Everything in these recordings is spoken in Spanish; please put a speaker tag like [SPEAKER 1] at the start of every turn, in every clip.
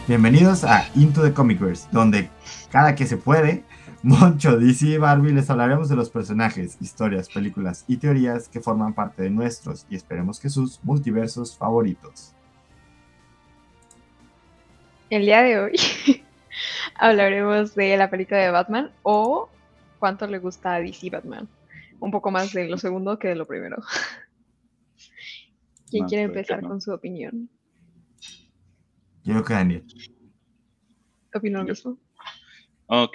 [SPEAKER 1] Bienvenidos a Into the Comicverse, donde cada que se puede, Moncho, DC y Barbie les hablaremos de los personajes, historias, películas y teorías que forman parte de nuestros y esperemos que sus multiversos favoritos.
[SPEAKER 2] El día de hoy hablaremos de la película de Batman o cuánto le gusta a DC Batman. Un poco más de lo segundo que de lo primero. ¿Quién
[SPEAKER 3] No,
[SPEAKER 2] quiere
[SPEAKER 3] creo que
[SPEAKER 2] empezar
[SPEAKER 3] no.
[SPEAKER 2] con su opinión?
[SPEAKER 1] Yo creo que Daniel.
[SPEAKER 2] ¿Opino lo
[SPEAKER 3] Yo.
[SPEAKER 2] mismo?
[SPEAKER 3] Ok.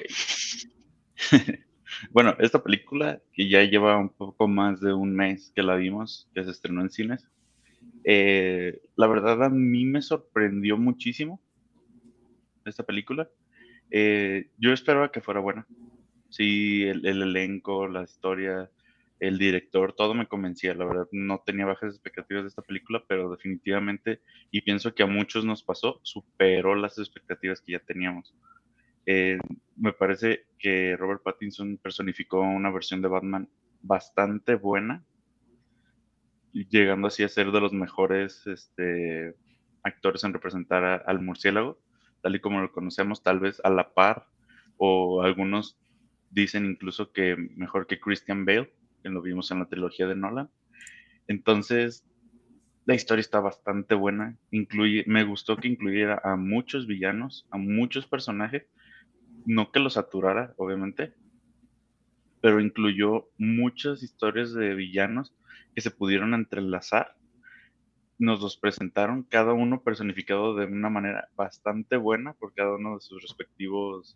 [SPEAKER 3] Bueno, esta película, que ya lleva un poco más de un mes que la vimos, que se estrenó en cines, la verdad a mí me sorprendió muchísimo esta película. Yo esperaba que fuera buena. Sí, el elenco, la historia, el director, todo me convencía. La verdad, no tenía bajas expectativas de esta película, pero definitivamente, y pienso que a muchos nos pasó, superó las expectativas que ya teníamos. Eh, Me parece que Robert Pattinson personificó una versión de Batman bastante buena, llegando así a ser de los mejores actores en representar al murciélago, tal y como lo conocemos, tal vez a la par, o algunos dicen incluso que mejor que Christian Bale, que lo vimos en la trilogía de Nolan. Entonces, la historia está bastante buena. Me gustó que incluyera a muchos villanos, a muchos personajes, no que los saturara, obviamente, pero incluyó muchas historias de villanos que se pudieron entrelazar. Nos los presentaron, cada uno personificado de una manera bastante buena por cada uno de sus respectivos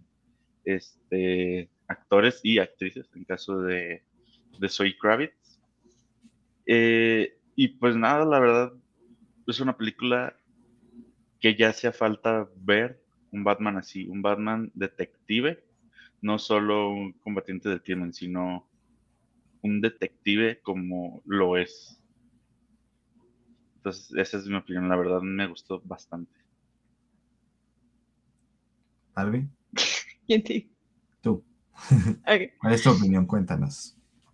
[SPEAKER 3] actores y actrices, en caso de Zoe Kravitz. Y pues nada, la verdad, es una película que ya hacía falta ver un Batman así, un Batman detective, no solo un combatiente del crimen, sino un detective como lo es. Entonces, esa es mi opinión, la verdad me gustó bastante.
[SPEAKER 1] Barbie,
[SPEAKER 2] ¿Quién te?
[SPEAKER 1] tú.
[SPEAKER 2] Ok.
[SPEAKER 1] ¿Cuál es tu opinión? Cuéntanos.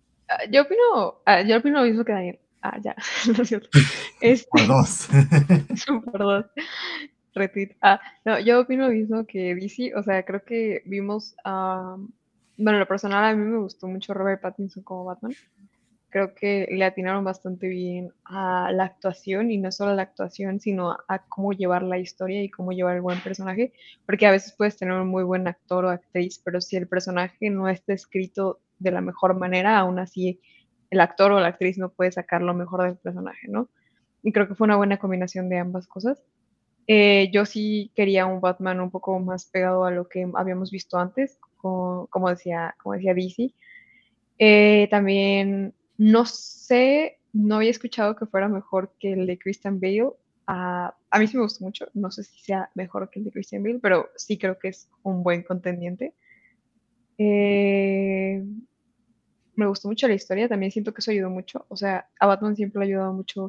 [SPEAKER 2] Yo opino lo mismo que Daniel. Ya, no es cierto.
[SPEAKER 1] Por
[SPEAKER 2] Este,
[SPEAKER 1] dos.
[SPEAKER 2] perdón, retweet. No, yo opino lo mismo que DC. O sea, creo que vimos, bueno, lo personal a mí me gustó mucho Robert Pattinson como Batman. Creo que le atinaron bastante bien a la actuación y no solo a la actuación, sino a cómo llevar la historia y cómo llevar el buen personaje, porque a veces puedes tener un muy buen actor o actriz, pero si el personaje no está escrito de la mejor manera, aún así el actor o la actriz no puede sacar lo mejor del personaje, ¿no? Y creo que fue una buena combinación de ambas cosas. Yo sí quería un Batman un poco más pegado a lo que habíamos visto antes, como decía DC. También no sé, no había escuchado que fuera mejor que el de Christian Bale. A mí sí me gustó mucho, no sé si sea mejor que el de Christian Bale, pero sí creo que es un buen contendiente. Eh, Me gustó mucho la historia, también siento que eso ayudó mucho. O sea, a Batman siempre le ha ayudado mucho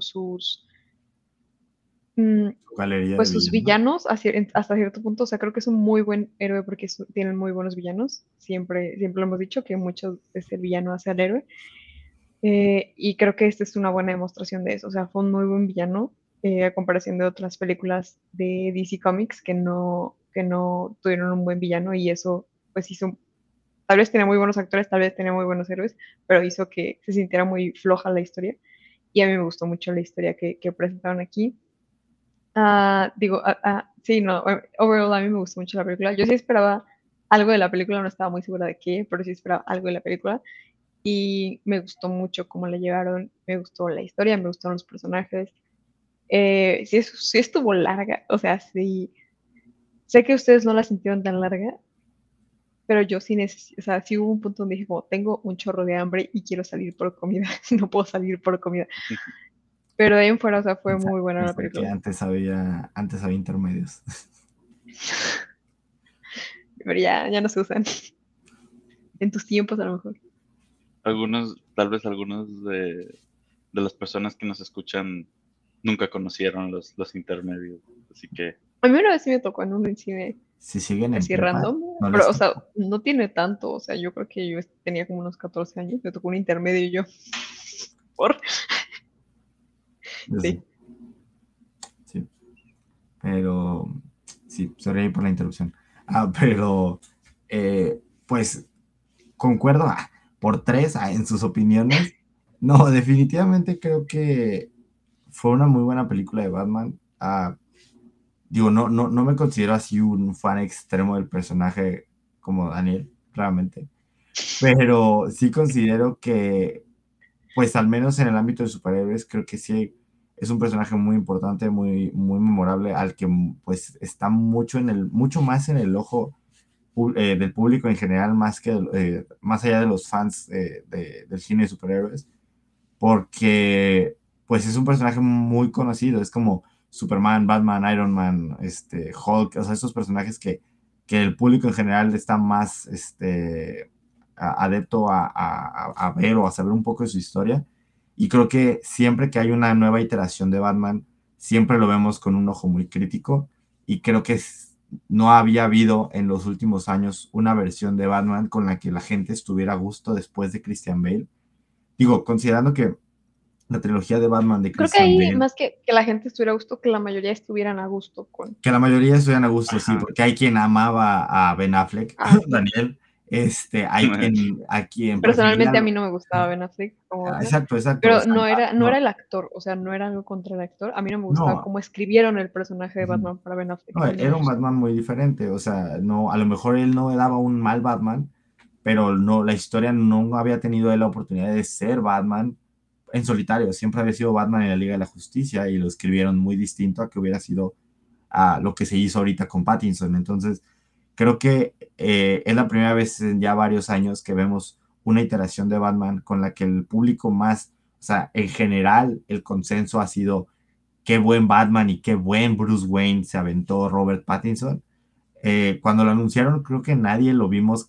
[SPEAKER 2] mm,
[SPEAKER 1] Galería de
[SPEAKER 2] pues sus
[SPEAKER 1] villanos.
[SPEAKER 2] villanos hasta cierto punto. O sea, creo que es un muy buen héroe porque tienen muy buenos villanos. Siempre lo hemos dicho que mucho es el villano hacia el héroe. Y creo que esta es una buena demostración de eso. O sea, fue un muy buen villano a comparación de otras películas de DC Comics que no tuvieron un buen villano y eso pues hizo, tal vez tenía muy buenos actores, tal vez tenía muy buenos héroes, pero hizo que se sintiera muy floja la historia. Y a mí me gustó mucho la historia que presentaron aquí. Sí, no, overall a mí me gustó mucho la película. Yo sí esperaba algo de la película, no estaba muy segura de qué, pero sí esperaba algo de la película y me gustó mucho cómo la llevaron, me gustó la historia, me gustaron los personajes. Sí estuvo larga, o sea, sí, sé que ustedes no la sintieron tan larga, pero yo sí necesito, o sea, sí hubo un punto donde dije, como, tengo un chorro de hambre y quiero salir por comida, no puedo salir por comida. Pero de ahí en fuera, o sea, fue muy buena la
[SPEAKER 1] Pensé que
[SPEAKER 2] película.
[SPEAKER 1] antes había intermedios.
[SPEAKER 2] Pero ya no se usan. En tus tiempos, a lo mejor.
[SPEAKER 3] Tal vez algunos de las personas que nos escuchan nunca conocieron los intermedios, así que
[SPEAKER 2] A mí una vez sí me tocó en un cine
[SPEAKER 1] Si siguen en
[SPEAKER 2] así
[SPEAKER 1] prepa,
[SPEAKER 2] random,
[SPEAKER 1] no
[SPEAKER 2] pero,
[SPEAKER 1] les
[SPEAKER 2] o sea,
[SPEAKER 1] tocó.
[SPEAKER 2] no tiene tanto, o sea, yo creo que yo tenía como unos 14 años, me tocó un intermedio y yo, por,
[SPEAKER 1] Yo sí,
[SPEAKER 2] sí.
[SPEAKER 1] sí. Pero Sí, sorry por la interrupción. Pero, pues, concuerdo por tres en sus opiniones. No, definitivamente creo que fue una muy buena película de Batman. Digo, no me considero así un fan extremo del personaje como Daniel, claramente. Pero sí considero que, pues al menos en el ámbito de superhéroes, creo que sí es un personaje muy importante, muy memorable, al que pues está mucho más en el ojo del público en general, más allá de los fans del cine de superhéroes, porque pues es un personaje muy conocido, es como Superman, Batman, Iron Man, Hulk, o sea, esos personajes que el público en general está más adepto a ver o a saber un poco de su historia. Y creo que siempre que hay una nueva iteración de Batman, siempre lo vemos con un ojo muy crítico. Y creo que no había habido en los últimos años una versión de Batman con la que la gente estuviera a gusto después de Christian Bale. Digo, considerando que la trilogía de Batman de
[SPEAKER 2] Creo que
[SPEAKER 1] Christian
[SPEAKER 2] ahí,
[SPEAKER 1] Bale,
[SPEAKER 2] más que la gente estuviera a gusto, que la mayoría estuvieran a gusto con
[SPEAKER 1] que la mayoría estuvieran a gusto, sí,
[SPEAKER 3] Ajá.
[SPEAKER 1] porque hay quien amaba a Ben Affleck,
[SPEAKER 2] Affleck.
[SPEAKER 1] Daniel, hay quien prefería,
[SPEAKER 2] Personalmente a mí no me gustaba Ben Affleck como Batman,
[SPEAKER 1] exacto, exacto, o
[SPEAKER 2] pero
[SPEAKER 1] sea,
[SPEAKER 2] no
[SPEAKER 1] no,
[SPEAKER 2] era el actor, o sea, no era algo contra el actor. A mí no me gustaba
[SPEAKER 1] no,
[SPEAKER 2] cómo escribieron el personaje de
[SPEAKER 1] ujú.
[SPEAKER 2] Batman para Ben Affleck.
[SPEAKER 1] No,
[SPEAKER 2] A mí no me
[SPEAKER 1] era un
[SPEAKER 2] gustó.
[SPEAKER 1] Batman muy diferente, o sea, no, a lo mejor él no daba un mal Batman, pero no, la historia no había tenido él la oportunidad de ser Batman en solitario, siempre había sido Batman en la Liga de la Justicia y lo escribieron muy distinto a que hubiera sido a lo que se hizo ahorita con Pattinson. Entonces, creo que es la primera vez en ya varios años que vemos una iteración de Batman con la que el público más, o sea, en general el consenso ha sido qué buen Batman y qué buen Bruce Wayne se aventó Robert Pattinson. Cuando lo anunciaron, creo que nadie lo vimos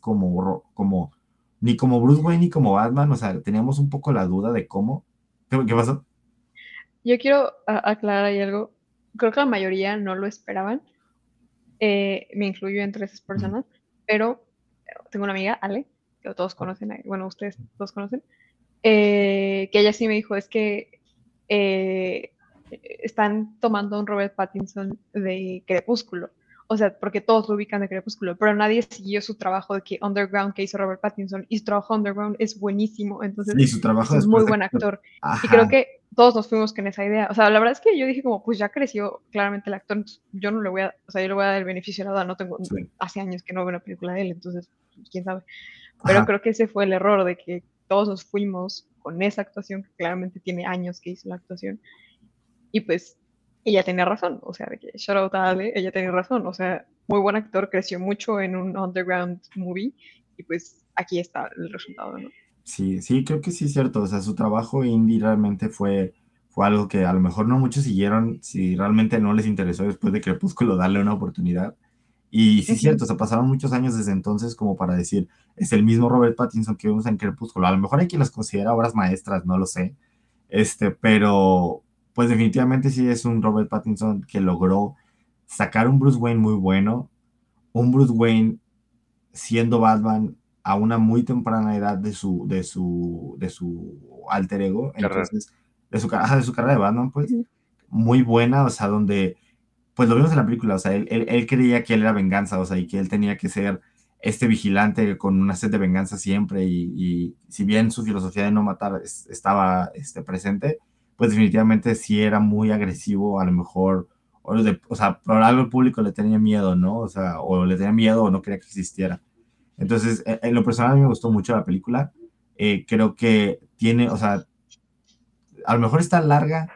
[SPEAKER 1] ni como Bruce Wayne ni como Batman, o sea, teníamos un poco la duda de cómo. ¿Qué pasó?
[SPEAKER 2] Yo quiero aclarar ahí algo. Creo que la mayoría no lo esperaban. Me incluyo entre esas personas, pero tengo una amiga, Ale, que todos conocen, bueno, ustedes todos conocen, que ella sí me dijo, es que eh, están tomando un Robert Pattinson de Crepúsculo. O sea, porque todos lo ubican de Crepúsculo, pero nadie siguió su trabajo de que Underground que hizo Robert Pattinson y su trabajo Underground es buenísimo, entonces
[SPEAKER 1] Sí, su
[SPEAKER 2] es
[SPEAKER 1] trabajo
[SPEAKER 2] un muy
[SPEAKER 1] después de.
[SPEAKER 2] buen actor. Y
[SPEAKER 1] Ajá,
[SPEAKER 2] creo que todos nos fuimos con esa idea. O sea, la verdad es que yo dije como, pues ya creció claramente el actor, entonces yo no le voy a, o sea, yo le voy a dar el beneficio de la duda, no tengo,
[SPEAKER 1] sí,
[SPEAKER 2] hace años que no veo una película de él, entonces, quién sabe. Pero
[SPEAKER 1] ajá.
[SPEAKER 2] creo que ese fue el error de que todos nos fuimos con esa actuación, que claramente tiene años que hizo la actuación, y pues ella tenía razón, o sea, de que shout out a Ale, ella tenía razón, o sea, muy buen actor, creció mucho en un underground movie, y pues aquí está el resultado, ¿no?
[SPEAKER 1] Sí, sí, creo que sí es cierto. O sea, su trabajo indie realmente fue algo que a lo mejor no muchos siguieron si realmente no les interesó después de Crepúsculo darle una oportunidad. Y sí es
[SPEAKER 2] Ujú.
[SPEAKER 1] cierto, o sea, pasaron muchos años desde entonces como para decir, es el mismo Robert Pattinson que vimos en Crepúsculo. A lo mejor hay quien los considera obras maestras, no lo sé. Pero pues definitivamente sí es un Robert Pattinson que logró sacar un Bruce Wayne muy bueno, un Bruce Wayne siendo Batman a una muy temprana edad de su alter ego,
[SPEAKER 3] Carrera.
[SPEAKER 1] entonces, de su carrera de Batman, pues,
[SPEAKER 2] Ujú.
[SPEAKER 1] muy buena, o sea, donde, pues lo vimos en la película, o sea, él creía que él era venganza, o sea, y que él tenía que ser este vigilante con una sed de venganza siempre, y si bien su filosofía de no matar estaba presente, pues definitivamente sí era muy agresivo, a lo mejor, o sea, por algo el público le tenía miedo, ¿no? O sea, o le tenía miedo o no quería que existiera. Entonces, en lo personal a mí me gustó mucho la película. Creo que tiene, o sea, a lo mejor está larga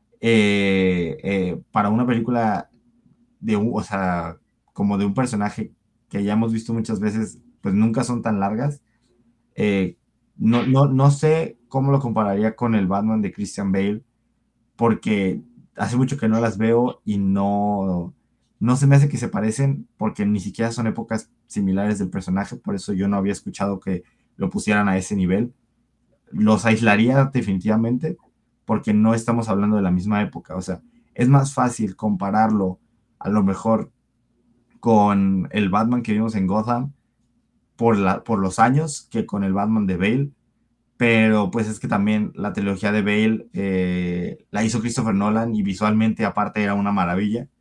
[SPEAKER 1] para una película o sea, como de un personaje que ya hemos visto muchas veces, pues nunca son tan largas. Eh, no sé cómo lo compararía con el Batman de Christian Bale, porque hace mucho que no las veo y no se me hace que se parecen, porque ni siquiera son épocas similares del personaje, por eso yo no había escuchado que lo pusieran a ese nivel. Los aislaría definitivamente, porque no estamos hablando de la misma época, o sea, es más fácil compararlo a lo mejor con el Batman que vimos en Gotham por los años que con el Batman de Bale, pero pues es que también la trilogía de Bale la hizo Christopher Nolan y visualmente aparte era una maravilla.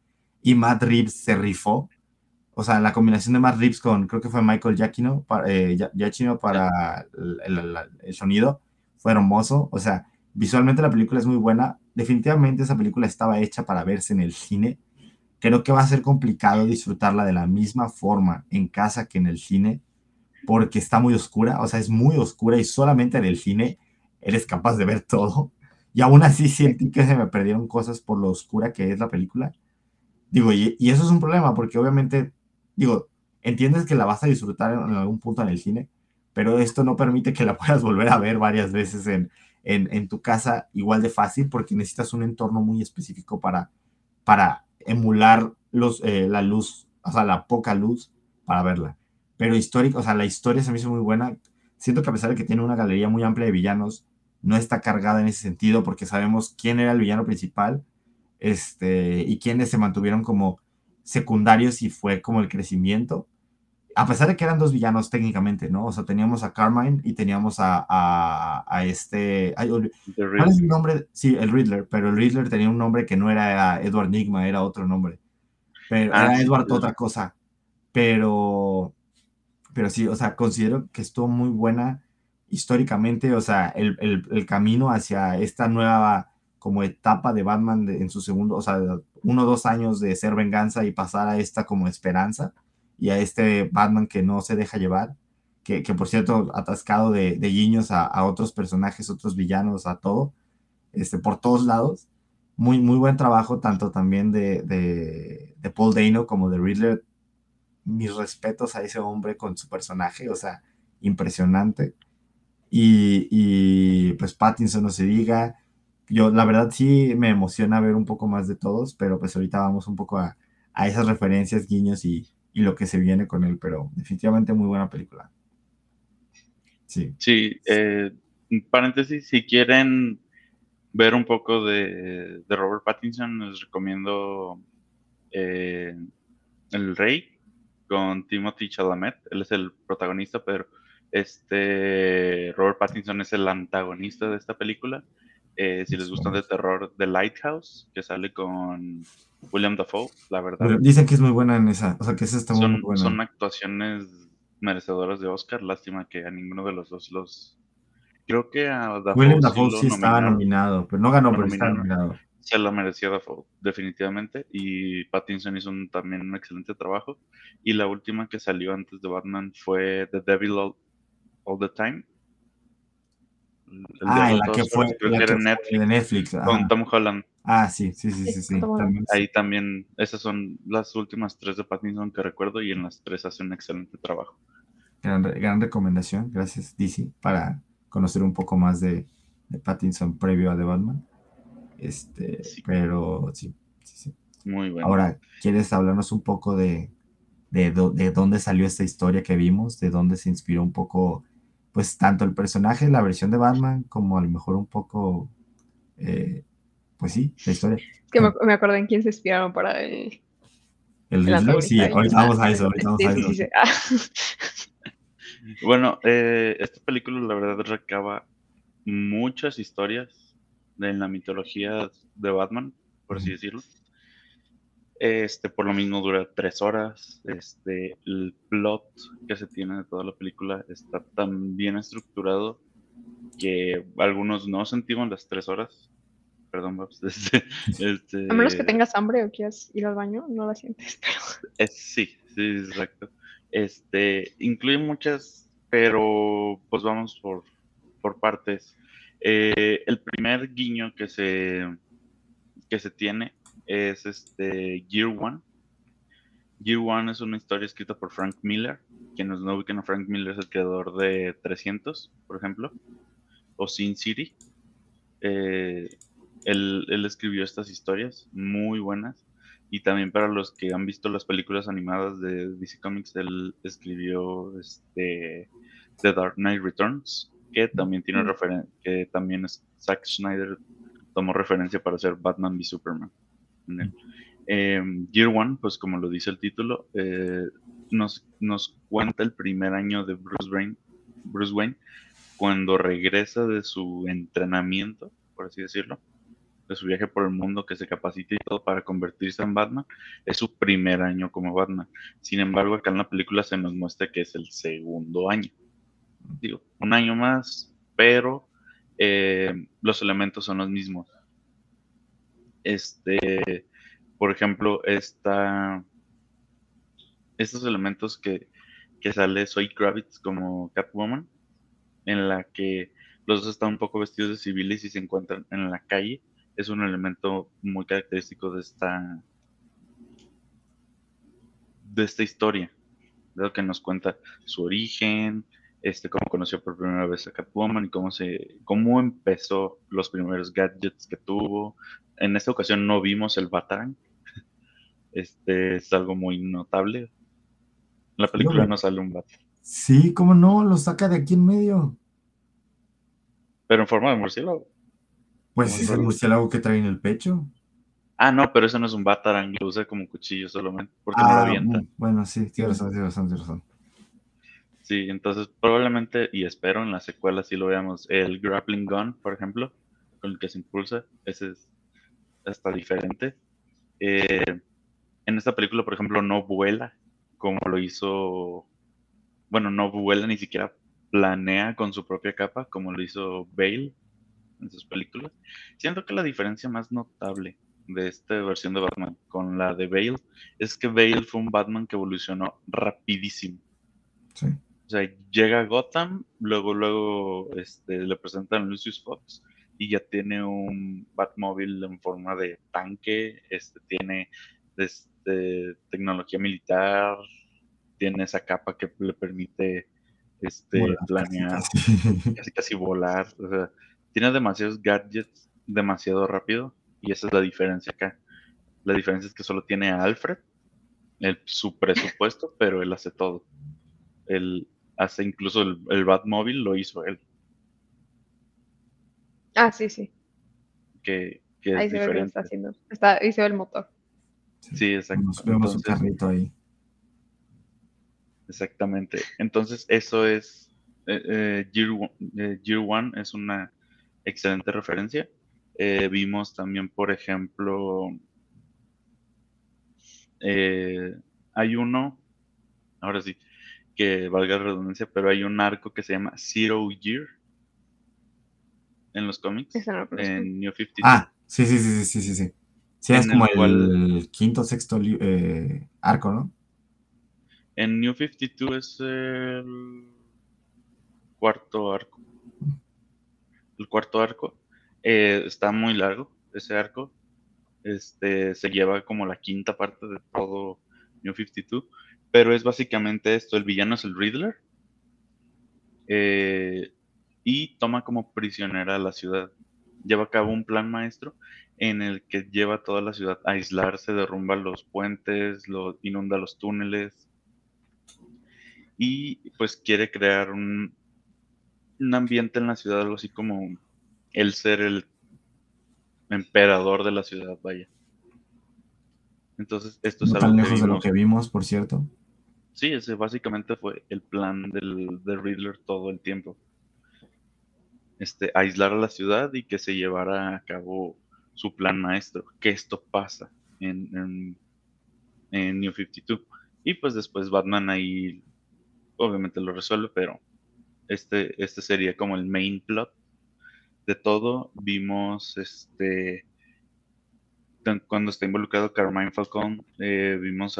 [SPEAKER 1] y Matt Reeves se rifó. O sea, la combinación de Matt Reeves con, creo que fue Michael Giacchino, Giacchino
[SPEAKER 3] Sí.
[SPEAKER 1] para el sonido, fue hermoso. O sea, visualmente la película es muy buena. Definitivamente esa película estaba hecha para verse en el cine. Creo que va a ser complicado disfrutarla de la misma forma en casa que en el cine, porque está muy oscura. O sea, es muy oscura y solamente en el cine eres capaz de ver todo. Y aún así sentí que se me perdieron cosas por lo oscura que es la película. Digo, y eso es un problema, porque obviamente, digo, entiendes que la vas a disfrutar en algún punto en el cine, pero esto no permite que la puedas volver a ver varias veces en tu casa igual de fácil, porque necesitas un entorno muy específico para emular la luz, o sea, la poca luz para verla. Pero histórico, o sea, la historia se me hizo muy buena. Siento que a pesar de que tiene una galería muy amplia de villanos, no está cargada en ese sentido, porque sabemos quién era el villano principal, y quienes se mantuvieron como secundarios y fue como el crecimiento. A pesar de que eran dos villanos técnicamente, ¿no? O sea, teníamos a Carmine y teníamos a este... ay,
[SPEAKER 3] The
[SPEAKER 1] ¿cuál es el
[SPEAKER 3] Riddler.
[SPEAKER 1] nombre? Sí, el Riddler, pero el Riddler tenía un nombre que no era Edward Nigma, era otro nombre. Pero
[SPEAKER 3] Ah,
[SPEAKER 1] era
[SPEAKER 3] sí.
[SPEAKER 1] Edward otra cosa. Pero, pero sí, o sea, considero que estuvo muy buena históricamente, o sea, el camino hacia esta nueva como etapa de Batman en su segundo, o sea, 1 o 2 años de ser venganza y pasar a esta como esperanza y a este Batman que no se deja llevar, que por cierto, atascado de guiños a otros personajes, otros villanos, a todo, por todos lados. Muy, muy buen trabajo, tanto también de Paul Dano como de Riddler. Mis respetos a ese hombre con su personaje, o sea, impresionante. Y pues Pattinson no se diga. Yo, la verdad, sí me emociona ver un poco más de todos, pero pues ahorita vamos un poco a esas referencias, guiños y lo que se viene con él, pero definitivamente muy buena película. Sí.
[SPEAKER 3] Sí, paréntesis, si quieren ver un poco de Robert Pattinson, les recomiendo eh, El Rey con Timothy Chalamet. Él es el protagonista, pero Robert Pattinson es el antagonista de esta película. Si les gustan de terror, The Lighthouse, que sale con William Dafoe, la verdad,
[SPEAKER 1] Dicen que es muy buena en esa, o sea, que esa está muy, muy
[SPEAKER 3] son
[SPEAKER 1] buena.
[SPEAKER 3] actuaciones merecedoras de Oscar. Lástima que a ninguno de los dos los... Creo que a
[SPEAKER 1] William
[SPEAKER 3] Dafoe sí
[SPEAKER 1] Dafoe
[SPEAKER 3] lo
[SPEAKER 1] sí estaba
[SPEAKER 3] nominaron,
[SPEAKER 1] nominado, pero no ganó,
[SPEAKER 3] lo
[SPEAKER 1] pero está
[SPEAKER 3] nominaron.
[SPEAKER 1] nominado.
[SPEAKER 3] Se lo merecía Dafoe, definitivamente. Y Pattinson hizo también un excelente trabajo. Y la última que salió antes de Batman fue The Devil All the Time. El
[SPEAKER 1] Ah,
[SPEAKER 3] Diablo en todas partes. Creo que
[SPEAKER 1] la
[SPEAKER 3] era
[SPEAKER 1] que
[SPEAKER 3] en
[SPEAKER 1] fue de
[SPEAKER 3] Netflix.
[SPEAKER 1] Netflix,
[SPEAKER 3] Con
[SPEAKER 1] ajá.
[SPEAKER 3] Tom Holland.
[SPEAKER 1] Ah, sí, sí, sí,
[SPEAKER 2] Sí,
[SPEAKER 1] sí, sí.
[SPEAKER 2] bueno.
[SPEAKER 1] También
[SPEAKER 3] Ahí también, esas son las últimas tres de Pattinson que recuerdo. Y en las tres hace un excelente trabajo.
[SPEAKER 1] gran recomendación. Gracias, DC, para conocer un poco más de Pattinson previo a The Batman.
[SPEAKER 3] Sí,
[SPEAKER 1] Pero sí, sí, sí.
[SPEAKER 3] muy bueno.
[SPEAKER 1] Ahora, ¿quieres hablarnos un poco de dónde salió esta historia que vimos? ¿De dónde se inspiró un poco, pues, tanto el personaje, la versión de Batman, como a lo mejor un poco, eh, pues sí, la historia?
[SPEAKER 2] Es que me acordé en quién se inspiraron para
[SPEAKER 1] ¿El
[SPEAKER 2] el
[SPEAKER 1] Riddler? Sí,
[SPEAKER 2] antagonista y yo,
[SPEAKER 1] ahorita
[SPEAKER 2] ah,
[SPEAKER 1] vamos a eso, ahorita vamos
[SPEAKER 2] sí,
[SPEAKER 1] a
[SPEAKER 2] sí,
[SPEAKER 1] eso.
[SPEAKER 2] sí, sí.
[SPEAKER 3] Bueno, esta película la verdad recaba muchas historias de la mitología de Batman, por así
[SPEAKER 1] Ujú.
[SPEAKER 3] decirlo. Por lo mismo dura 3 horas. El plot que se tiene de toda la película está tan bien estructurado que algunos no sentimos las 3 horas. Perdón, Babs.
[SPEAKER 2] A menos que
[SPEAKER 3] Este,
[SPEAKER 2] tengas hambre o quieras ir al baño, no la sientes, pero
[SPEAKER 3] sí, sí, exacto. Incluye muchas, pero pues vamos por partes. El primer guiño que se tiene es Year One. Year One es una historia escrita por Frank Miller. Quienes no ubican a Frank Miller es el creador de 300, por ejemplo, o Sin City. Eh, él escribió estas historias muy buenas. Y también para los que han visto las películas animadas de DC Comics, él escribió The Dark Knight Returns, que también tiene que también Zack Snyder tomó referencia para hacer Batman v Superman en él. Year One, pues como lo dice el título, nos cuenta el primer año de Bruce Wayne, cuando regresa de su entrenamiento, por así decirlo, de su viaje por el mundo, que se capacita y todo para convertirse en Batman, es su primer año como Batman. Sin embargo, acá en la película se nos muestra que es el segundo año. Digo, un año más, pero los elementos son los mismos. Por ejemplo, estos elementos que sale Zoe Kravitz como Catwoman, en la que los dos están un poco vestidos de civiles y se encuentran en la calle, es un elemento muy característico de esta historia, de lo que nos cuenta su origen, cómo conoció por primera vez a Catwoman y cómo empezó los primeros gadgets que tuvo. En esta ocasión no vimos el Batarang, es algo muy notable. En la
[SPEAKER 1] Sí,
[SPEAKER 3] película
[SPEAKER 1] hombre.
[SPEAKER 3] no sale un Batarang,
[SPEAKER 1] Sí, cómo no, lo saca de aquí en medio.
[SPEAKER 3] pero en forma de murciélago, como
[SPEAKER 1] Pues
[SPEAKER 3] en
[SPEAKER 1] es el
[SPEAKER 3] Robin.
[SPEAKER 1] murciélago que trae en el pecho.
[SPEAKER 3] Ah, no, pero eso no es un Batarang, lo usa como cuchillo solamente, porque no lo avienta.
[SPEAKER 1] Bueno, sí, tienes
[SPEAKER 2] Mm.
[SPEAKER 1] razón, tienes razón, tienes razón.
[SPEAKER 3] Sí, entonces probablemente, y espero en la secuela sí lo veamos, el grappling gun, por ejemplo, con el que se impulsa, ese es hasta diferente. Eh, en esta película, por ejemplo, no vuela como lo hizo, bueno, no vuela ni siquiera planea con su propia capa como lo hizo Bale en sus películas. Siento que la diferencia más notable de esta versión de Batman con la de Bale es que Bale fue un Batman que evolucionó rapidísimo.
[SPEAKER 1] Sí.
[SPEAKER 3] O sea, llega a Gotham, luego le presentan a Lucius Fox y ya tiene un Batmóvil en forma de tanque, tiene tecnología militar, tiene esa capa que le permite
[SPEAKER 1] Volar casi,
[SPEAKER 3] planear,
[SPEAKER 1] casi.
[SPEAKER 3] casi casi volar. O sea, tiene demasiados gadgets demasiado rápido y esa es la diferencia acá. La diferencia es que solo tiene a Alfred, su presupuesto, pero él hace todo. Él hace incluso el Batmóvil, lo hizo él,
[SPEAKER 2] Ah, sí, sí.
[SPEAKER 3] que es
[SPEAKER 2] Ahí se ve que lo está
[SPEAKER 3] diferente.
[SPEAKER 2] haciendo. Ahí se ve el motor.
[SPEAKER 1] Sí.
[SPEAKER 3] Sí, exacto.
[SPEAKER 1] Vemos un
[SPEAKER 3] Entonces,
[SPEAKER 1] carrito ahí.
[SPEAKER 3] exactamente. Entonces, eso es Year One es una excelente referencia. Vimos también, por ejemplo, eh, hay uno, ahora sí, que valga la redundancia, pero hay un arco que se llama Zero Year en los cómics,
[SPEAKER 2] Esa no lo conozco.
[SPEAKER 3] en New 52,
[SPEAKER 1] Sí, sí, sí, sí, sí, sí, sí. Sí, es
[SPEAKER 3] en
[SPEAKER 1] como
[SPEAKER 3] el cual
[SPEAKER 1] el quinto, sexto arco, ¿no?
[SPEAKER 3] en New 52 es el cuarto arco. El cuarto arco está muy largo, ese arco. Se lleva como la quinta parte de todo New 52, pero es básicamente esto, el villano es el Riddler, eh, y toma como prisionera a la ciudad. Lleva a cabo un plan maestro en el que lleva a toda la ciudad a aislarse, derrumba los puentes, inunda los túneles y pues quiere crear un ambiente en la ciudad, algo así como el ser el emperador de la ciudad, vaya. Entonces, esto es
[SPEAKER 1] No
[SPEAKER 3] algo
[SPEAKER 1] tan
[SPEAKER 3] que
[SPEAKER 1] lejos de lo
[SPEAKER 3] vimos.
[SPEAKER 1] que vimos, por cierto.
[SPEAKER 3] Sí, ese básicamente fue el plan de Riddler todo el tiempo. Aislar a la ciudad y que se llevara a cabo su plan maestro. Que esto pasa en New 52. Y pues después Batman ahí obviamente lo resuelve, pero este sería como el main plot de todo. Vimos cuando está involucrado Carmine Falcón, vimos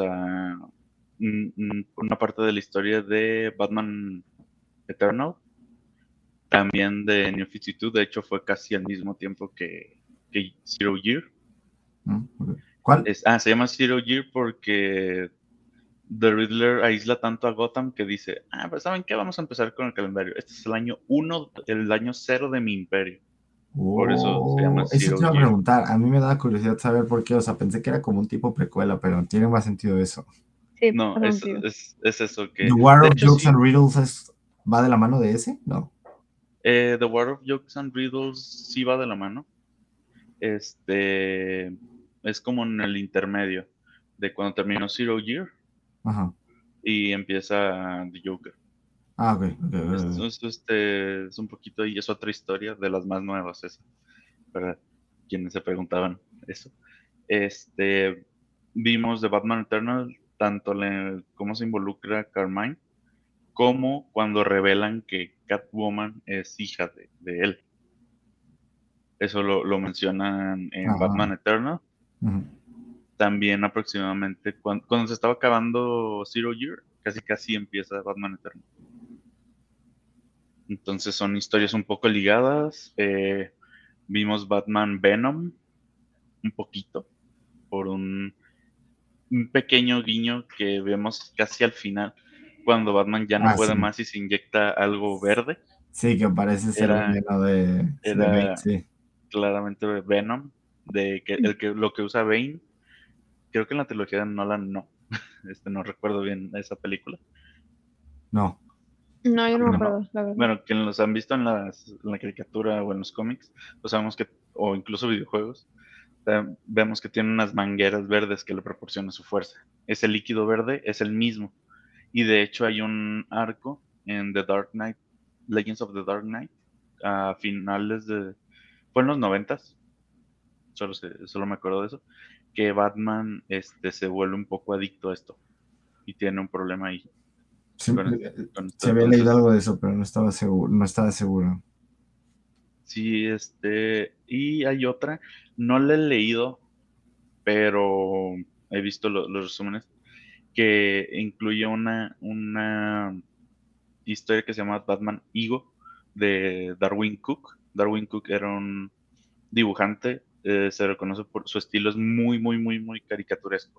[SPEAKER 3] una parte de la historia de Batman Eternal, también de New 52, de hecho fue casi al mismo tiempo que Zero Year.
[SPEAKER 1] ¿No? Ok. ¿Cuál?
[SPEAKER 3] Se llama Zero Year porque The Riddler aísla tanto a Gotham que dice, pues ¿saben qué? Vamos a empezar con el calendario. Este es el año 1, el año 0 de mi imperio. Por eso se llama
[SPEAKER 1] Eso
[SPEAKER 3] Zero
[SPEAKER 1] te iba a
[SPEAKER 3] Year.
[SPEAKER 1] preguntar. A mí me da curiosidad saber por qué. O sea, pensé que era como un tipo precuela, pero tiene más sentido eso.
[SPEAKER 2] Sí,
[SPEAKER 3] No,
[SPEAKER 2] hace
[SPEAKER 3] es,
[SPEAKER 2] sentido.
[SPEAKER 3] es eso
[SPEAKER 1] ¿The
[SPEAKER 3] que,
[SPEAKER 1] War
[SPEAKER 3] de
[SPEAKER 1] of
[SPEAKER 3] hecho
[SPEAKER 1] Jokes and
[SPEAKER 3] sí,
[SPEAKER 1] Riddles va de la mano de ese? No.
[SPEAKER 3] The War of Jokes and Riddles sí va de la mano. Este, es como en el intermedio de cuando terminó Zero Year
[SPEAKER 1] Ajá.
[SPEAKER 3] y empieza The Joker.
[SPEAKER 1] Ah, ok, ok,
[SPEAKER 3] Es,
[SPEAKER 1] ok.
[SPEAKER 3] es un poquito, y es otra historia de las más nuevas esa, ¿verdad? quienes se preguntaban eso. Este, vimos de Batman Eternal tanto cómo se involucra Carmine como cuando revelan que Catwoman es hija de él. Eso lo mencionan en
[SPEAKER 1] Ajá.
[SPEAKER 3] Batman Eternal.
[SPEAKER 1] Ujú.
[SPEAKER 3] También aproximadamente cuando se estaba acabando Zero Year, casi casi empieza Batman Eternal. Entonces son historias un poco ligadas. Vimos Batman Venom un poquito por un pequeño guiño que vemos casi al final, cuando Batman ya no
[SPEAKER 1] Ah,
[SPEAKER 3] puede
[SPEAKER 1] sí.
[SPEAKER 3] más y se inyecta algo verde.
[SPEAKER 1] Sí, que parece ser
[SPEAKER 3] Era,
[SPEAKER 1] veneno de Bane,
[SPEAKER 3] era
[SPEAKER 1] sí.
[SPEAKER 3] claramente Venom, de que lo que usa Bane. Creo que en la trilogía de Nolan no. No recuerdo bien esa película.
[SPEAKER 1] No,
[SPEAKER 2] No, yo no me
[SPEAKER 1] no.
[SPEAKER 2] acuerdo, la verdad.
[SPEAKER 3] Bueno, quienes los han visto en la caricatura o en los cómics, pues sabemos que, o incluso videojuegos, vemos que tiene unas mangueras verdes que le proporcionan su fuerza. Ese líquido verde es el mismo. Y de hecho hay un arco en The Dark Knight, Legends of the Dark Knight, a finales de... Fue en los noventas, solo me acuerdo de eso, que Batman se vuelve un poco adicto a esto y tiene un problema ahí
[SPEAKER 1] Sí,
[SPEAKER 3] con esto.
[SPEAKER 1] se había leído
[SPEAKER 3] Entonces,
[SPEAKER 1] algo de eso, pero no estaba seguro, no estaba seguro.
[SPEAKER 3] sí, y hay otra, no la he leído, pero he visto los resúmenes, que incluye una historia que se llama Batman Ego de Darwin Cook. Darwin Cook era un dibujante, se reconoce por su estilo, es muy, muy, muy, muy caricaturesco.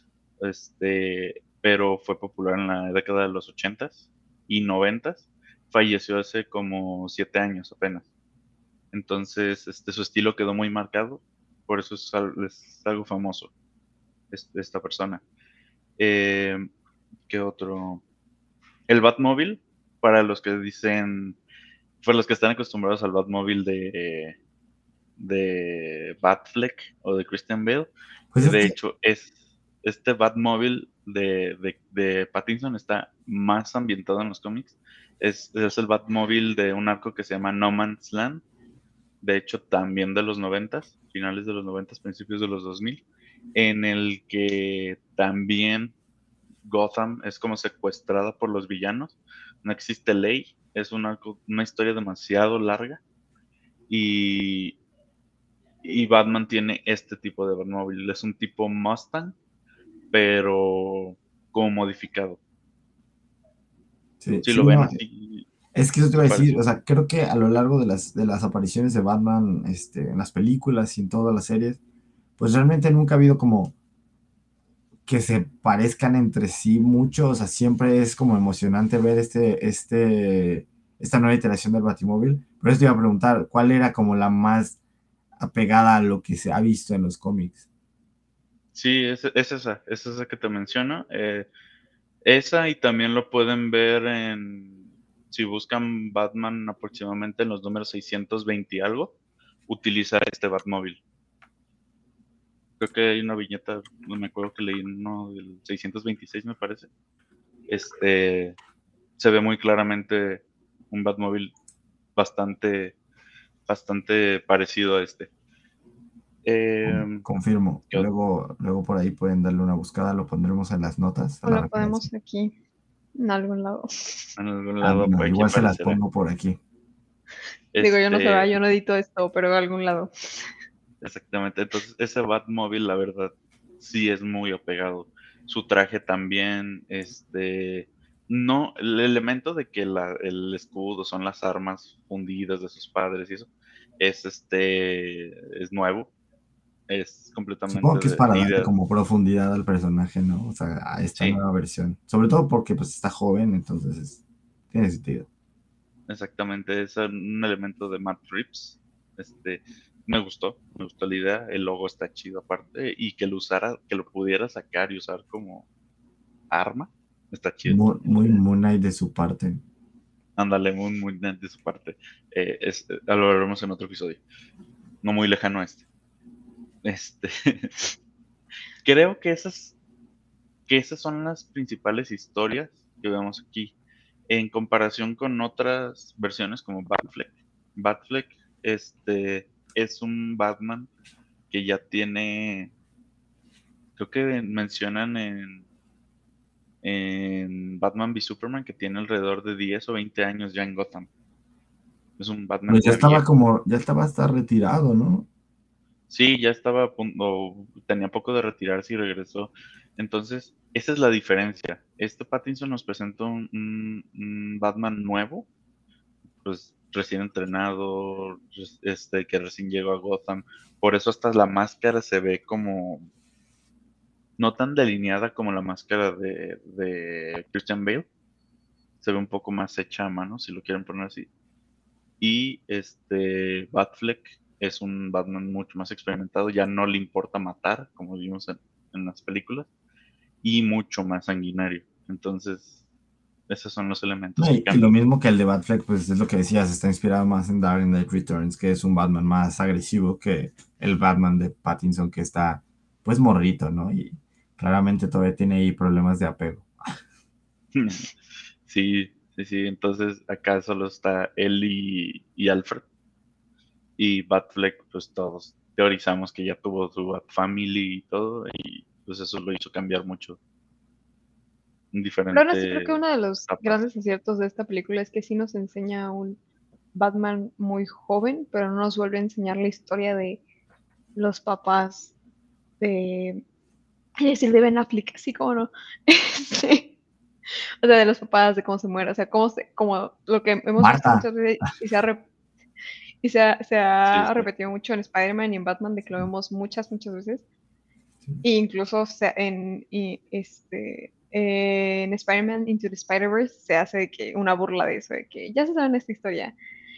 [SPEAKER 3] Pero fue popular en la década de los 80s y 90s. Falleció hace como 7 años apenas. Entonces, su estilo quedó muy marcado, por eso es algo famoso esta persona. Eh, ¿Qué otro? El Batmóvil, para los que dicen, para los que están acostumbrados al Batmóvil de Batfleck o de Christian Bale,
[SPEAKER 1] Pues es
[SPEAKER 3] de
[SPEAKER 1] que,
[SPEAKER 3] hecho, este Batmóvil de Pattinson está más ambientado en los cómics. Es el Batmóvil de un arco que se llama No Man's Land, de hecho también de los noventas, finales de los noventas, principios de los 2000, en el que también Gotham es como secuestrada por los villanos, no existe ley, es una historia demasiado larga y, y Batman tiene este tipo de Batmóvil, es un tipo Mustang, pero como modificado.
[SPEAKER 1] sí,
[SPEAKER 3] Si
[SPEAKER 1] sí,
[SPEAKER 3] lo ven
[SPEAKER 1] no,
[SPEAKER 3] así,
[SPEAKER 1] es que eso te iba
[SPEAKER 3] se
[SPEAKER 1] a decir, o
[SPEAKER 3] parece.
[SPEAKER 1] sea, creo que a lo largo de las apariciones de Batman, en las películas y en todas las series, pues realmente nunca ha habido como que se parezcan entre sí mucho, o sea, siempre es como emocionante ver esta nueva iteración del Batimóvil. Pero eso te iba a preguntar, ¿cuál era como la más apegada a lo que se ha visto en los cómics?
[SPEAKER 3] Sí, es esa que te menciono. Esa y también lo pueden ver si buscan Batman aproximadamente en los números 620 y algo, utiliza este Batmóvil. Creo que hay una viñeta, no me acuerdo que leí uno del 626 me parece. Este, Se ve muy claramente un Batmóvil bastante, bastante parecido a este. Eh,
[SPEAKER 1] Confirmo.
[SPEAKER 3] ¿Qué otro?
[SPEAKER 1] Luego por ahí pueden darle una buscada, lo pondremos en las notas, a
[SPEAKER 2] O
[SPEAKER 1] la
[SPEAKER 2] lo
[SPEAKER 1] referencia.
[SPEAKER 2] podemos aquí, en algún lado.
[SPEAKER 3] En algún
[SPEAKER 1] Ah,
[SPEAKER 3] lado
[SPEAKER 1] bueno,
[SPEAKER 3] por aquí
[SPEAKER 1] igual se las
[SPEAKER 3] aparecerá.
[SPEAKER 1] pongo por aquí.
[SPEAKER 2] Digo, yo no sé, ¿verdad?
[SPEAKER 3] Este,
[SPEAKER 2] Yo no edito esto, pero en algún lado.
[SPEAKER 3] Exactamente. Entonces, ese Batmóvil, la verdad, sí es muy apegado. Su traje también, no, el elemento de que el escudo son las armas fundidas de sus padres y eso, es nuevo, es completamente
[SPEAKER 1] Supongo que es para
[SPEAKER 3] de
[SPEAKER 1] darle
[SPEAKER 3] idea.
[SPEAKER 1] como profundidad al personaje, ¿no? O sea, a esta
[SPEAKER 3] Sí,
[SPEAKER 1] nueva versión. Sobre todo porque pues está joven, entonces tiene sentido.
[SPEAKER 3] exactamente, es un elemento de Matt Reeves. Este, me gustó la idea, el logo está chido aparte, y que lo usara, que lo pudiera sacar y usar como arma, está chido.
[SPEAKER 1] Muy, muy Moon Knight de su parte.
[SPEAKER 3] Ándale, muy, muy net de su parte. Lo veremos en otro episodio, no muy lejano a este. Este, Creo que esas son las principales historias que vemos aquí, en comparación con otras versiones como Batfleck. Batfleck, es un Batman que ya tiene, creo que mencionan en Batman v Superman que tiene alrededor de 10 o 20 años ya en Gotham. Es un Batman
[SPEAKER 1] Pues ya
[SPEAKER 3] ya
[SPEAKER 1] estaba
[SPEAKER 3] viejo.
[SPEAKER 1] ya estaba hasta retirado, ¿no?
[SPEAKER 3] Sí, ya estaba a punto, tenía poco de retirarse y regresó. Entonces, esa es la diferencia. Este Pattinson nos presenta un Batman nuevo, pues recién entrenado, que recién llegó a Gotham. Por eso hasta la máscara se ve como no tan delineada como la máscara de Christian Bale. Se ve un poco más hecha a mano, si lo quieren poner así. Y Batfleck es un Batman mucho más experimentado, ya no le importa matar, como vimos en las películas, y mucho más sanguinario. Entonces, esos son los elementos
[SPEAKER 1] No,
[SPEAKER 3] que
[SPEAKER 1] y lo
[SPEAKER 3] cambian.
[SPEAKER 1] mismo que el de Batfleck, pues es lo que decías, está inspirado más en Dark Knight Returns, que es un Batman más agresivo que el Batman de Pattinson, que está pues morrito, ¿no? Y claramente todavía tiene ahí problemas de apego.
[SPEAKER 3] Sí, sí, sí. Entonces, acá solo está él y Alfred. Y Batfleck, pues todos teorizamos que ya tuvo su Bat Family y todo, y pues eso lo hizo cambiar mucho en
[SPEAKER 2] Pero aún así creo que
[SPEAKER 3] diferentes
[SPEAKER 2] uno de los
[SPEAKER 3] etapas.
[SPEAKER 2] grandes aciertos de esta película es que sí nos enseña a un Batman muy joven, pero no nos vuelve a enseñar la historia de los papás de, es decir, de Ben Affleck, así como no. Este, o sea, de los papás, de cómo se muere, o sea, como lo que hemos visto
[SPEAKER 1] Marta,
[SPEAKER 2] muchas veces se
[SPEAKER 3] Sí,
[SPEAKER 2] ha
[SPEAKER 3] está.
[SPEAKER 2] repetido mucho en Spider-Man y en Batman, de que lo vemos muchas, muchas veces. E incluso en Spider-Man Into the Spider-Verse se hace de que una burla de eso, de que ya se sabe esta historia.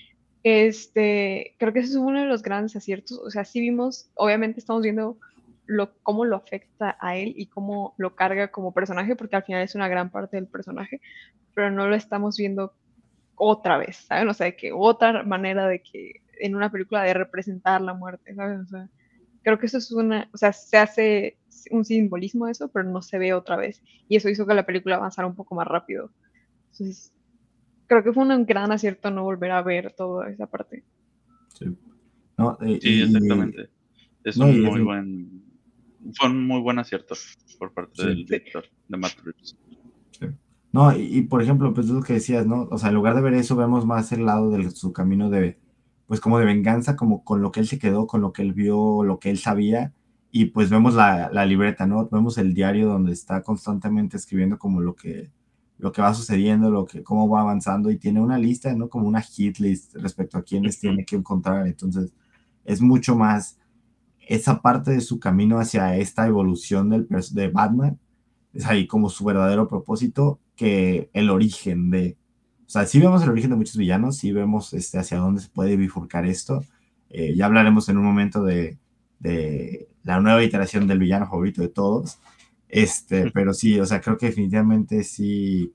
[SPEAKER 2] Creo que ese es uno de los grandes aciertos. O sea, sí vimos, obviamente estamos viendo cómo lo afecta a él y cómo lo carga como personaje, porque al final es una gran parte del personaje, pero no lo estamos viendo otra vez, ¿saben? O sea, que otra manera de que en una película de representar la muerte, ¿sabes? O sea, creo que eso es o sea, se hace un simbolismo de eso, pero no se ve otra vez. Y eso hizo que la película avanzara un poco más rápido. Entonces, creo que fue un gran acierto no volver a ver toda esa parte.
[SPEAKER 1] sí. No,
[SPEAKER 3] Sí, exactamente. Es
[SPEAKER 1] no,
[SPEAKER 3] un muy buen, fue un muy buen acierto por parte
[SPEAKER 1] sí,
[SPEAKER 3] del
[SPEAKER 2] Sí.
[SPEAKER 3] director de Matt Reeves.
[SPEAKER 1] sí. No, por ejemplo, pues es lo que decías, ¿no? O sea, en lugar de ver eso, vemos más el lado de su camino de, pues como de venganza, como con lo que él se quedó, con lo que él vio, lo que él sabía, y pues vemos la libreta, ¿no? Vemos el diario donde está constantemente escribiendo como lo que va sucediendo, cómo va avanzando, y tiene una lista, ¿no? Como una hit list respecto a quienes
[SPEAKER 3] Ujú.
[SPEAKER 1] tiene que encontrar, entonces es mucho más esa parte de su camino hacia esta evolución de Batman, es ahí como su verdadero propósito que el origen de... O sea, sí vemos el origen de muchos villanos, sí vemos hacia dónde se puede bifurcar esto. Ya hablaremos en un momento de la nueva iteración del villano favorito de todos. Pero sí, o sea, creo que definitivamente sí.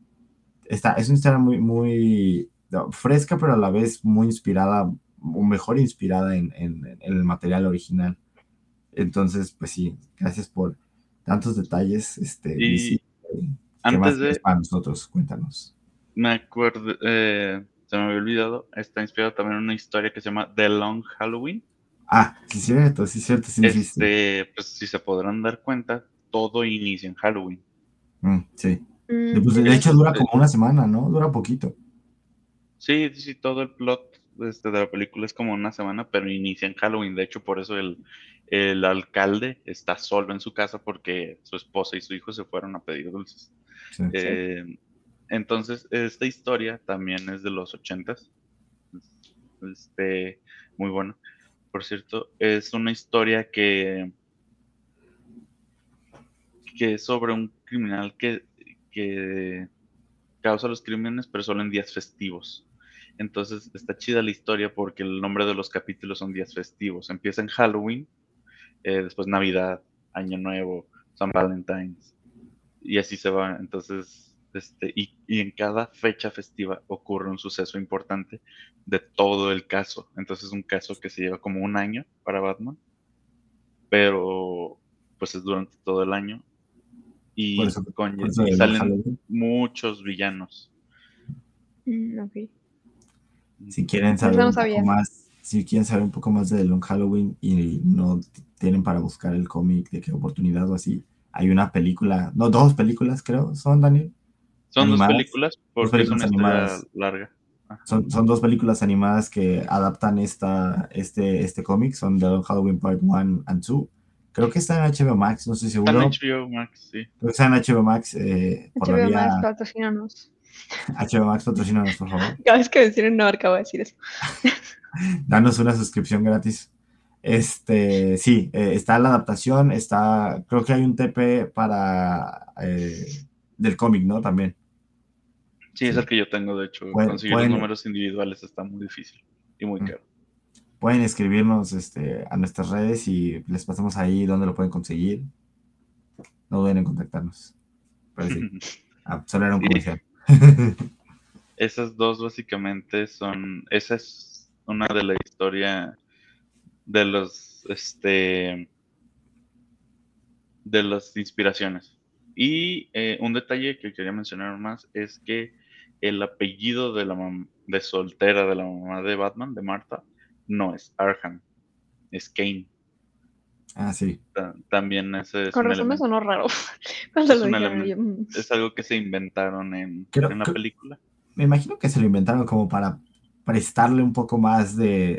[SPEAKER 1] Es una historia muy no, fresca, pero a la vez muy inspirada, o mejor inspirada en el material original. Entonces, pues sí, gracias por tantos detalles, DC.
[SPEAKER 3] Y
[SPEAKER 1] ¿Qué más
[SPEAKER 3] antes
[SPEAKER 1] tienes
[SPEAKER 3] de,
[SPEAKER 1] para nosotros? Cuéntanos.
[SPEAKER 3] me acuerdo, se me había olvidado, está inspirado también en una historia que se llama The Long Halloween.
[SPEAKER 1] Ah, sí, cierto, sí dijiste.
[SPEAKER 3] Pues si se podrán dar cuenta, todo inicia en Halloween.
[SPEAKER 1] Sí. Pues,
[SPEAKER 2] Sí.
[SPEAKER 1] de hecho,
[SPEAKER 3] Es,
[SPEAKER 1] dura como una semana, ¿no? Dura poquito.
[SPEAKER 3] sí, sí, todo el plot de la película es como una semana, pero inicia en Halloween. De hecho, por eso el alcalde está solo en su casa porque su esposa y su hijo se fueron a pedir dulces.
[SPEAKER 1] Sí.
[SPEAKER 2] Sí.
[SPEAKER 3] Eh, entonces, esta historia también es de los 80s. Este, muy bueno. Por cierto, es una historia que es sobre un criminal que causa los crímenes, pero solo en días festivos. Entonces está chida la historia porque el nombre de los capítulos son días festivos. Empieza en Halloween, después Navidad, Año Nuevo, San Valentine's, y así se va. Entonces, y en cada fecha festiva ocurre un suceso importante de todo el caso. Entonces es un caso que se lleva como un año para Batman, pero pues es durante todo el año
[SPEAKER 1] Por
[SPEAKER 3] y,
[SPEAKER 1] eso, por eso
[SPEAKER 3] y
[SPEAKER 1] de Long
[SPEAKER 3] salen
[SPEAKER 1] Halloween.
[SPEAKER 3] muchos villanos.
[SPEAKER 2] Ok.
[SPEAKER 1] Si quieren
[SPEAKER 2] Esa
[SPEAKER 1] saber
[SPEAKER 2] no
[SPEAKER 1] un poco
[SPEAKER 2] sabía.
[SPEAKER 1] más si quieren saber un poco más de Long Halloween y no tienen para buscar el cómic de qué oportunidad o así, hay una película, no, dos películas creo, son Daniel,
[SPEAKER 3] Son dos
[SPEAKER 1] animadas,
[SPEAKER 3] películas
[SPEAKER 1] dos
[SPEAKER 3] porque es
[SPEAKER 1] películas
[SPEAKER 3] una historia
[SPEAKER 1] animadas,
[SPEAKER 3] larga. Ajá.
[SPEAKER 1] son dos películas animadas que adaptan este cómic, son The Long Halloween Part 1 and 2. Creo que está en HBO Max, no estoy
[SPEAKER 3] Está en
[SPEAKER 1] seguro.
[SPEAKER 3] HBO Max, sí.
[SPEAKER 1] Creo que está en HBO Max por la
[SPEAKER 2] HBO
[SPEAKER 1] vía
[SPEAKER 2] Max, patrocínanos.
[SPEAKER 1] HBO Max, patrocínanos por favor.
[SPEAKER 2] Cada vez que mencionen una marca voy a decir eso.
[SPEAKER 1] Danos una suscripción gratis. Sí, está la adaptación, creo que hay un TP del cómic, ¿no? También,
[SPEAKER 3] Sí, es el
[SPEAKER 1] sí.
[SPEAKER 3] que yo tengo, de hecho.
[SPEAKER 1] Pueden,
[SPEAKER 3] Conseguir los
[SPEAKER 1] pueden,
[SPEAKER 3] números individuales está muy difícil y muy caro.
[SPEAKER 1] pueden escribirnos a nuestras redes y les pasamos ahí donde lo pueden conseguir. No duden en contactarnos. Pero sí, solo era un
[SPEAKER 3] Sí,
[SPEAKER 1] comercial.
[SPEAKER 3] esas dos básicamente esa es una de la historia de de las inspiraciones. Y un detalle que quería mencionar más es que el apellido de soltera de la mamá de Batman, de Martha, no es Arkham, es Kane.
[SPEAKER 1] Ah, sí.
[SPEAKER 3] También ese es
[SPEAKER 2] Con
[SPEAKER 3] un
[SPEAKER 2] razón me
[SPEAKER 3] elemento.
[SPEAKER 2] sonó raro cuando
[SPEAKER 3] Es
[SPEAKER 2] lo
[SPEAKER 3] un
[SPEAKER 2] dijeron.
[SPEAKER 3] elemento, es algo que se inventaron
[SPEAKER 1] Creo,
[SPEAKER 3] en la película.
[SPEAKER 1] Me imagino que se lo inventaron como para prestarle un poco más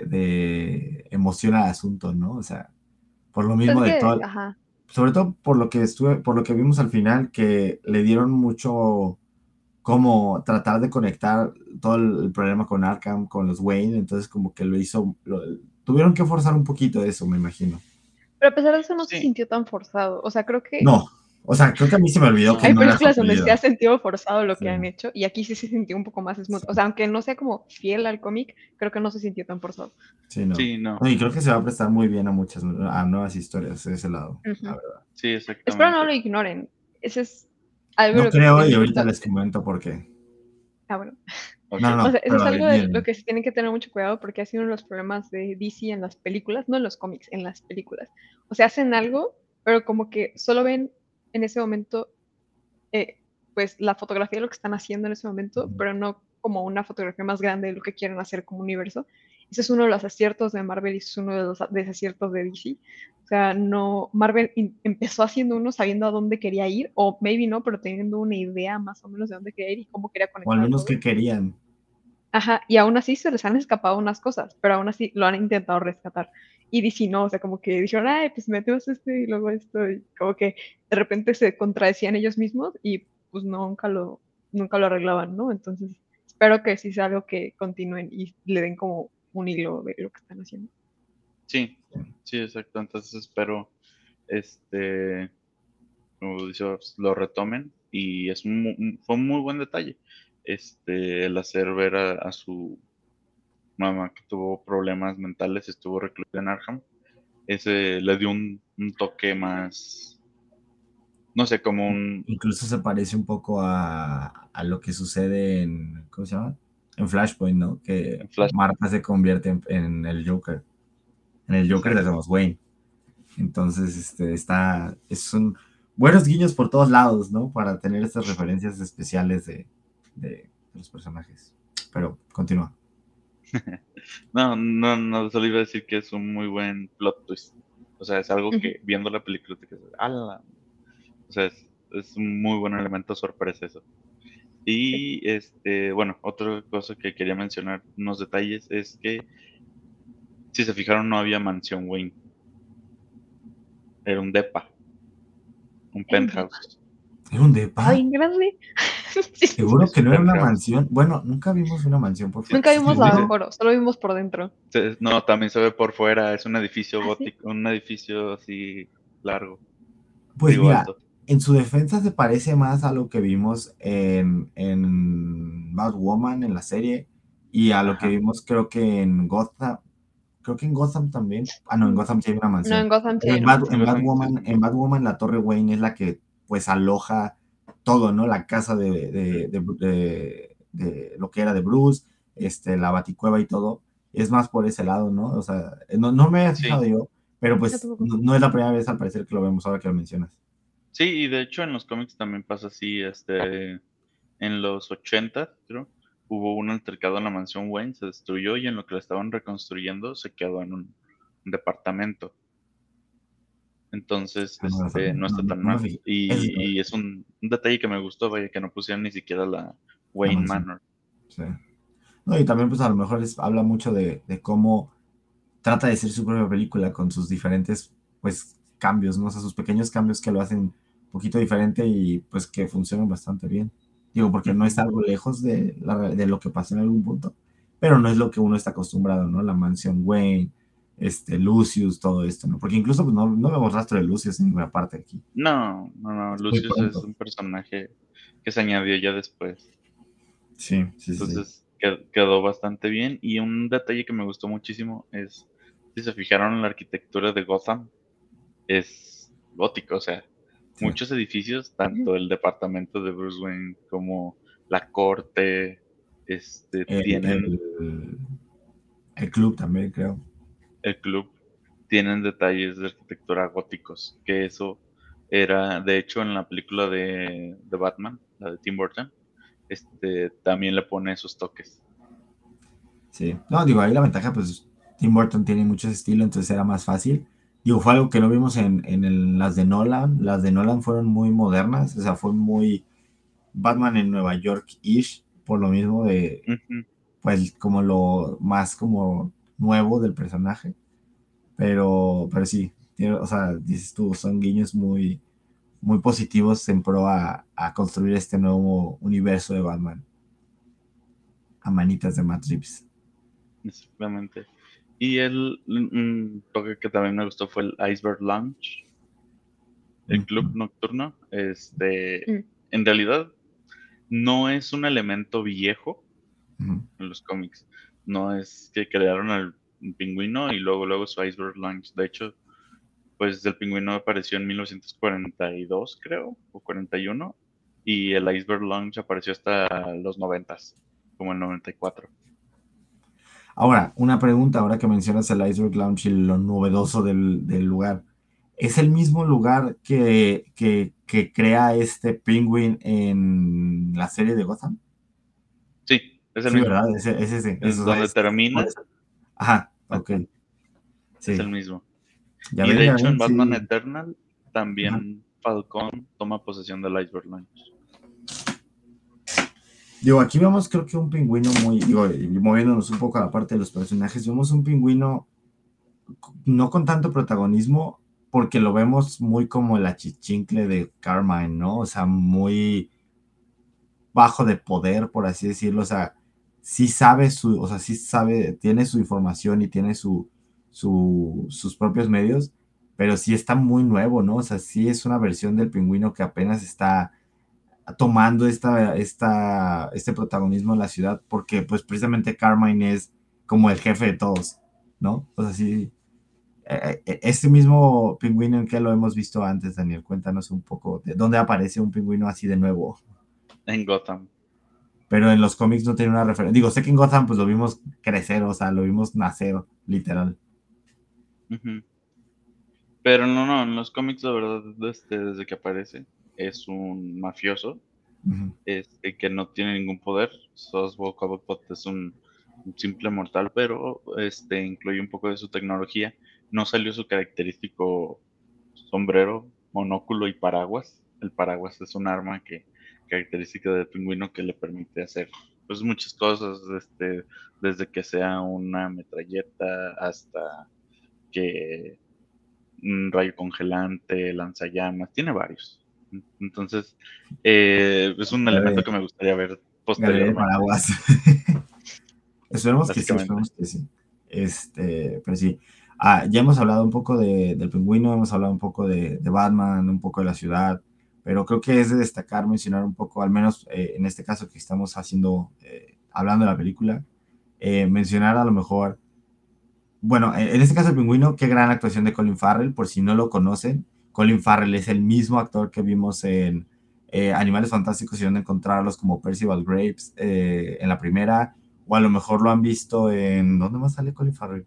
[SPEAKER 1] de emoción al asunto, ¿no? O sea, por lo
[SPEAKER 2] Pues
[SPEAKER 1] mismo de
[SPEAKER 2] que,
[SPEAKER 1] todo,
[SPEAKER 2] ajá.
[SPEAKER 1] sobre todo por lo que vimos al final, que le dieron mucho como tratar de conectar todo el problema con Arkham, con los Wayne, entonces como que tuvieron que forzar un poquito eso, me imagino.
[SPEAKER 2] Pero a pesar de eso no se
[SPEAKER 3] Sí,
[SPEAKER 2] sintió tan forzado. O sea, creo que
[SPEAKER 1] No, o sea, creo que a mí se me olvidó que
[SPEAKER 3] no,
[SPEAKER 2] hay
[SPEAKER 1] no era su
[SPEAKER 2] películas donde se ha
[SPEAKER 1] apellido.
[SPEAKER 2] sentido forzado lo
[SPEAKER 1] Sí,
[SPEAKER 2] que han hecho y aquí sí se sintió un poco más smooth.
[SPEAKER 1] sí,
[SPEAKER 2] O sea, aunque no sea como fiel al cómic, creo que no se sintió tan forzado.
[SPEAKER 1] sí, no.
[SPEAKER 3] sí, no,
[SPEAKER 1] No, y creo que se va a prestar muy bien a nuevas historias de ese lado, la
[SPEAKER 2] Ujú.
[SPEAKER 1] verdad.
[SPEAKER 3] sí,
[SPEAKER 2] Espero no
[SPEAKER 3] exactamente.
[SPEAKER 2] lo ignoren. Ese es algo de
[SPEAKER 1] No
[SPEAKER 2] lo que se
[SPEAKER 1] creo y
[SPEAKER 2] tienen que...
[SPEAKER 1] ahorita les comento por qué.
[SPEAKER 2] Bueno.
[SPEAKER 3] Ok.
[SPEAKER 1] No, no,
[SPEAKER 2] O sea,
[SPEAKER 1] no,
[SPEAKER 2] eso es
[SPEAKER 1] pero
[SPEAKER 2] algo de lo
[SPEAKER 1] bien.
[SPEAKER 2] que se tienen que tener mucho cuidado porque ha sido uno de los problemas de DC en las películas, no en los cómics, en las películas. O sea, hacen algo, pero como que solo ven en ese momento eh, pues la fotografía de lo que están haciendo en ese momento, pero no como una fotografía más grande de lo que quieren hacer como universo. Ese es uno de los aciertos de Marvel y ese es uno de los desaciertos de DC. O sea, no, Marvel empezó haciendo uno sabiendo a dónde quería ir, o maybe no, pero teniendo una idea más o menos de dónde quería ir y cómo quería
[SPEAKER 1] O al
[SPEAKER 2] conectar
[SPEAKER 1] menos
[SPEAKER 2] todo.
[SPEAKER 1] que querían.
[SPEAKER 2] Ajá, y aún así se les han escapado unas cosas, pero aún así lo han intentado rescatar. Y DC no, o sea, como que dijeron, ay, pues metemos esto y luego esto, y como que de repente se contradecían ellos mismos y pues nunca lo arreglaban, ¿no? Entonces, espero que sí sea algo que continúen y le den como un hilo de lo que están haciendo.
[SPEAKER 3] Sí, sí, exacto. Entonces espero, este, como dices, lo retomen y fue un muy buen detalle, el hacer ver a su mamá que tuvo problemas mentales, estuvo recluida en Arkham. Ese le dio un toque más, no sé, como un
[SPEAKER 1] Incluso se parece un poco a lo que sucede ¿cómo se llama? En Flashpoint, ¿no? Que
[SPEAKER 3] flash.
[SPEAKER 1] Martha se convierte en el Joker. En el Joker de
[SPEAKER 3] Exacto.
[SPEAKER 1] Thomas Wayne. Entonces, son buenos guiños por todos lados, ¿no? Para tener estas referencias especiales de los personajes. Pero continúa.
[SPEAKER 3] No, solo iba a decir que es un muy buen plot twist. O sea, es algo
[SPEAKER 2] Ujú.
[SPEAKER 3] que viendo la película te quedas, ¡ala! O sea, es un muy buen elemento sorpresa eso.
[SPEAKER 2] Sí.
[SPEAKER 3] Y bueno, otra cosa que quería mencionar, unos detalles, es que si se fijaron no había mansión Wayne, era un depa, un
[SPEAKER 2] Era un depa.
[SPEAKER 3] penthouse.
[SPEAKER 1] ¿Era un
[SPEAKER 2] Estaba
[SPEAKER 1] depa?
[SPEAKER 2] bien grande. Sí.
[SPEAKER 1] Seguro
[SPEAKER 3] Es
[SPEAKER 1] que
[SPEAKER 3] un
[SPEAKER 1] no era una
[SPEAKER 3] penthouse.
[SPEAKER 1] mansión. Bueno, nunca vimos una mansión por fuera.
[SPEAKER 2] Nunca vimos la
[SPEAKER 3] Dice,
[SPEAKER 1] Seguro.
[SPEAKER 2] aforo, solo vimos por dentro.
[SPEAKER 3] no, también se ve por fuera, es un edificio
[SPEAKER 2] ¿Ah, sí?
[SPEAKER 3] gótico, un edificio así largo,
[SPEAKER 1] Pues
[SPEAKER 3] digo
[SPEAKER 1] mira,
[SPEAKER 3] alto.
[SPEAKER 1] en su defensa se parece más a lo que vimos en Batwoman en la serie y a lo que
[SPEAKER 3] Ajá.
[SPEAKER 1] vimos creo que en Gotham también. Ah, no, en
[SPEAKER 2] Mm.
[SPEAKER 1] Gotham sí hay una
[SPEAKER 2] No,
[SPEAKER 1] mansión.
[SPEAKER 2] en Gotham sí
[SPEAKER 1] Pero
[SPEAKER 2] hay una mansión.
[SPEAKER 3] Sí,
[SPEAKER 1] En Batwoman la Torre Wayne es la que pues aloja todo, ¿no? La casa de lo que era de Bruce, la Baticueva y todo. Es más por ese lado, ¿no? O sea, no me había fijado
[SPEAKER 3] sí,
[SPEAKER 1] yo, pero
[SPEAKER 2] Yo
[SPEAKER 1] pues
[SPEAKER 2] tampoco.
[SPEAKER 1] no es la primera vez al parecer que lo vemos ahora que lo mencionas.
[SPEAKER 3] sí, y de hecho en los cómics también pasa así, en los 80, creo, hubo un altercado en la mansión Wayne, se destruyó y en lo que la estaban reconstruyendo se quedó en un departamento. Entonces,
[SPEAKER 1] Ah, no,
[SPEAKER 3] no está tan
[SPEAKER 1] no me
[SPEAKER 3] mal.
[SPEAKER 1] fijé. Eso sí,
[SPEAKER 3] Y es un detalle que me gustó, vaya, que no pusieran ni siquiera la
[SPEAKER 1] la
[SPEAKER 3] Wayne
[SPEAKER 1] mansión.
[SPEAKER 3] Manor.
[SPEAKER 1] Sí. No, y también pues a lo mejor habla mucho de cómo trata de ser su propia película con sus diferentes pues cambios, ¿no? O sea, sus pequeños cambios que lo hacen un poquito diferente y pues que funcionan bastante bien. Digo, porque no es
[SPEAKER 3] Ujú.
[SPEAKER 1] algo lejos de lo que pasó en algún punto, pero no es lo que uno está acostumbrado, ¿no? La mansión Wayne, Lucius, todo esto, ¿no? Porque incluso pues, no vemos rastro de Lucius en ninguna parte aquí.
[SPEAKER 3] No,
[SPEAKER 1] Es muy
[SPEAKER 3] Lucius es
[SPEAKER 1] pronto.
[SPEAKER 3] un personaje que se añadió ya después.
[SPEAKER 1] Sí, sí, sí, sí.
[SPEAKER 3] Entonces quedó bastante bien. Y un detalle que me gustó muchísimo es, si se fijaron en la arquitectura de Gotham, es gótico, o sea,
[SPEAKER 1] Sí.
[SPEAKER 3] muchos edificios, tanto el departamento de Bruce Wayne como la corte,
[SPEAKER 1] El,
[SPEAKER 3] tienen
[SPEAKER 1] el, el club también, creo.
[SPEAKER 3] el club, tienen detalles de arquitectura góticos, que eso era, de hecho, en la película de Batman, la de Tim Burton, también le pone esos toques.
[SPEAKER 1] Sí, no, digo, ahí la ventaja, pues Tim Burton tiene mucho estilo, entonces era más fácil. Digo, fue algo que no vimos las de Nolan. Las de Nolan fueron muy modernas, o sea, fue muy Batman en Nueva York-ish, por lo mismo de,
[SPEAKER 3] Ujú.
[SPEAKER 1] pues, como lo más como nuevo del personaje. Pero sí, o sea, dices tú, son guiños muy, muy positivos en pro a construir este nuevo universo de Batman, a manitas de Matt Reeves.
[SPEAKER 3] Exactamente. Y un toque que también me gustó fue el Iceberg Lounge, el club
[SPEAKER 1] Ujú,
[SPEAKER 3] nocturno.
[SPEAKER 2] Mm.
[SPEAKER 3] En realidad no es un elemento viejo
[SPEAKER 1] ujú.
[SPEAKER 3] en los cómics. No es que crearon al pingüino y luego su Iceberg Lounge. De hecho, pues el pingüino apareció en 1942, creo, o 41, y el Iceberg Lounge apareció hasta los 90, como el 94.
[SPEAKER 1] Ahora, una pregunta, ahora que mencionas el Iceberg Lounge y lo novedoso del lugar. ¿Es el mismo lugar que crea este Penguin en la serie de Gotham?
[SPEAKER 3] Sí, es el
[SPEAKER 1] Sí,
[SPEAKER 3] mismo.
[SPEAKER 1] ¿verdad? Es ese.
[SPEAKER 3] En donde
[SPEAKER 1] Es por
[SPEAKER 3] termina,
[SPEAKER 1] eso. Ajá, ok.
[SPEAKER 3] ajá, es el
[SPEAKER 1] Sí.
[SPEAKER 3] mismo. Y de
[SPEAKER 1] Ya
[SPEAKER 3] hecho,
[SPEAKER 1] ven,
[SPEAKER 3] en Batman
[SPEAKER 1] sí.
[SPEAKER 3] Eternal
[SPEAKER 1] Ajá.
[SPEAKER 3] también Falcón toma posesión del Iceberg Lounge.
[SPEAKER 1] Digo, aquí vemos creo que un pingüino muy, digo, y moviéndonos un poco a la parte de los personajes, vemos un pingüino no con tanto protagonismo, porque lo vemos muy como el achichincle de Carmine, ¿no? O sea, muy bajo de poder, por así decirlo. O sea, sí sabe, tiene su información y tiene sus propios medios, pero sí está muy nuevo, ¿no? O sea, sí es una versión del pingüino que apenas está tomando este protagonismo en la ciudad, porque pues precisamente Carmine es como el jefe de todos, ¿no? O sea, sí, este mismo pingüino en que lo hemos visto antes, Daniel, cuéntanos un poco de dónde aparece un pingüino así de nuevo.
[SPEAKER 3] En Gotham.
[SPEAKER 1] Pero en los cómics no tiene una referencia. Digo, sé que en Gotham pues lo vimos crecer, o sea, lo vimos nacer, literal.
[SPEAKER 3] Ujú. Pero no, en los cómics, la verdad, desde que aparece, es un mafioso,
[SPEAKER 1] Ujú.
[SPEAKER 3] que no tiene ningún poder. Oswald Cobblepot es un simple mortal, pero incluye un poco de su tecnología. No salió su característico sombrero, monóculo y paraguas. El paraguas es un arma característica del pingüino que le permite hacer pues muchas cosas, desde que sea una metralleta hasta que un rayo congelante, lanzallamas, tiene varios. Entonces, es un elemento
[SPEAKER 1] Galería
[SPEAKER 3] que me gustaría ver
[SPEAKER 1] Galería de
[SPEAKER 3] posteriormente,
[SPEAKER 1] Paraguas.
[SPEAKER 3] básicamente.
[SPEAKER 1] Esperemos que sí. Pero sí. Ya hemos hablado un poco del pingüino, hemos hablado un poco de Batman, un poco de la ciudad, pero creo que es de destacar, mencionar un poco, al menos en este caso que estamos hablando de la película, mencionar a lo mejor, bueno, en este caso el pingüino, qué gran actuación de Colin Farrell, por si no lo conocen. Colin Farrell es el mismo actor que vimos en Animales Fantásticos y dónde encontrarlos, como Percival Graves en la primera, o a lo mejor lo han visto en... ¿Dónde más sale Colin Farrell?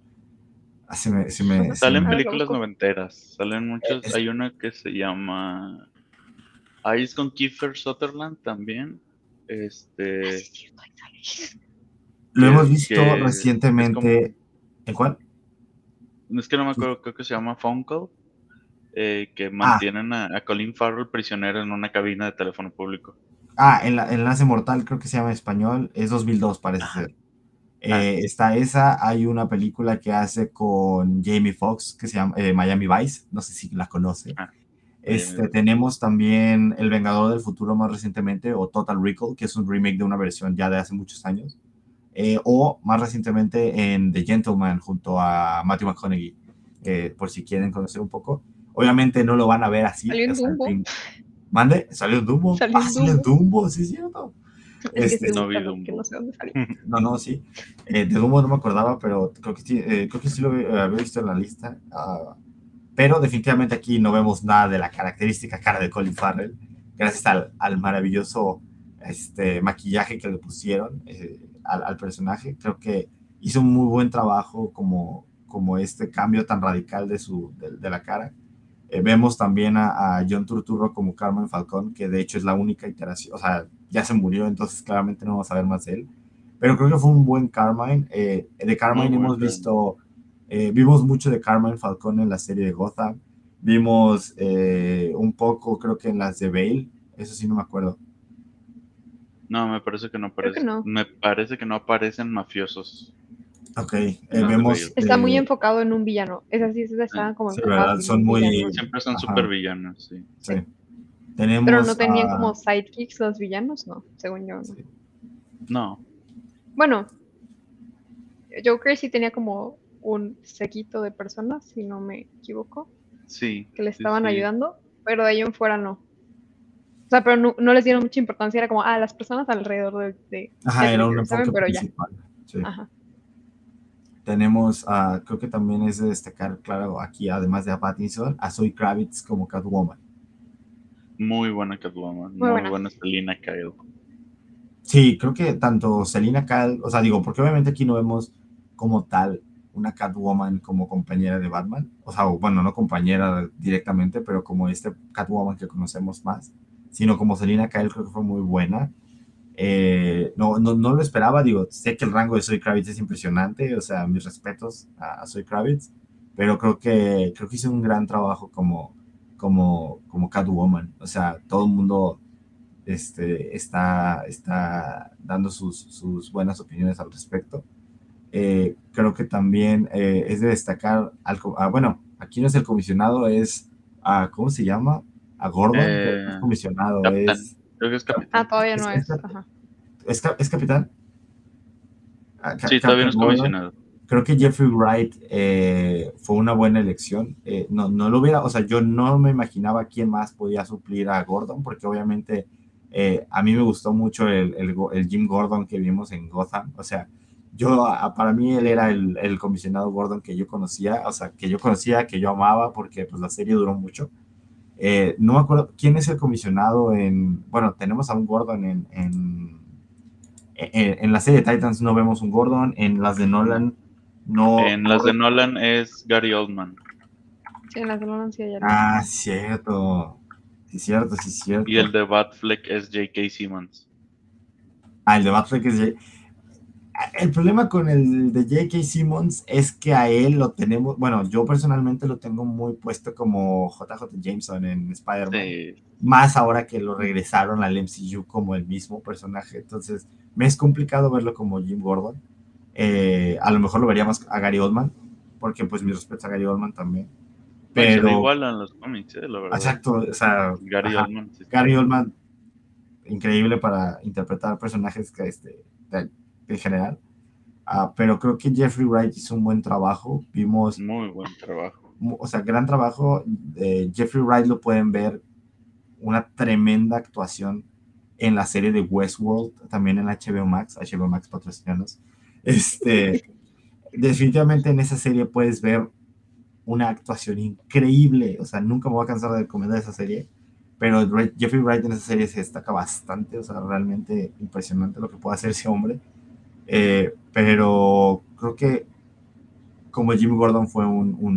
[SPEAKER 3] Salen
[SPEAKER 2] A ver, lo
[SPEAKER 3] películas
[SPEAKER 2] busco.
[SPEAKER 3] noventeras, salen muchos.
[SPEAKER 1] Es-
[SPEAKER 3] Hay una que se llama Ice con Kiefer Sutherland también. Este,
[SPEAKER 2] Es cierto, ahí sale.
[SPEAKER 1] Lo hemos visto
[SPEAKER 3] que es como,
[SPEAKER 1] recientemente. ¿En cuál?
[SPEAKER 3] es que no me acuerdo, creo que se llama Phone Call, que
[SPEAKER 1] Ah,
[SPEAKER 3] mantienen a Colin Farrell prisionero en una cabina de teléfono público.
[SPEAKER 1] El Enlace Mortal, creo que se llama en español. Es 2002, parece
[SPEAKER 3] Ajá.
[SPEAKER 1] ser.
[SPEAKER 3] Ah, sí.
[SPEAKER 1] Está esa. Hay una película que hace con Jamie Foxx que se llama Miami Vice. No sé si la conoce.
[SPEAKER 3] Ah, Miami Vice.
[SPEAKER 1] Tenemos también El Vengador del Futuro más recientemente, o Total Recall, que es un remake de una versión ya de hace muchos años. O más recientemente en The Gentleman junto a Matthew McConaughey, por si quieren conocer un poco. Obviamente no lo van a ver así,
[SPEAKER 2] Salió
[SPEAKER 1] o
[SPEAKER 2] en
[SPEAKER 1] sea, en
[SPEAKER 2] Dumbo.
[SPEAKER 1] fin. Mande, salió en Dumbo.
[SPEAKER 2] Salió
[SPEAKER 1] Ah,
[SPEAKER 2] en
[SPEAKER 1] salió en
[SPEAKER 2] Dumbo.
[SPEAKER 1] Dumbo, sí, es cierto.
[SPEAKER 2] Es que estoy
[SPEAKER 3] No vi
[SPEAKER 2] buscando porque no
[SPEAKER 3] Dumbo.
[SPEAKER 2] sé dónde salió.
[SPEAKER 1] No, sí. De Dumbo no me acordaba, pero creo que sí lo había visto en la lista. Pero definitivamente aquí no vemos nada de la característica cara de Colin Farrell, gracias al maravilloso maquillaje que le pusieron al personaje. Creo que hizo un muy buen trabajo como este cambio tan radical de la cara. Vemos también a John Turturro como Carmen Falcón, que de hecho es la única iteración, o sea, ya se murió, entonces claramente no vamos a ver más de él. Pero creo que fue un buen Carmine. De
[SPEAKER 3] Muy
[SPEAKER 1] Carmine
[SPEAKER 3] buen
[SPEAKER 1] hemos
[SPEAKER 3] film.
[SPEAKER 1] visto, vimos mucho de Carmine Falcón en la serie de Gotham. Vimos un poco, creo que en las de Bale, eso sí no me acuerdo.
[SPEAKER 3] No, me parece que no
[SPEAKER 2] Creo que
[SPEAKER 3] aparece.
[SPEAKER 2] no.
[SPEAKER 3] Me parece que no aparecen mafiosos
[SPEAKER 1] Ok,
[SPEAKER 3] en las de
[SPEAKER 1] vemos,
[SPEAKER 3] Bale.
[SPEAKER 2] Está muy enfocado en un villano. Esas sí
[SPEAKER 3] Sí.
[SPEAKER 2] estaban como
[SPEAKER 1] sí,
[SPEAKER 2] enfocadas
[SPEAKER 1] ¿verdad?
[SPEAKER 2] en
[SPEAKER 1] Son
[SPEAKER 2] un villano.
[SPEAKER 1] muy,
[SPEAKER 3] Siempre son super
[SPEAKER 1] ajá,
[SPEAKER 3] villanos, sí.
[SPEAKER 1] sí.
[SPEAKER 2] Sí. Pero no
[SPEAKER 1] Tenemos
[SPEAKER 2] tenían como sidekicks los villanos, no, según yo, no.
[SPEAKER 1] sí.
[SPEAKER 3] No,
[SPEAKER 2] Bueno, Joker sí tenía como un séquito de personas, si no me equivoco,
[SPEAKER 3] sí,
[SPEAKER 2] que le
[SPEAKER 3] sí,
[SPEAKER 2] estaban
[SPEAKER 3] sí.
[SPEAKER 2] ayudando, pero de ahí en fuera no. O sea, pero no, no les dieron mucha importancia, era como, las personas alrededor de
[SPEAKER 1] Ajá, era un
[SPEAKER 2] Joker, ¿saben?
[SPEAKER 1] enfoque
[SPEAKER 2] Pero ya,
[SPEAKER 1] principal. Sí.
[SPEAKER 2] ajá.
[SPEAKER 1] Tenemos, creo que también es de destacar, claro, aquí, además de a Pattinson, a Zoe Kravitz como Catwoman.
[SPEAKER 3] Muy buena Catwoman,
[SPEAKER 2] Muy
[SPEAKER 3] muy
[SPEAKER 2] buena.
[SPEAKER 3] buena Selina Kyle.
[SPEAKER 1] Sí, creo que tanto Selina Kyle, o sea, digo, porque obviamente aquí no vemos como tal una Catwoman como compañera de Batman, o sea, bueno, no compañera directamente, pero como Catwoman que conocemos más, sino como Selina Kyle creo que fue muy buena. No lo esperaba, digo, sé que el rango de Zoe Kravitz es impresionante, o sea, mis respetos a Zoe Kravitz, pero creo que hizo un gran trabajo como Catwoman, o sea, todo el mundo está dando sus buenas opiniones al respecto. Creo que también es de destacar, bueno, aquí no es el comisionado, ¿cómo se llama? A Gordon, pero no es
[SPEAKER 3] Eh,
[SPEAKER 1] comisionado,
[SPEAKER 3] Capitán, creo que es Capitán.
[SPEAKER 2] Todavía
[SPEAKER 1] es,
[SPEAKER 2] no
[SPEAKER 1] es,
[SPEAKER 2] es, ajá.
[SPEAKER 1] es capitán.
[SPEAKER 3] Sí, todavía no
[SPEAKER 1] Captain
[SPEAKER 3] es
[SPEAKER 1] Gordon.
[SPEAKER 3] comisionado.
[SPEAKER 1] Creo que Jeffrey Wright fue una buena elección. No lo hubiera, o sea, yo no me imaginaba quién más podía suplir a Gordon, porque obviamente a mí me gustó mucho el Jim Gordon que vimos en Gotham. O sea, para mí él era el comisionado Gordon que yo conocía, o sea, que yo amaba, porque pues la serie duró mucho. No me acuerdo quién es el comisionado bueno, tenemos a un Gordon en la serie de Titans no vemos un Gordon, en las de
[SPEAKER 3] No.
[SPEAKER 1] Nolan no.
[SPEAKER 3] En las de Nolan es Gary Oldman.
[SPEAKER 2] Sí, en las de Nolan sí hay alguien.
[SPEAKER 1] Cierto. Sí, cierto, sí,
[SPEAKER 3] Y el
[SPEAKER 1] cierto.
[SPEAKER 3] de Batfleck es J.K. Simmons.
[SPEAKER 1] El de Batfleck el problema con el de J.K. Simmons es que a él lo tenemos, bueno, yo personalmente lo tengo muy puesto como JJ Jameson en Spider-Man,
[SPEAKER 3] Sí,
[SPEAKER 1] más ahora que lo regresaron al MCU como el mismo personaje, entonces me es complicado verlo como Jim Gordon. A lo mejor lo vería más a Gary Oldman, porque pues mi respeto a Gary Oldman también,
[SPEAKER 3] no, y se ve
[SPEAKER 1] pero
[SPEAKER 3] igual en los cómics, la verdad.
[SPEAKER 1] exacto, o sea,
[SPEAKER 3] Gary
[SPEAKER 1] ajá,
[SPEAKER 3] Oldman sí está
[SPEAKER 1] Gary
[SPEAKER 3] bien.
[SPEAKER 1] Oldman, increíble para interpretar personajes en general. Pero creo que Jeffrey Wright hizo un buen trabajo. Vimos,
[SPEAKER 3] Muy buen trabajo.
[SPEAKER 1] o sea, gran trabajo. Jeffrey Wright lo pueden ver, una tremenda actuación en la serie de Westworld, también en HBO Max patrocinanos. Definitivamente en esa serie puedes ver una actuación increíble. O sea, nunca me voy a cansar de recomendar esa serie. Pero Jeffrey Wright en esa serie se destaca bastante. O sea, realmente impresionante lo que puede hacer ese hombre. Pero creo que como Jim Gordon fue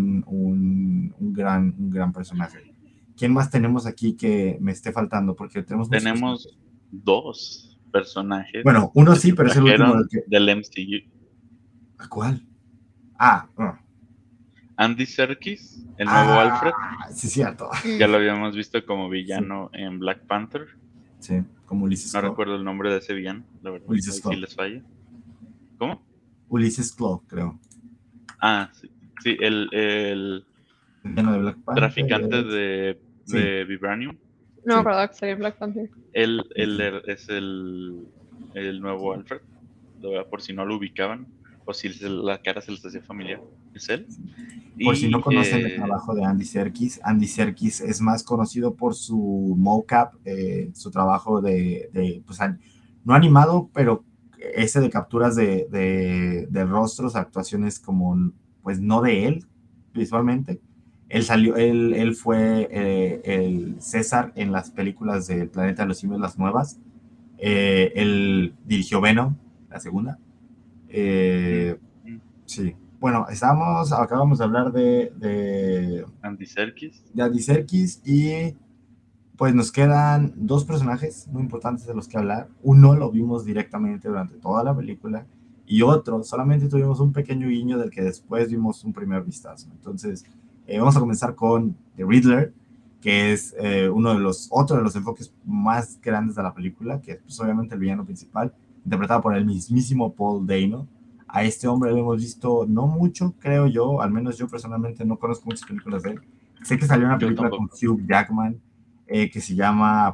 [SPEAKER 1] un gran personaje. ¿Quién más tenemos aquí que me esté faltando? Porque tenemos muchos personajes.
[SPEAKER 3] Tenemos dos. personajes
[SPEAKER 1] Bueno, uno
[SPEAKER 3] que
[SPEAKER 1] sí,
[SPEAKER 3] se
[SPEAKER 1] pero es el último
[SPEAKER 3] trajeron
[SPEAKER 1] del que...
[SPEAKER 3] del MCU.
[SPEAKER 1] ¿Cuál? Ah,
[SPEAKER 3] Andy Serkis, el nuevo Alfred,
[SPEAKER 1] sí, cierto.
[SPEAKER 3] ya
[SPEAKER 2] Mm,
[SPEAKER 3] lo habíamos visto como
[SPEAKER 1] Sí,
[SPEAKER 3] villano en Black Panther.
[SPEAKER 1] sí, como Ulises
[SPEAKER 3] No
[SPEAKER 1] Claw.
[SPEAKER 3] recuerdo el nombre de ese villano, la verdad.
[SPEAKER 1] Ulises
[SPEAKER 3] Ahí sí
[SPEAKER 1] Claw.
[SPEAKER 3] les falla. ¿Cómo?
[SPEAKER 1] Ulises Claw, creo.
[SPEAKER 3] Ah, sí. Sí, el
[SPEAKER 1] El villano de Black Panther
[SPEAKER 3] traficante
[SPEAKER 1] es... Sí,
[SPEAKER 3] de Vibranium.
[SPEAKER 2] no me
[SPEAKER 1] sí.
[SPEAKER 2] acordaba que salía en Black Panther.
[SPEAKER 3] Es el nuevo Alfred. Por si no lo ubicaban. O si la cara se les hacía familiar. Es él.
[SPEAKER 1] Por si no
[SPEAKER 3] Y
[SPEAKER 1] conocen el trabajo de Andy Serkis es más conocido por su mocap, su trabajo pues, no animado, pero ese de capturas de rostros, actuaciones como, pues no de él, visualmente. Él fue el César en las películas del Planeta de los Simios, las nuevas. Él dirigió Venom, la segunda.
[SPEAKER 3] mm,
[SPEAKER 1] Eh,
[SPEAKER 3] mm,
[SPEAKER 1] Sí. Bueno, acabamos de hablar
[SPEAKER 3] Andy Serkis.
[SPEAKER 1] de Andy Serkis y pues nos quedan dos personajes muy importantes de los que hablar. Uno lo vimos directamente durante toda la película y otro solamente tuvimos un pequeño guiño del que después vimos un primer vistazo. Entonces, vamos a comenzar con The Riddler, que es otro de los enfoques más grandes de la película, que es pues, obviamente el villano principal, interpretado por el mismísimo Paul Dano. A este hombre lo hemos visto no mucho, creo yo, al menos yo personalmente no conozco muchas películas de él. Sé que salió una
[SPEAKER 3] Yo
[SPEAKER 1] película con
[SPEAKER 3] tampoco.
[SPEAKER 1] Hugh Jackman que se llama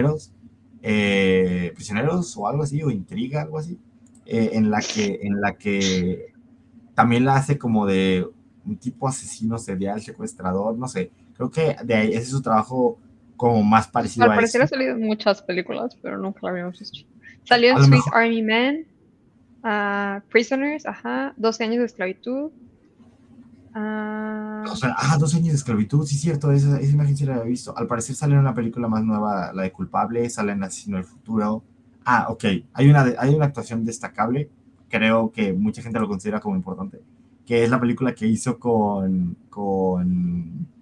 [SPEAKER 1] Prisioneros o algo así, o Intriga, algo así, en la que también la hace como de un tipo asesino serial, secuestrador, no sé, creo que de ahí, ese es su trabajo como más
[SPEAKER 2] Pues,
[SPEAKER 1] parecido
[SPEAKER 2] al
[SPEAKER 1] a
[SPEAKER 2] parecer ha
[SPEAKER 1] eso.
[SPEAKER 2] salido en muchas películas, pero nunca la habíamos visto. Salió
[SPEAKER 1] A
[SPEAKER 2] en
[SPEAKER 1] lo
[SPEAKER 2] Swiss
[SPEAKER 1] mejor,
[SPEAKER 2] Army Man, Prisoners, ajá, 12 años de esclavitud.
[SPEAKER 1] o
[SPEAKER 2] ah,
[SPEAKER 1] sea, 2 años de esclavitud, sí, cierto, esa imagen sí la había visto. Al parecer sale en una película más nueva, la de Culpable, sale en Asesino del Futuro. Ok, hay una actuación destacable, creo que mucha gente lo considera como importante, que es la película que hizo con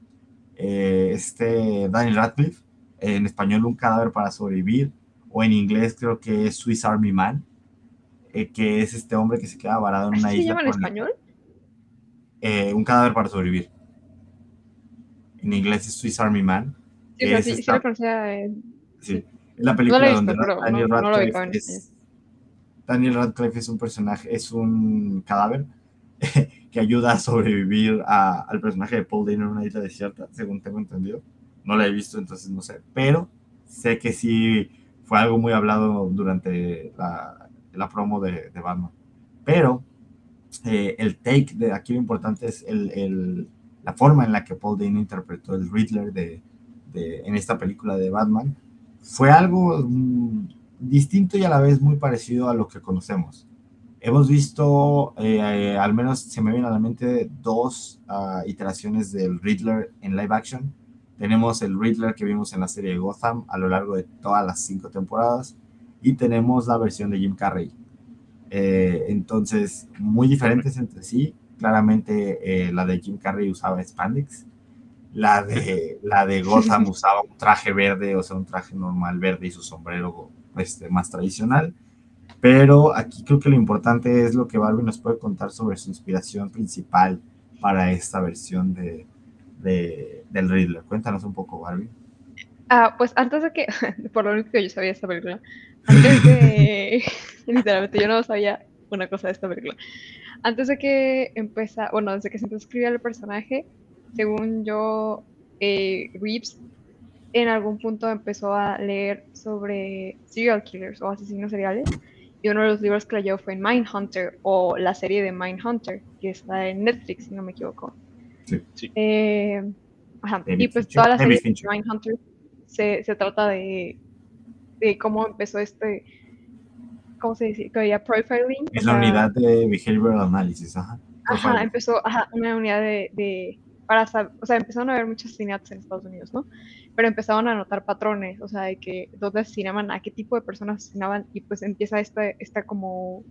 [SPEAKER 1] Daniel Radcliffe, en español Un cadáver para sobrevivir, o en inglés creo que es Swiss Army Man, que es este hombre que se queda varado en
[SPEAKER 2] ¿Así
[SPEAKER 1] una
[SPEAKER 2] se
[SPEAKER 1] isla
[SPEAKER 2] llama en
[SPEAKER 1] con
[SPEAKER 2] español?
[SPEAKER 1] Un cadáver para sobrevivir. En inglés es Swiss Army Man,
[SPEAKER 2] Sí, o
[SPEAKER 1] que
[SPEAKER 2] sea,
[SPEAKER 1] es
[SPEAKER 2] sí lo
[SPEAKER 1] esta,
[SPEAKER 2] conocía.
[SPEAKER 1] sí,
[SPEAKER 2] Sí.
[SPEAKER 1] es la
[SPEAKER 2] No la
[SPEAKER 1] película
[SPEAKER 2] he
[SPEAKER 1] donde
[SPEAKER 2] visto, pero
[SPEAKER 1] Daniel
[SPEAKER 2] no lo
[SPEAKER 1] Radcliffe
[SPEAKER 2] ubicaba en español.
[SPEAKER 1] Es un personaje, es un cadáver que ayuda a sobrevivir al personaje de Paul Dano en una isla desierta, según tengo entendido. No la he visto, entonces no sé, pero sé que sí fue algo muy hablado durante la promo de Batman. Pero el take de aquí lo importante es la forma en la que Paul Dano interpretó el Riddler en esta película de Batman. Fue algo distinto y a la vez muy parecido a lo que conocemos. Hemos visto, al menos se me vienen a la mente, dos iteraciones del Riddler en live action. Tenemos el Riddler que vimos en la serie de Gotham a lo largo de todas las 5 temporadas y tenemos la versión de Jim Carrey. Entonces, muy diferentes
[SPEAKER 3] Correcto.
[SPEAKER 1] entre sí. Claramente la de Jim Carrey usaba spandex, la de Gotham usaba un traje verde, o sea, un traje normal verde y su sombrero pues, más tradicional. Pero aquí creo que lo importante es lo que Barbie nos puede contar sobre su inspiración principal para esta versión del Riddler. Cuéntanos un poco, Barbie.
[SPEAKER 2] Pues antes de que, por lo único que yo sabía de esta película, antes de, literalmente yo no sabía una cosa de esta película. Antes de que empezara, bueno, desde que se empezó a escribir el personaje, según yo, Reeves en algún punto empezó a leer sobre serial killers o asesinos seriales. Y uno de los libros que leyó fue Mindhunter o la serie de Mindhunter, que está en Netflix, si no me equivoco.
[SPEAKER 1] Sí,
[SPEAKER 3] Sí.
[SPEAKER 2] Eh, ajá. Y
[SPEAKER 1] David
[SPEAKER 2] pues
[SPEAKER 1] Fincher.
[SPEAKER 2] toda la
[SPEAKER 1] David
[SPEAKER 2] serie
[SPEAKER 1] Fincher.
[SPEAKER 2] de Mindhunter se trata de cómo empezó ¿cómo se dice? Que había profiling, o
[SPEAKER 1] Es la
[SPEAKER 2] sea,
[SPEAKER 1] unidad de Behavioral Analysis, ajá.
[SPEAKER 2] ajá,
[SPEAKER 1] Profiling.
[SPEAKER 2] empezó, ajá, una unidad para saber, o sea, empezaron a haber muchos asesinatos en Estados Unidos, ¿no? Pero empezaron a notar patrones, o sea, de que dónde asesinaban, a qué tipo de personas asesinaban, y pues empieza esta como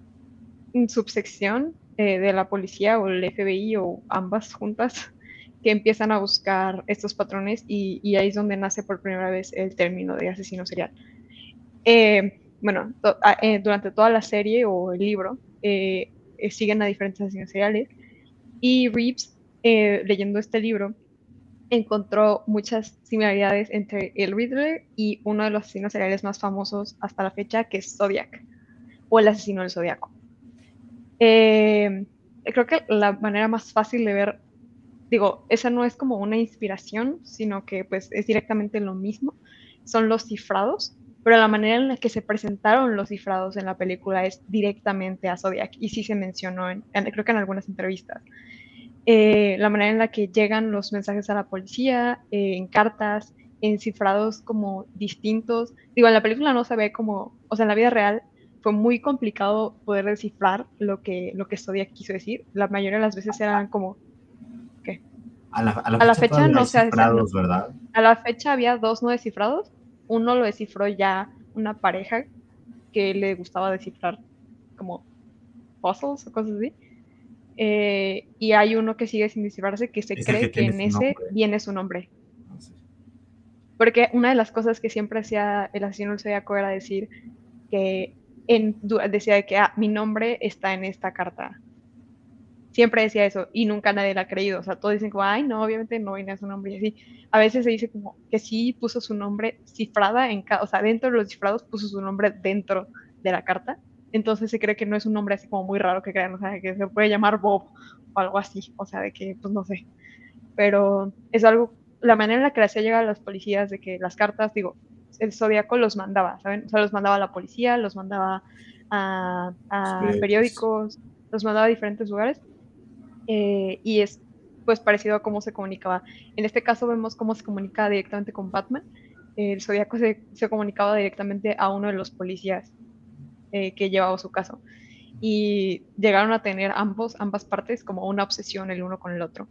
[SPEAKER 2] subsección de la policía o el FBI o ambas juntas que empiezan a buscar estos patrones y ahí es donde nace por primera vez el término de asesino serial. bueno, durante toda la serie o el libro, siguen a diferentes asesinos seriales. Y Reeves, leyendo este libro, encontró muchas similaridades entre el Riddler y uno de los asesinos seriales más famosos hasta la fecha, que es Zodiac, o el asesino del Zodiaco. Creo que la manera más fácil de ver, digo, esa no es como una inspiración, sino que pues es directamente lo mismo, son los cifrados, pero la manera en la que se presentaron los cifrados en la película es directamente a Zodiac, y sí se mencionó, creo que en algunas entrevistas. La manera en la que llegan los mensajes a la policía, en cartas, en cifrados como distintos. Digo, en la película no se ve como, o sea, en la vida real fue muy complicado poder descifrar lo que Zodiac quiso decir. La mayoría de las veces eran como, ¿qué?
[SPEAKER 1] A la
[SPEAKER 2] A la
[SPEAKER 1] fecha
[SPEAKER 2] fecha
[SPEAKER 1] todavía hay
[SPEAKER 2] no se hace, no.
[SPEAKER 1] cifrados, ¿verdad?
[SPEAKER 2] A la fecha había 2 no descifrados. Uno lo descifró ya una pareja que le gustaba descifrar como puzzles o cosas así. Y hay uno que sigue sin descifrarse que se
[SPEAKER 1] Es el que
[SPEAKER 2] cree que
[SPEAKER 1] tiene
[SPEAKER 2] en
[SPEAKER 1] su
[SPEAKER 2] ese
[SPEAKER 1] nombre.
[SPEAKER 2] viene su nombre.
[SPEAKER 1] No sé.
[SPEAKER 2] Porque una de las cosas que siempre hacía el asesino del Zodíaco era decir que decía de que mi nombre está en esta carta. Siempre decía eso y nunca nadie la ha creído. O sea, todos dicen como, ay, no, obviamente no viene a su nombre y así. A veces se dice como que sí puso su nombre cifrada o sea, dentro de los cifrados puso su nombre dentro de la carta. Entonces se cree que no es un nombre así como muy raro que crean, o sea, que se puede llamar Bob o algo así. O sea, de que, pues no sé. Pero es algo, la manera en la que le hacía llegar a los policías de que las cartas, digo, el Zodíaco los mandaba, ¿saben? O sea, los mandaba a la policía, los mandaba
[SPEAKER 1] Los
[SPEAKER 2] a
[SPEAKER 1] periódicos.
[SPEAKER 2] periódicos, los mandaba a diferentes lugares, y es pues parecido a cómo se comunicaba. En este caso vemos cómo se comunica directamente con Batman. El Zodíaco se comunicaba directamente a uno de los policías que llevaba su caso. Y llegaron a tener ambas partes como una obsesión el uno con el otro.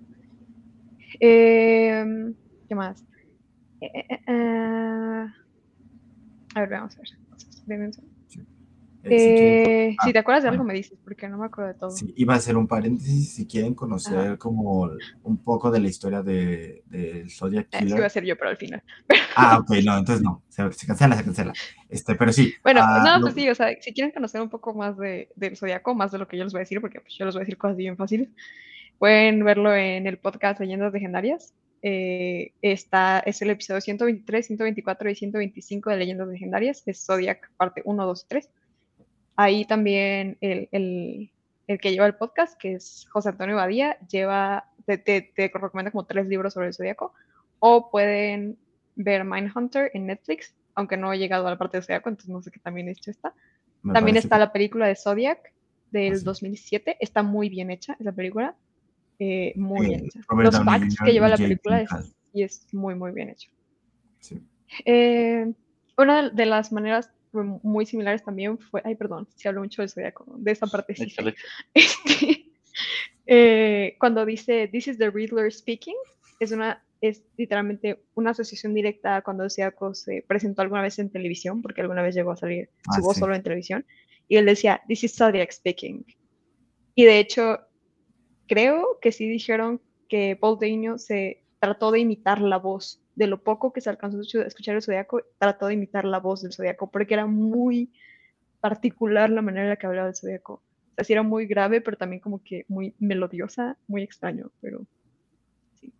[SPEAKER 2] Eh, ¿Qué más? Eh, eh, eh, eh, a ver, vamos a ver. Deme un segundo.
[SPEAKER 1] Sí. Si quieren,
[SPEAKER 2] Si te acuerdas de algo
[SPEAKER 1] bueno,
[SPEAKER 2] me dices, porque no me acuerdo de todo.
[SPEAKER 1] sí, iba a hacer un paréntesis. Si quieren
[SPEAKER 2] Ajá.
[SPEAKER 1] conocer como un poco de la historia del Zodiac
[SPEAKER 2] Es que iba a
[SPEAKER 1] Killer.
[SPEAKER 2] ser yo, pero al final.
[SPEAKER 1] Ah, ok, no, entonces no, se cancela, se cancela. Pero sí,
[SPEAKER 2] Bueno, no, pues sí, o sea, si quieren conocer un poco más del Zodíaco, más de lo que yo les voy a decir, porque pues, yo les voy a decir cosas bien fáciles, pueden verlo en el podcast Leyendas Legendarias. Es el episodio 123, 124 y 125 de Leyendas Legendarias, es Zodiac parte 1, 2 y 3. Ahí también el que lleva el podcast, que es José Antonio Badía, te recomienda como 3 libros sobre el Zodíaco, o pueden ver Mindhunter en Netflix, aunque no he llegado a la parte de Zodíaco, entonces no sé qué también hecho está.
[SPEAKER 1] me
[SPEAKER 2] También
[SPEAKER 1] parece
[SPEAKER 2] está
[SPEAKER 1] que
[SPEAKER 2] la película de Zodiac del
[SPEAKER 1] así.
[SPEAKER 2] 2007, está muy bien hecha esa película, muy bien hecha.
[SPEAKER 1] Robert
[SPEAKER 2] Los
[SPEAKER 1] Downey
[SPEAKER 2] facts que
[SPEAKER 1] Jr.
[SPEAKER 2] lleva
[SPEAKER 1] y
[SPEAKER 2] la
[SPEAKER 1] Jake
[SPEAKER 2] película
[SPEAKER 1] Gyllenhaal.
[SPEAKER 2] sí es muy, muy bien hecho.
[SPEAKER 1] Sí.
[SPEAKER 2] Una de las maneras muy similares también fue, ay, perdón, si hablo mucho del Zodíaco, de esa parte sí sé.
[SPEAKER 3] Échale.
[SPEAKER 2] Este, cuando dice This is the Riddler speaking, es literalmente una asociación directa a cuando el Zodíaco se presentó alguna vez en televisión, porque alguna vez llegó a salir su
[SPEAKER 1] Ah,
[SPEAKER 2] voz
[SPEAKER 1] sí.
[SPEAKER 2] solo en televisión, y él decía This is Zodiac speaking. Y de hecho, creo que sí dijeron que Paul Dano se trató de imitar la voz, de lo poco que se alcanzó a escuchar el Zodíaco, trató de imitar la voz del Zodíaco, porque era muy particular la manera en la que hablaba el Zodíaco. O sea, sí era muy grave, pero también como que muy melodiosa, muy extraño, pero sí.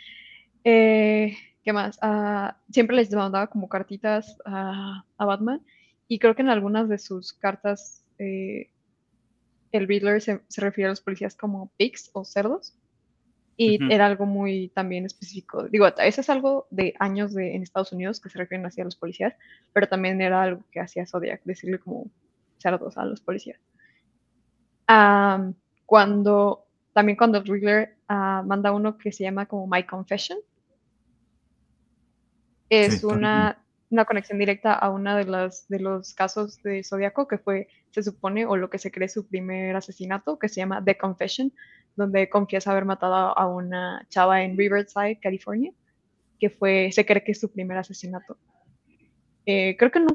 [SPEAKER 2] ¿Qué más? Siempre les mandaba como cartitas a Batman, y creo que en algunas de sus cartas el Riddler se refiere a los policías como pigs o cerdos. Y
[SPEAKER 3] Ujú.
[SPEAKER 2] era algo muy también específico. Digo, eso es algo de años en Estados Unidos que se refieren así a los policías, pero también era algo que hacía Zodiac, decirle como cerdos a los policías. Um, cuando, también cuando Riddler manda uno que se llama como My Confession,
[SPEAKER 1] Sí,
[SPEAKER 2] es
[SPEAKER 1] creo que
[SPEAKER 2] una conexión directa a uno de los casos de Zodíaco que fue, se supone, o lo que se cree su primer asesinato, que se llama The Confession, donde confiesa haber matado a una chava en Riverside, California, que se cree que es su primer asesinato. Creo que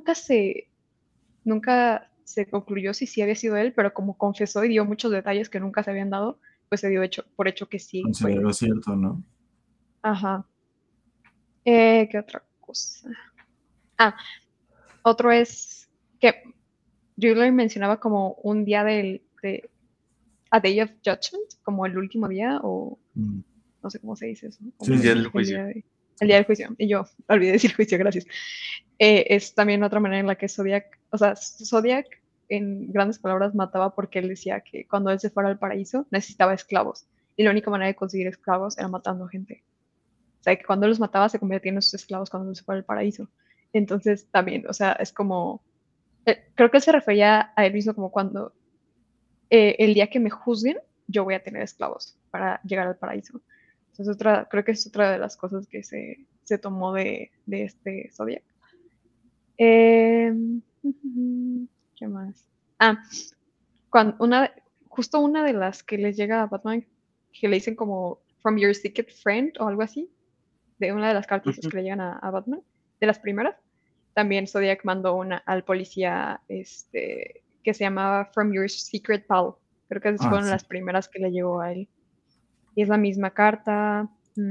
[SPEAKER 2] nunca se concluyó si sí había sido él, pero como confesó y dio muchos detalles que nunca se habían dado, pues se dio por hecho que sí fue él.
[SPEAKER 1] considero cierto, ¿no?
[SPEAKER 2] Ajá. ¿Qué otra cosa? Ah, otro es que Julie mencionaba como un día a Day of Judgment, como el último día, o
[SPEAKER 1] Mm.
[SPEAKER 2] no sé cómo se dice eso, ¿no?
[SPEAKER 1] Sí,
[SPEAKER 2] Como
[SPEAKER 3] El
[SPEAKER 1] sí,
[SPEAKER 3] día
[SPEAKER 1] sí.
[SPEAKER 3] del
[SPEAKER 2] el
[SPEAKER 3] juicio.
[SPEAKER 2] día de,
[SPEAKER 1] Sí.
[SPEAKER 2] el día del juicio. Y yo olvidé decir juicio, gracias. Es también otra manera en la que Zodiac, o sea, Zodiac en grandes palabras mataba porque él decía que cuando él se fuera al paraíso necesitaba esclavos. Y la única manera de conseguir esclavos era matando gente. O sea, que cuando los mataba se convertían en sus esclavos cuando él se fuera al paraíso. Entonces también, o sea, es como, creo que él se refería a él mismo como cuando el día que me juzguen, yo voy a tener esclavos para llegar al paraíso. Entonces, creo que es otra de las cosas que se tomó de este Zodiac. Eh, ¿Qué más? Ah, cuando justo una de las que les llega a Batman, que le dicen como From Your Secret Friend o algo así, de una de las cartas
[SPEAKER 3] Ujú.
[SPEAKER 2] que le llegan a Batman, de las primeras, también Zodiac mandó una al policía que se llamaba From Your Secret Pal. Creo que esas
[SPEAKER 1] Ah,
[SPEAKER 2] fueron
[SPEAKER 1] sí.
[SPEAKER 2] las primeras que le llegó a él. Y es la misma carta.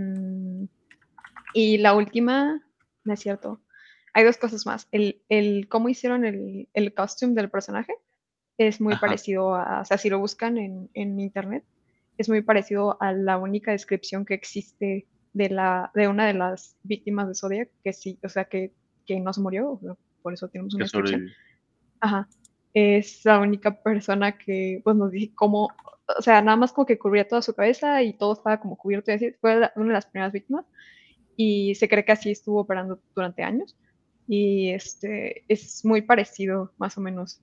[SPEAKER 2] Y la última, no es cierto. Hay dos cosas más. Cómo hicieron el costume del personaje es muy
[SPEAKER 3] Ajá.
[SPEAKER 2] parecido o sea, si lo buscan en internet, es muy parecido a la única descripción que existe de una de las víctimas de Zodiac, que sí, o sea, que no se murió, o sea, por eso tenemos una
[SPEAKER 3] Que
[SPEAKER 2] descripción.
[SPEAKER 3] sobrevivió.
[SPEAKER 2] Ajá. Es la única persona que, pues, nos dice cómo, o sea, nada más como que cubría toda su cabeza y todo estaba como cubierto y así. Fue una de las primeras víctimas y se cree que así estuvo operando durante años. Y es muy parecido, más o menos,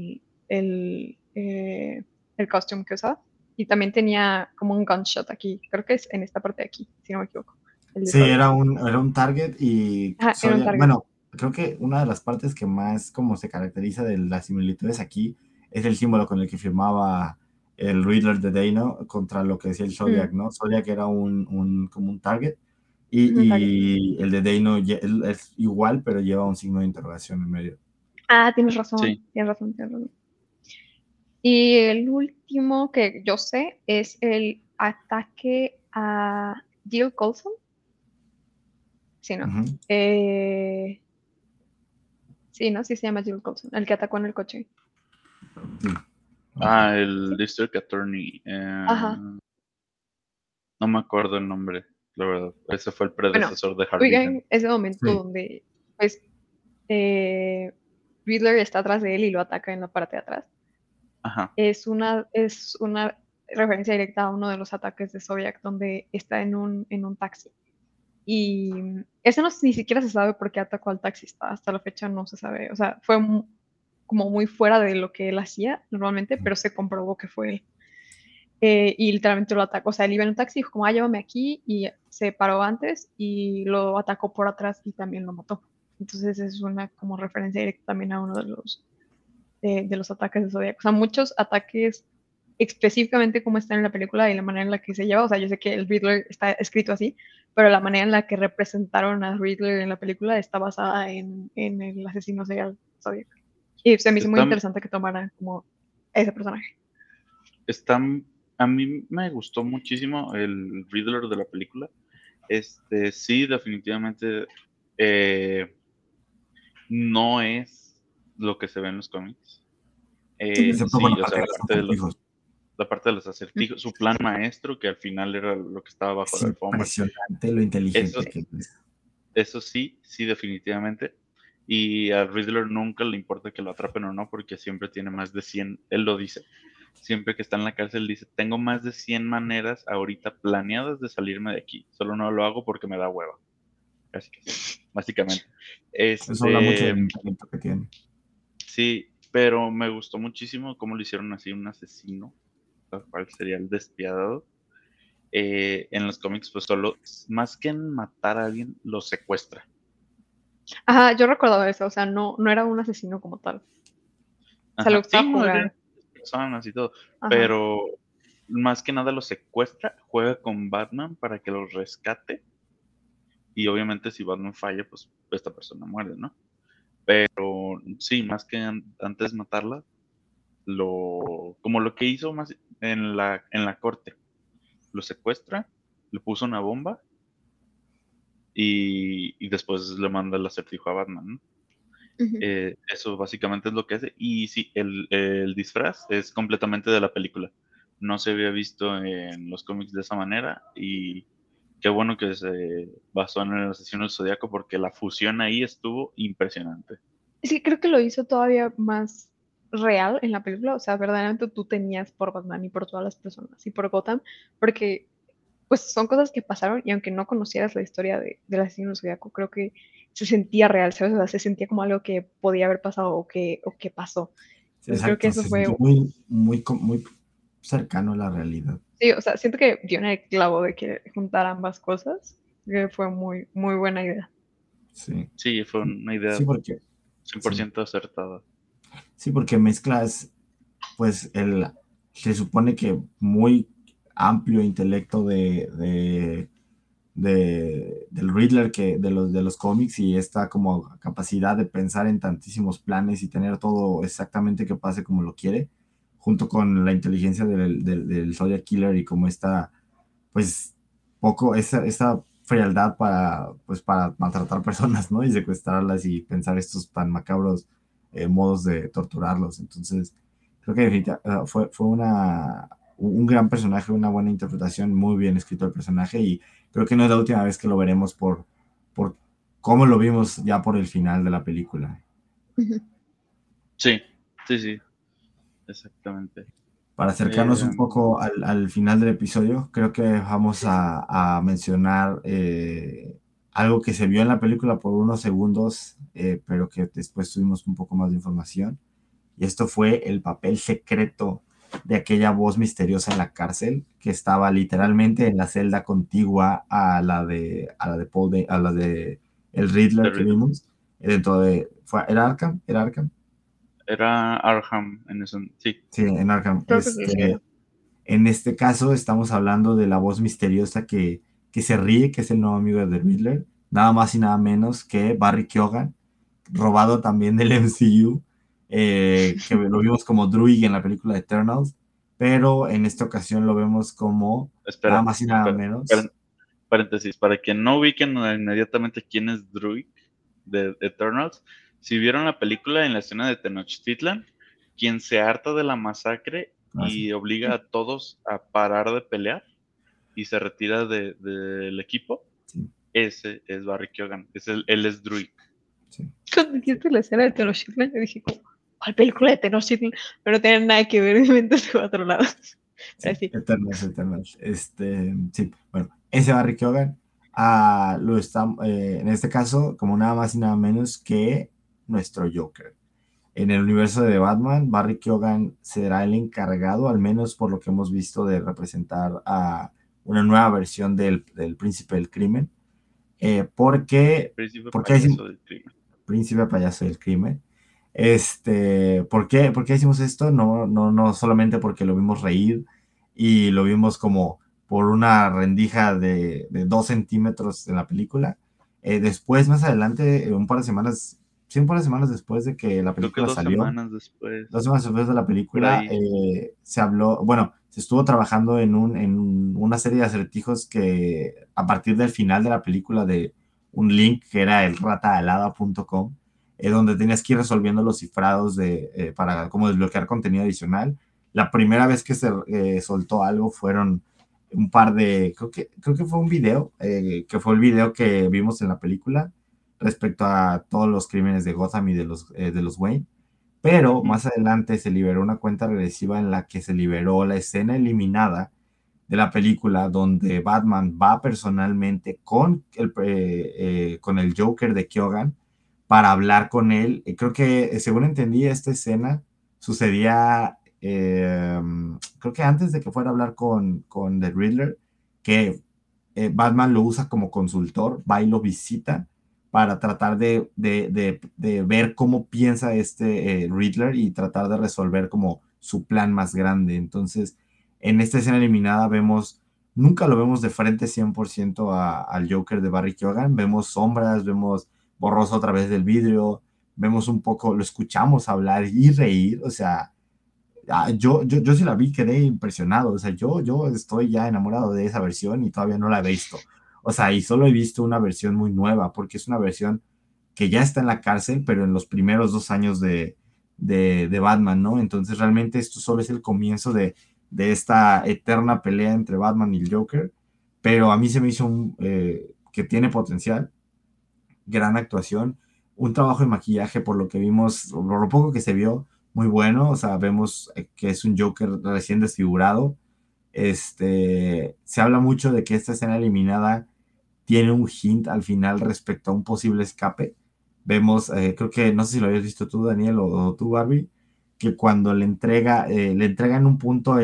[SPEAKER 2] el costume que usaba. Y también tenía como un gunshot aquí, creo que es en esta parte de aquí, si no me equivoco, el de
[SPEAKER 1] Sí,
[SPEAKER 2] Zodiac.
[SPEAKER 1] era un target y
[SPEAKER 2] Ajá, era un
[SPEAKER 1] Zodiac,
[SPEAKER 2] target.
[SPEAKER 1] bueno, creo que una de las partes que más como se caracteriza de las similitudes aquí es el símbolo con el que firmaba el Riddler de Dano contra lo que decía el Zodiac,
[SPEAKER 2] Mm,
[SPEAKER 1] ¿no? Zodiac era como un target
[SPEAKER 2] un target.
[SPEAKER 1] y el de Dano es igual, pero lleva un signo de interrogación en medio.
[SPEAKER 2] Ah, tienes razón,
[SPEAKER 3] Sí.
[SPEAKER 2] tienes razón, tienes razón. Y el último que yo sé es el ataque a Jill Coulson. Sí, ¿no?
[SPEAKER 1] Ujú.
[SPEAKER 2] Eh, sí, ¿no? Sí se llama Jill Coulson, el que atacó en el coche.
[SPEAKER 1] Sí, no me
[SPEAKER 3] Ah,
[SPEAKER 1] acuerdo.
[SPEAKER 3] el
[SPEAKER 2] ¿Sí?
[SPEAKER 3] District Attorney.
[SPEAKER 2] Ajá.
[SPEAKER 3] No me acuerdo el nombre, la verdad. Ese fue el
[SPEAKER 2] Bueno,
[SPEAKER 3] predecesor de Harvey Dent.
[SPEAKER 2] ubican ese momento
[SPEAKER 1] Sí,
[SPEAKER 2] donde, pues, eh, Riddler está atrás de él y lo ataca en la parte de atrás.
[SPEAKER 3] Ajá.
[SPEAKER 2] Es una referencia directa a uno de los ataques de Zodiac donde está en un taxi. Y ese no ni siquiera se sabe por qué atacó al taxista. Hasta la fecha no se sabe. O sea, fue como muy fuera de lo que él hacía normalmente, pero se comprobó que fue él. Y literalmente lo atacó. O sea, él iba en un taxi y dijo como, llévame aquí. Y se paró antes y lo atacó por atrás y también lo mató. Entonces es una como referencia directa también a uno de los ataques de Zodiac. O sea, muchos ataques específicamente como están en la película y la manera en la que se lleva. O sea, yo sé que el Riddler está escrito así, pero la manera en la que representaron a Riddler en la película está basada en el asesino serial Zodiac. Y se me hizo muy
[SPEAKER 3] Está,
[SPEAKER 2] interesante que tomaran como ese personaje.
[SPEAKER 3] está, a mí me gustó muchísimo el Riddler de la película. Sí, definitivamente eh, no es lo que se ve en los cómics.
[SPEAKER 1] sí, excepto por
[SPEAKER 3] Sí,
[SPEAKER 1] la
[SPEAKER 3] o
[SPEAKER 1] parte
[SPEAKER 3] sea,
[SPEAKER 1] de los acertijos.
[SPEAKER 3] la parte de los acertijos, su plan maestro, que al final era lo que estaba bajo
[SPEAKER 1] Es
[SPEAKER 3] la alfombra.
[SPEAKER 1] impresionante lo inteligente
[SPEAKER 3] Eso,
[SPEAKER 1] que es.
[SPEAKER 3] eso sí, sí, definitivamente. Y a Riddler nunca le importa que lo atrapen o no, porque siempre tiene más de 100, él lo dice. Siempre que está en la cárcel dice, tengo más de 100 maneras ahorita planeadas de salirme de aquí. Solo no lo hago porque me da hueva. Casi que sí, básicamente.
[SPEAKER 1] Eso habla mucho
[SPEAKER 3] Este,
[SPEAKER 1] del talento que tiene.
[SPEAKER 3] sí, pero me gustó muchísimo cómo lo hicieron así un asesino, tal cual sería el despiadado. En los cómics, pues solo, más que en matar a alguien, lo secuestra.
[SPEAKER 2] Ajá, yo recordaba eso, o sea, no era un asesino como tal. O sea, le
[SPEAKER 3] Ajá,
[SPEAKER 2] gustaba
[SPEAKER 3] sí, no, eran
[SPEAKER 2] jugar.
[SPEAKER 3] personas y todo,
[SPEAKER 2] Ajá.
[SPEAKER 3] pero más que nada lo secuestra, juega con Batman para que lo rescate y obviamente si Batman falla, pues esta persona muere, ¿no? Pero sí, más que antes matarla, como lo que hizo más en la corte, lo secuestra, le puso una bomba y después le manda el acertijo a Batman, ¿no?
[SPEAKER 2] Ujú.
[SPEAKER 3] Eso básicamente es lo que hace. Y sí, el disfraz es completamente de la película. No se había visto en los cómics de esa manera y qué bueno que se basó en el asesino del Zodíaco porque la fusión ahí estuvo impresionante.
[SPEAKER 2] Es que creo que lo hizo todavía más real en la película, o sea, verdaderamente tú tenías por Batman y por todas las personas y por Gotham, porque pues son cosas que pasaron y aunque no conocieras la historia del asesino del Zodíaco, creo que se sentía real, ¿sabes? O sea, se sentía como algo que podía haber pasado o que pasó.
[SPEAKER 1] Sí,
[SPEAKER 2] Entonces creo que
[SPEAKER 1] exacto,
[SPEAKER 2] eso
[SPEAKER 1] se
[SPEAKER 2] fue,
[SPEAKER 1] sintió muy cercano a la realidad.
[SPEAKER 2] sí, o sea, siento que dio en el clavo de que juntar ambas cosas, que fue muy, muy buena idea.
[SPEAKER 1] Sí,
[SPEAKER 3] Sí, fue una idea
[SPEAKER 1] sí, porque, sí,
[SPEAKER 3] 100% acertada.
[SPEAKER 1] sí, porque mezclas, pues, se supone que muy amplio intelecto del Riddler de los cómics y esta como capacidad de pensar en tantísimos planes y tener todo exactamente que pase como lo quiere, junto con la inteligencia del Zodiac Killer y como esta, pues, esta frialdad para maltratar personas, ¿no? Y secuestrarlas y pensar estos tan macabros modos de torturarlos. Entonces, creo que fue un gran personaje, una buena interpretación, muy bien escrito el personaje y creo que no es la última vez que lo veremos por cómo lo vimos ya por el final de la película.
[SPEAKER 2] Ujú.
[SPEAKER 3] Sí, sí, sí, exactamente.
[SPEAKER 1] Para acercarnos un
[SPEAKER 3] Em,
[SPEAKER 1] poco al final del episodio, creo que vamos a mencionar algo que se vio en la película por unos segundos, pero que después tuvimos un poco más de información. Y esto fue el papel secreto de aquella voz misteriosa en la cárcel, que estaba literalmente en la celda contigua a la de el
[SPEAKER 3] The
[SPEAKER 1] Riddler que
[SPEAKER 3] Riddler.
[SPEAKER 1] vimos, ¿era Arkham? ¿Era Arkham?
[SPEAKER 3] Era Arkham en eso. Sí,
[SPEAKER 1] Sí, en Arkham.
[SPEAKER 2] Creo que sí, sí era.
[SPEAKER 1] En este caso estamos hablando de la voz misteriosa que se ríe, que es el nuevo amigo de The Riddler, nada más y nada menos que Barry Keoghan, robado también del MCU, que lo vimos como Druig en la película Eternals, pero en esta ocasión lo vemos como nada
[SPEAKER 3] espera,
[SPEAKER 1] más y nada
[SPEAKER 3] espera.
[SPEAKER 1] menos.
[SPEAKER 3] Paréntesis, para que no ubiquen inmediatamente quién es Druid de Eternals, si vieron la película en la escena de Tenochtitlan, quien se harta de la masacre
[SPEAKER 1] Así,
[SPEAKER 3] y obliga a todos a parar de pelear y se retira del equipo,
[SPEAKER 1] sí,
[SPEAKER 3] ese es Barry Keoghan, él es Druid.
[SPEAKER 1] sí,
[SPEAKER 2] Cuando
[SPEAKER 1] sí,
[SPEAKER 2] dijiste la escena de Tenochtitlan, yo dije como, ¿cuál película de Tenochtitlan? Pero no tiene nada que ver, mi mente se fue a otro lado. Pero
[SPEAKER 1] sí,
[SPEAKER 2] sí.
[SPEAKER 1] Eternals, Eternals. Sí, bueno, ese Barry Keoghan lo está, en este caso, como nada más y nada menos que nuestro Joker. En el universo de Batman, Barry Keoghan será el encargado, al menos por lo que hemos visto, de representar a una nueva versión del Príncipe del Crimen. Eh, porque,
[SPEAKER 3] Príncipe
[SPEAKER 1] ¿Por qué
[SPEAKER 3] payaso
[SPEAKER 1] decimos
[SPEAKER 3] del crimen.
[SPEAKER 1] Príncipe Payaso del Crimen? ¿Por qué hicimos esto? No solamente porque lo vimos reír y lo vimos como por una rendija de 2 centímetros en la película. Después, más adelante, un par de semanas, sí, un par de semanas después de que la
[SPEAKER 3] Creo que
[SPEAKER 1] película
[SPEAKER 3] dos
[SPEAKER 1] salió,
[SPEAKER 3] semanas después,
[SPEAKER 1] 2 semanas después de la
[SPEAKER 3] por
[SPEAKER 1] película,
[SPEAKER 3] ahí.
[SPEAKER 1] se habló, bueno, se estuvo trabajando en una serie de acertijos que a partir del final de la película de un link que era el rataalada.com, donde tenías que ir resolviendo los cifrados para cómo desbloquear contenido adicional. La primera vez que se soltó algo fueron un par creo que fue un video, que fue el video que vimos en la película respecto a todos los crímenes de Gotham y de los Wayne, pero
[SPEAKER 3] Ujú.
[SPEAKER 1] más adelante se liberó una cuenta regresiva en la que se liberó la escena eliminada de la película donde Batman va personalmente con el Joker de Keoghan para hablar con él. Creo que, según entendí, esta escena sucedía, creo que antes de que fuera a hablar con The Riddler, que Batman lo usa como consultor, va y lo visita para tratar de ver cómo piensa Riddler y tratar de resolver como su plan más grande. Entonces, en esta escena eliminada nunca lo vemos de frente 100% al Joker de Barry Keoghan, vemos sombras, vemos borroso a través del vidrio, vemos un poco, lo escuchamos hablar y reír, o sea, yo sí la vi, quedé impresionado. O sea, yo estoy ya enamorado de esa versión y todavía no la he visto. O sea, y solo he visto una versión muy nueva, porque es una versión que ya está en la cárcel, pero en los primeros 2 años de Batman, ¿no? Entonces realmente esto solo es el comienzo de esta eterna pelea entre Batman y el Joker, pero a mí se me hizo que tiene potencial, gran actuación, un trabajo de maquillaje por lo que vimos, por lo poco que se vio, muy bueno, o sea, vemos que es un Joker recién desfigurado. Se habla mucho de que esta escena eliminada tiene un hint al final respecto a un posible escape. Vemos, creo que, no sé si lo habías visto tú, Daniel, o tú, Barbie, que cuando le entrega en un punto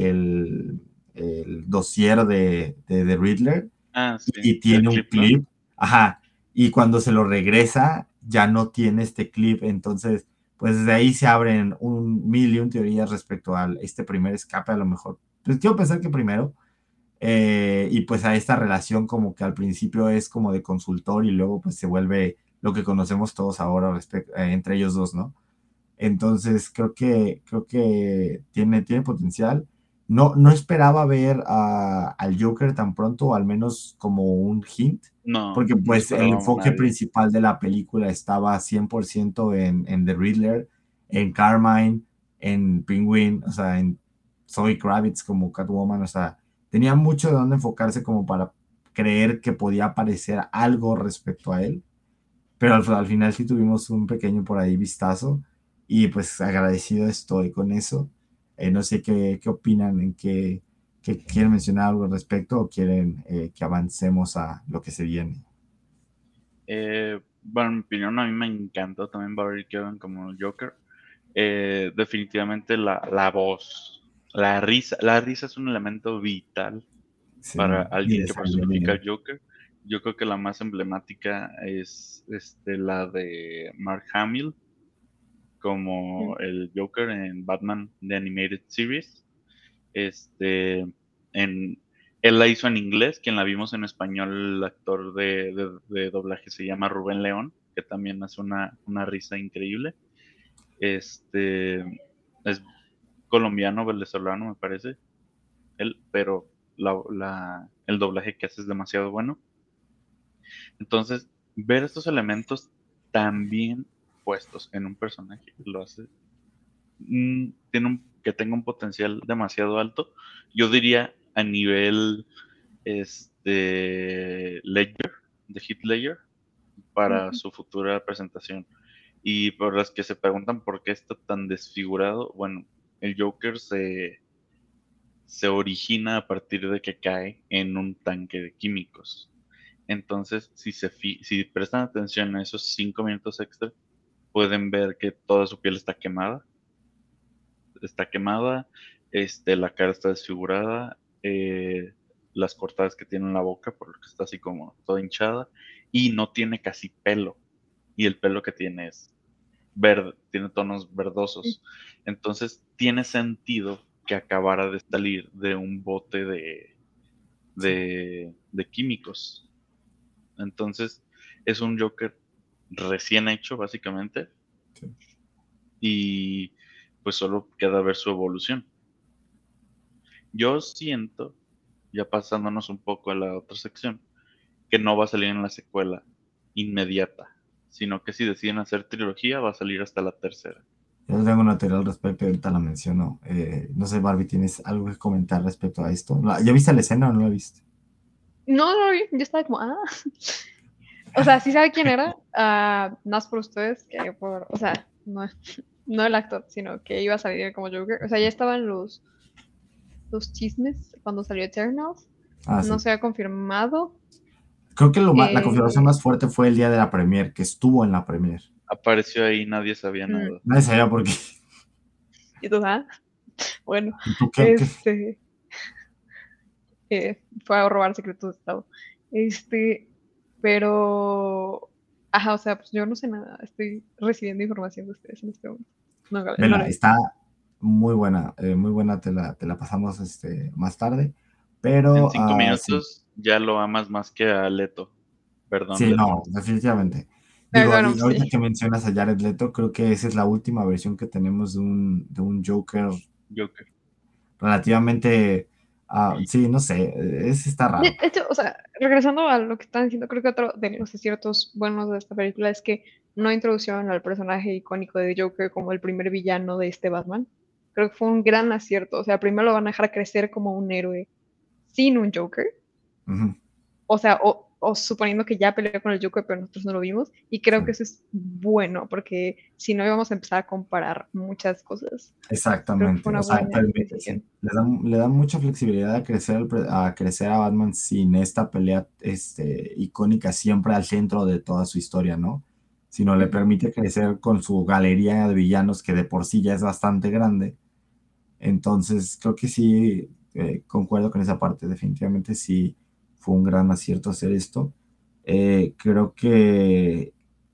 [SPEAKER 1] el dossier de Riddler
[SPEAKER 3] Ah, sí,
[SPEAKER 1] y
[SPEAKER 3] el
[SPEAKER 1] tiene un
[SPEAKER 3] clip, ¿no?
[SPEAKER 1] clip, ajá, y cuando se lo regresa ya no tiene este clip, entonces pues desde ahí se abren un mil y un teorías respecto a este primer escape, a lo mejor, pues quiero pensar que primero, y pues a esta relación como que al principio es como de consultor y luego pues se vuelve lo que conocemos todos ahora entre ellos dos, ¿no? Entonces creo que tiene potencial. No esperaba ver al Joker tan pronto, o al menos como un hint,
[SPEAKER 3] No,
[SPEAKER 1] porque
[SPEAKER 3] no
[SPEAKER 1] pues el
[SPEAKER 3] esperábamos a
[SPEAKER 1] enfoque
[SPEAKER 3] nadie.
[SPEAKER 1] principal de la película estaba 100% en The Riddler, en Carmine, en Penguin, o sea, en Zoe Kravitz como Catwoman, o sea, tenía mucho de dónde enfocarse como para creer que podía aparecer algo respecto a él, pero al final sí tuvimos un pequeño por ahí vistazo y pues agradecido estoy con eso. No sé qué opinan, que quieren mencionar algo al respecto o quieren que avancemos a lo que se viene.
[SPEAKER 3] Bueno, en mi opinión, a mí me encantó también Barry Keoghan como el Joker. Definitivamente la voz, la risa es un elemento vital
[SPEAKER 1] Sí,
[SPEAKER 3] para
[SPEAKER 1] y
[SPEAKER 3] alguien
[SPEAKER 1] le
[SPEAKER 3] que
[SPEAKER 1] salió
[SPEAKER 3] personifica
[SPEAKER 1] bien.
[SPEAKER 3] al Joker. Yo creo que la más emblemática es la de Mark Hamill como
[SPEAKER 2] Mm.
[SPEAKER 3] el Joker en Batman The Animated Series. Este, en, él la hizo en inglés, quien la vimos en español, el actor de doblaje se llama Rubén León, que también hace una risa increíble. Este, es colombiano, venezolano, me parece, él, pero el doblaje que hace es demasiado bueno. Entonces, ver estos elementos tan bien puestos en un personaje lo hace, que tenga un potencial demasiado alto. Yo diría a nivel Ledger, de Heath Ledger, para
[SPEAKER 2] Ujú.
[SPEAKER 3] su futura presentación. Y por las que se preguntan por qué está tan desfigurado, bueno, el Joker se origina a partir de que cae en un tanque de químicos. Entonces, si prestan atención a esos 5 minutos extra, pueden ver que toda su piel está quemada, la cara está desfigurada, las cortadas que tiene en la boca, porque está así como toda hinchada, y no tiene casi pelo, y el pelo que tiene es verde, tiene tonos verdosos. Entonces, tiene sentido que acabara de salir de un bote de químicos. Entonces, es un Joker recién hecho, básicamente,
[SPEAKER 1] Sí.
[SPEAKER 3] y pues solo queda ver su evolución. Yo siento, ya pasándonos un poco a la otra sección, que no va a salir en la secuela inmediata, sino que si deciden hacer trilogía va a salir hasta la tercera.
[SPEAKER 1] Yo tengo una teoría al respecto y ahorita la menciono. No sé, Barbie, ¿tienes algo que comentar respecto a esto? ¿Ya viste la escena o no la viste?
[SPEAKER 2] No, no lo vi, yo estaba como, ah. O sea, sí sabe quién era, más por ustedes que por, o sea, no el actor, sino que iba a salir como Joker. O sea, ya estaban los chismes cuando salió Eternals,
[SPEAKER 1] Ah,
[SPEAKER 2] no
[SPEAKER 1] sí.
[SPEAKER 2] se ha confirmado.
[SPEAKER 1] Creo que la confirmación
[SPEAKER 2] Eh,
[SPEAKER 1] más fuerte fue el día de la premier, que estuvo en la premier.
[SPEAKER 3] Apareció ahí, nadie sabía
[SPEAKER 2] mm,
[SPEAKER 3] nada.
[SPEAKER 1] Nadie sabía por qué.
[SPEAKER 2] y tú, bueno,
[SPEAKER 1] ¿Y tú qué?
[SPEAKER 2] este, fue a robar secretos de Estado. Este, pero, ajá, o sea, pues yo no sé nada, estoy recibiendo información de ustedes en este momento. No, no lo
[SPEAKER 1] Vela,
[SPEAKER 2] he visto.
[SPEAKER 1] está muy buena, te la pasamos más tarde, pero
[SPEAKER 3] En cinco
[SPEAKER 1] sí,
[SPEAKER 3] minutos ya lo amas más que a Leto. Perdón,
[SPEAKER 1] sí,
[SPEAKER 3] Leto.
[SPEAKER 1] no, definitivamente.
[SPEAKER 2] Pero
[SPEAKER 1] Digo,
[SPEAKER 2] bueno,
[SPEAKER 1] y ahorita
[SPEAKER 2] sí.
[SPEAKER 1] que mencionas a Jared Leto, creo que esa es la última versión que tenemos de un Joker
[SPEAKER 3] Joker.
[SPEAKER 1] relativamente Sí, no sé, está
[SPEAKER 2] De
[SPEAKER 1] raro.
[SPEAKER 2] hecho, o sea, regresando a lo que están diciendo, creo que otro de los aciertos buenos de esta película es que no introducieron al personaje icónico de Joker como el primer villano de este Batman. Creo que fue un gran acierto. O sea, primero lo van a dejar crecer como un héroe sin un Joker.
[SPEAKER 1] Ujú,
[SPEAKER 2] O sea, o suponiendo que ya peleó con el Joker, pero nosotros no lo vimos. Y
[SPEAKER 1] sí.
[SPEAKER 2] creo que eso es bueno, porque si no íbamos a empezar a comparar muchas cosas. Creo que fue
[SPEAKER 1] Exactamente, o
[SPEAKER 2] una
[SPEAKER 1] sea,
[SPEAKER 2] buena
[SPEAKER 1] permite, sí,
[SPEAKER 2] decisión.
[SPEAKER 1] le dan mucha flexibilidad a crecer a Batman sin esta pelea icónica siempre al centro de toda su historia, ¿no? Sino le
[SPEAKER 2] Ujú.
[SPEAKER 1] permite crecer con su galería de villanos que de por sí ya es bastante grande. Entonces, creo que sí, concuerdo con esa parte, definitivamente sí fue un gran acierto hacer esto. Creo que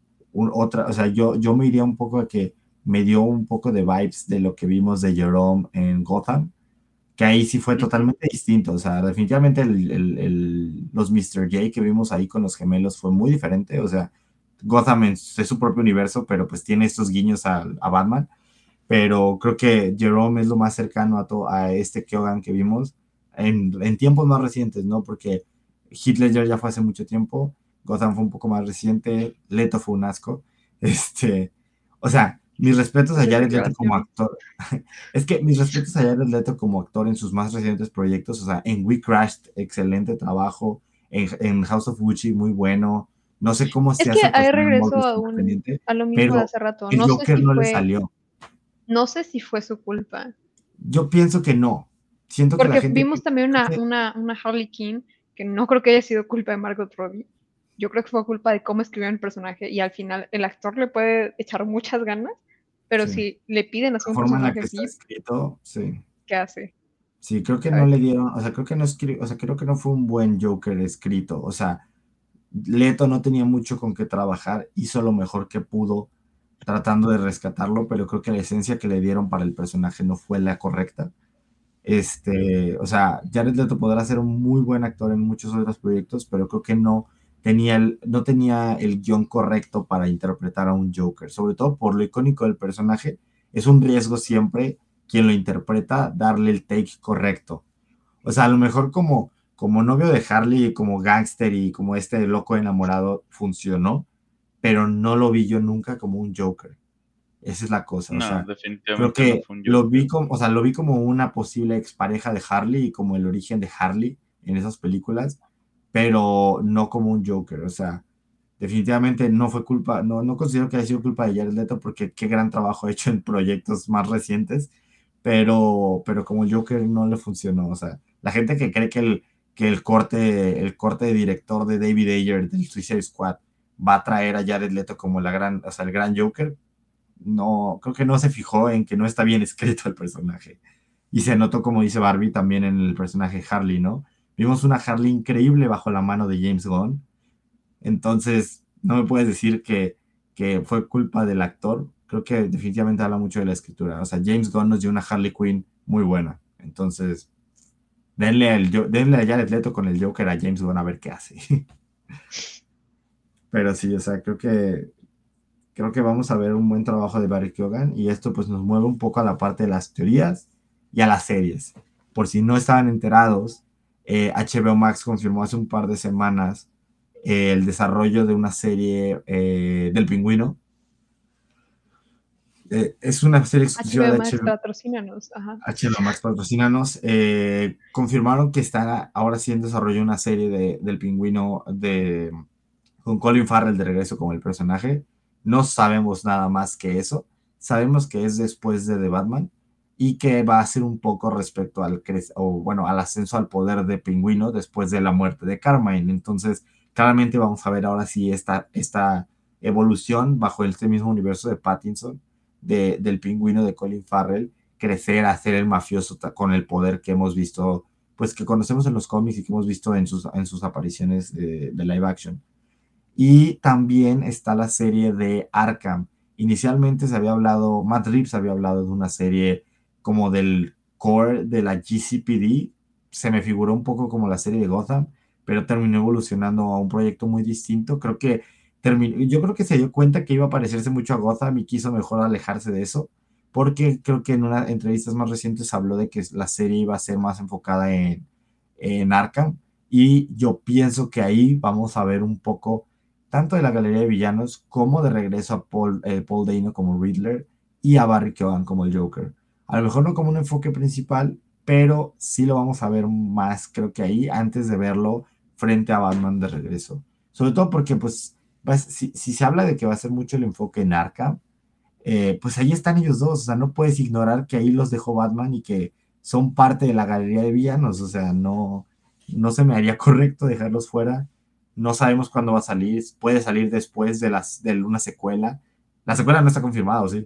[SPEAKER 1] o sea, yo me iría un poco a que me dio un poco de vibes de lo que vimos de Jerome en Gotham, que ahí sí fue
[SPEAKER 3] Ujú.
[SPEAKER 1] totalmente distinto, o sea, definitivamente los Mr. J que vimos ahí con los gemelos fue muy diferente, o sea, Gotham es su propio universo, pero pues tiene estos guiños a Batman, pero creo que Jerome es lo más cercano a este Keoghan que vimos en tiempos más recientes, ¿no? Porque Heath Ledger ya fue hace mucho tiempo, Gotham fue un poco más reciente, Leto fue un asco, o sea, mis respetos a
[SPEAKER 2] Muchas
[SPEAKER 1] Jared Leto como
[SPEAKER 2] declaraciones.
[SPEAKER 1] actor, es que mis respetos a Jared Leto como actor en sus más recientes proyectos, o sea, en We Crashed, excelente trabajo, en House of Gucci, muy bueno, no sé cómo
[SPEAKER 2] Es
[SPEAKER 1] se
[SPEAKER 2] que
[SPEAKER 1] hace el
[SPEAKER 2] ahí
[SPEAKER 1] personaje
[SPEAKER 2] regreso
[SPEAKER 1] Morbius independiente,
[SPEAKER 2] a lo mismo de
[SPEAKER 1] pero
[SPEAKER 2] hace rato.
[SPEAKER 1] el Joker no le salió.
[SPEAKER 2] No sé si fue su culpa,
[SPEAKER 1] Yo pienso que no. Siento que la
[SPEAKER 2] porque
[SPEAKER 1] gente
[SPEAKER 2] vimos también
[SPEAKER 1] creo que
[SPEAKER 2] una Harley Quinn que no creo que haya sido culpa de Margot Robbie. Yo creo que fue culpa de cómo escribió el personaje y al final el actor le puede echar muchas ganas, pero
[SPEAKER 1] sí,
[SPEAKER 2] si le piden hacer
[SPEAKER 1] la
[SPEAKER 2] un
[SPEAKER 1] forma en la que
[SPEAKER 2] personaje
[SPEAKER 1] está
[SPEAKER 2] así,
[SPEAKER 1] escrito, sí.
[SPEAKER 2] ¿qué hace?
[SPEAKER 1] Sí, creo que no
[SPEAKER 2] ¿Sabes?
[SPEAKER 1] le dieron, o sea, creo que no o sea, creo que no fue un buen Joker escrito, o sea, Leto no tenía mucho con qué trabajar, hizo lo mejor que pudo tratando de rescatarlo, pero creo que la esencia que le dieron para el personaje no fue la correcta. O sea, Jared Leto podrá ser un muy buen actor en muchos otros proyectos, pero creo que no tenía el guión correcto para interpretar a un Joker, sobre todo por lo icónico del personaje. Es un riesgo siempre quien lo interpreta darle el take correcto. O sea, a lo mejor como novio de Harley, como gángster y como este loco enamorado funcionó, pero no lo vi yo nunca como un Joker. Esa es la cosa, o
[SPEAKER 3] No,
[SPEAKER 1] sea, creo
[SPEAKER 3] definitivamente no
[SPEAKER 1] que
[SPEAKER 3] fue un
[SPEAKER 1] lo vi
[SPEAKER 3] Joker.
[SPEAKER 1] como, o sea, lo vi como una posible expareja de Harley y como el origen de Harley en esas películas, pero no como un Joker, o sea, definitivamente no fue culpa, no considero que haya sido culpa de Jared Leto porque qué gran trabajo ha hecho en proyectos más recientes, pero como el Joker no le funcionó, o sea, la gente que cree que el corte de director de David Ayer del Suicide Squad va a traer a Jared Leto como o sea, el gran Joker, no, creo que no se fijó en que no está bien escrito el personaje. Y se notó, como dice Barbie, también en el personaje Harley, ¿no? Vimos una Harley increíble bajo la mano de James Gunn. Entonces, no me puedes decir que fue culpa del actor. Creo que definitivamente habla mucho de la escritura. O sea, James Gunn nos dio una Harley Quinn muy buena. Entonces, denle a Jared Leto con el Joker a James Gunn a ver qué hace. Pero sí, o sea, creo que vamos a ver un buen trabajo de Barry Keoghan y esto pues nos mueve un poco a la parte de las teorías y a las series. Por si no estaban enterados, HBO Max confirmó hace un par de semanas el desarrollo de una serie del pingüino. Es una serie exclusiva
[SPEAKER 2] HBO
[SPEAKER 1] de
[SPEAKER 2] Max
[SPEAKER 1] HBO,
[SPEAKER 2] patrocínanos, ajá.
[SPEAKER 1] HBO Max, patrocínanos. Confirmaron que está ahora sí en desarrollo una serie del pingüino con Colin Farrell de regreso como el personaje. No sabemos nada más que eso. Sabemos que es después de The Batman y que va a ser un poco respecto al ascenso al poder de Pingüino después de la muerte de Carmine. Entonces, claramente vamos a ver ahora sí esta evolución bajo este mismo universo de Pattinson, del Pingüino de Colin Farrell, crecer a ser el mafioso con el poder que hemos visto, pues que conocemos en los cómics y que hemos visto en sus apariciones de live action. Y también está la serie de Arkham. Inicialmente Matt Reeves había hablado de una serie como del core de la GCPD. Se me figuró un poco como la serie de Gotham, pero terminó evolucionando a un proyecto muy distinto. Yo creo que se dio cuenta que iba a parecerse mucho a Gotham y quiso mejor alejarse de eso, porque creo que en una entrevistas más recientes habló de que la serie iba a ser más enfocada en Arkham, y yo pienso que ahí vamos a ver un poco tanto de la galería de villanos como de regreso a Paul Dano como Riddler y a Barry Keoghan como el Joker. A lo mejor no como un enfoque principal, pero sí lo vamos a ver más, creo que ahí, antes de verlo frente a Batman de regreso. Sobre todo porque, pues, si se habla de que va a ser mucho el enfoque en Arkham, pues ahí están ellos dos, o sea, no puedes ignorar que ahí los dejó Batman y que son parte de la galería de villanos, o sea, no se me haría correcto dejarlos fuera. No sabemos cuándo va a salir, puede salir después de una secuela. La secuela no está confirmada, ¿o sí?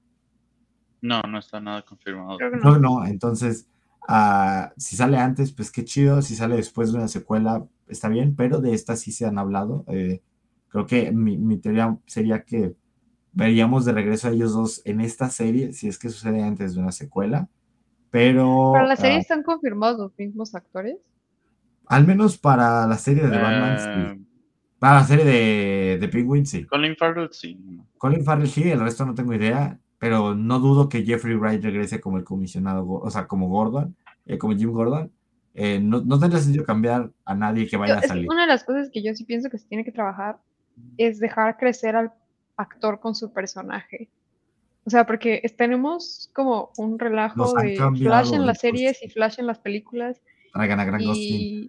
[SPEAKER 3] No, no está nada confirmado.
[SPEAKER 2] Creo que
[SPEAKER 1] Creo
[SPEAKER 2] no.
[SPEAKER 1] que no, entonces, si sale antes, pues qué chido, si sale después de una secuela, está bien, pero de esta sí se han hablado. Creo que mi teoría sería que veríamos de regreso a ellos dos en esta serie, si es que sucede antes de una secuela,
[SPEAKER 2] Para
[SPEAKER 1] pero
[SPEAKER 2] la serie están confirmados los mismos actores.
[SPEAKER 1] al menos para la serie de Batman, sí.
[SPEAKER 3] Eh,
[SPEAKER 1] Para la serie de Penguin, sí.
[SPEAKER 3] Colin Farrell, sí. ¿No?
[SPEAKER 1] Colin Farrell sí, el resto no tengo idea, pero no dudo que Jeffrey Wright regrese como el comisionado, o sea, como Gordon, como Jim Gordon. No tendría sentido cambiar a nadie que vaya a
[SPEAKER 2] Es que
[SPEAKER 1] salir.
[SPEAKER 2] una de las cosas que yo sí pienso que se tiene que trabajar es dejar crecer al actor con su personaje. O sea, porque tenemos como un
[SPEAKER 1] Los
[SPEAKER 2] relajo
[SPEAKER 1] han
[SPEAKER 2] de Flash
[SPEAKER 1] cambiado
[SPEAKER 2] en
[SPEAKER 1] de
[SPEAKER 2] las
[SPEAKER 1] por
[SPEAKER 2] series y
[SPEAKER 1] sí.
[SPEAKER 2] Flash en las películas.
[SPEAKER 1] Traigan a Grant Gustin.
[SPEAKER 2] Y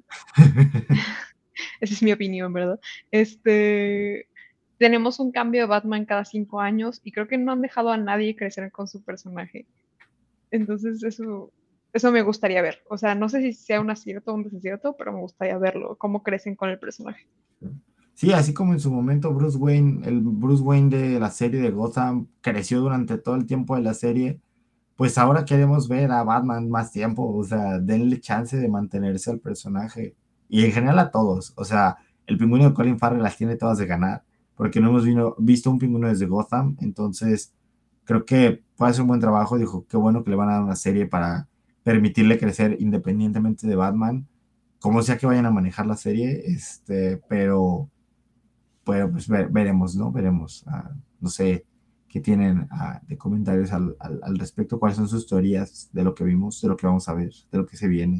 [SPEAKER 2] esa es mi opinión, ¿verdad? Este, tenemos un cambio de Batman cada 5 años y creo que no han dejado a nadie crecer con su personaje. Entonces eso me gustaría ver. O sea, no sé si sea un acierto o un desacierto, pero me gustaría verlo, cómo crecen con el personaje.
[SPEAKER 1] Sí, así como en su momento Bruce Wayne, el Bruce Wayne de la serie de Gotham creció durante todo el tiempo de la serie, pues ahora queremos ver a Batman más tiempo, o sea, denle chance de mantenerse al personaje y en general a todos, o sea, el pingüino de Colin Farrell las tiene todas de ganar, porque no hemos visto un pingüino desde Gotham, entonces creo que puede hacer un buen trabajo, dijo, qué bueno que le van a dar una serie para permitirle crecer independientemente de Batman, como sea que vayan a manejar la serie, pero pues veremos, ¿no? Veremos. No sé qué tienen de comentarios al respecto, cuáles son sus teorías de lo que vimos, de lo que vamos a ver, de lo que se viene,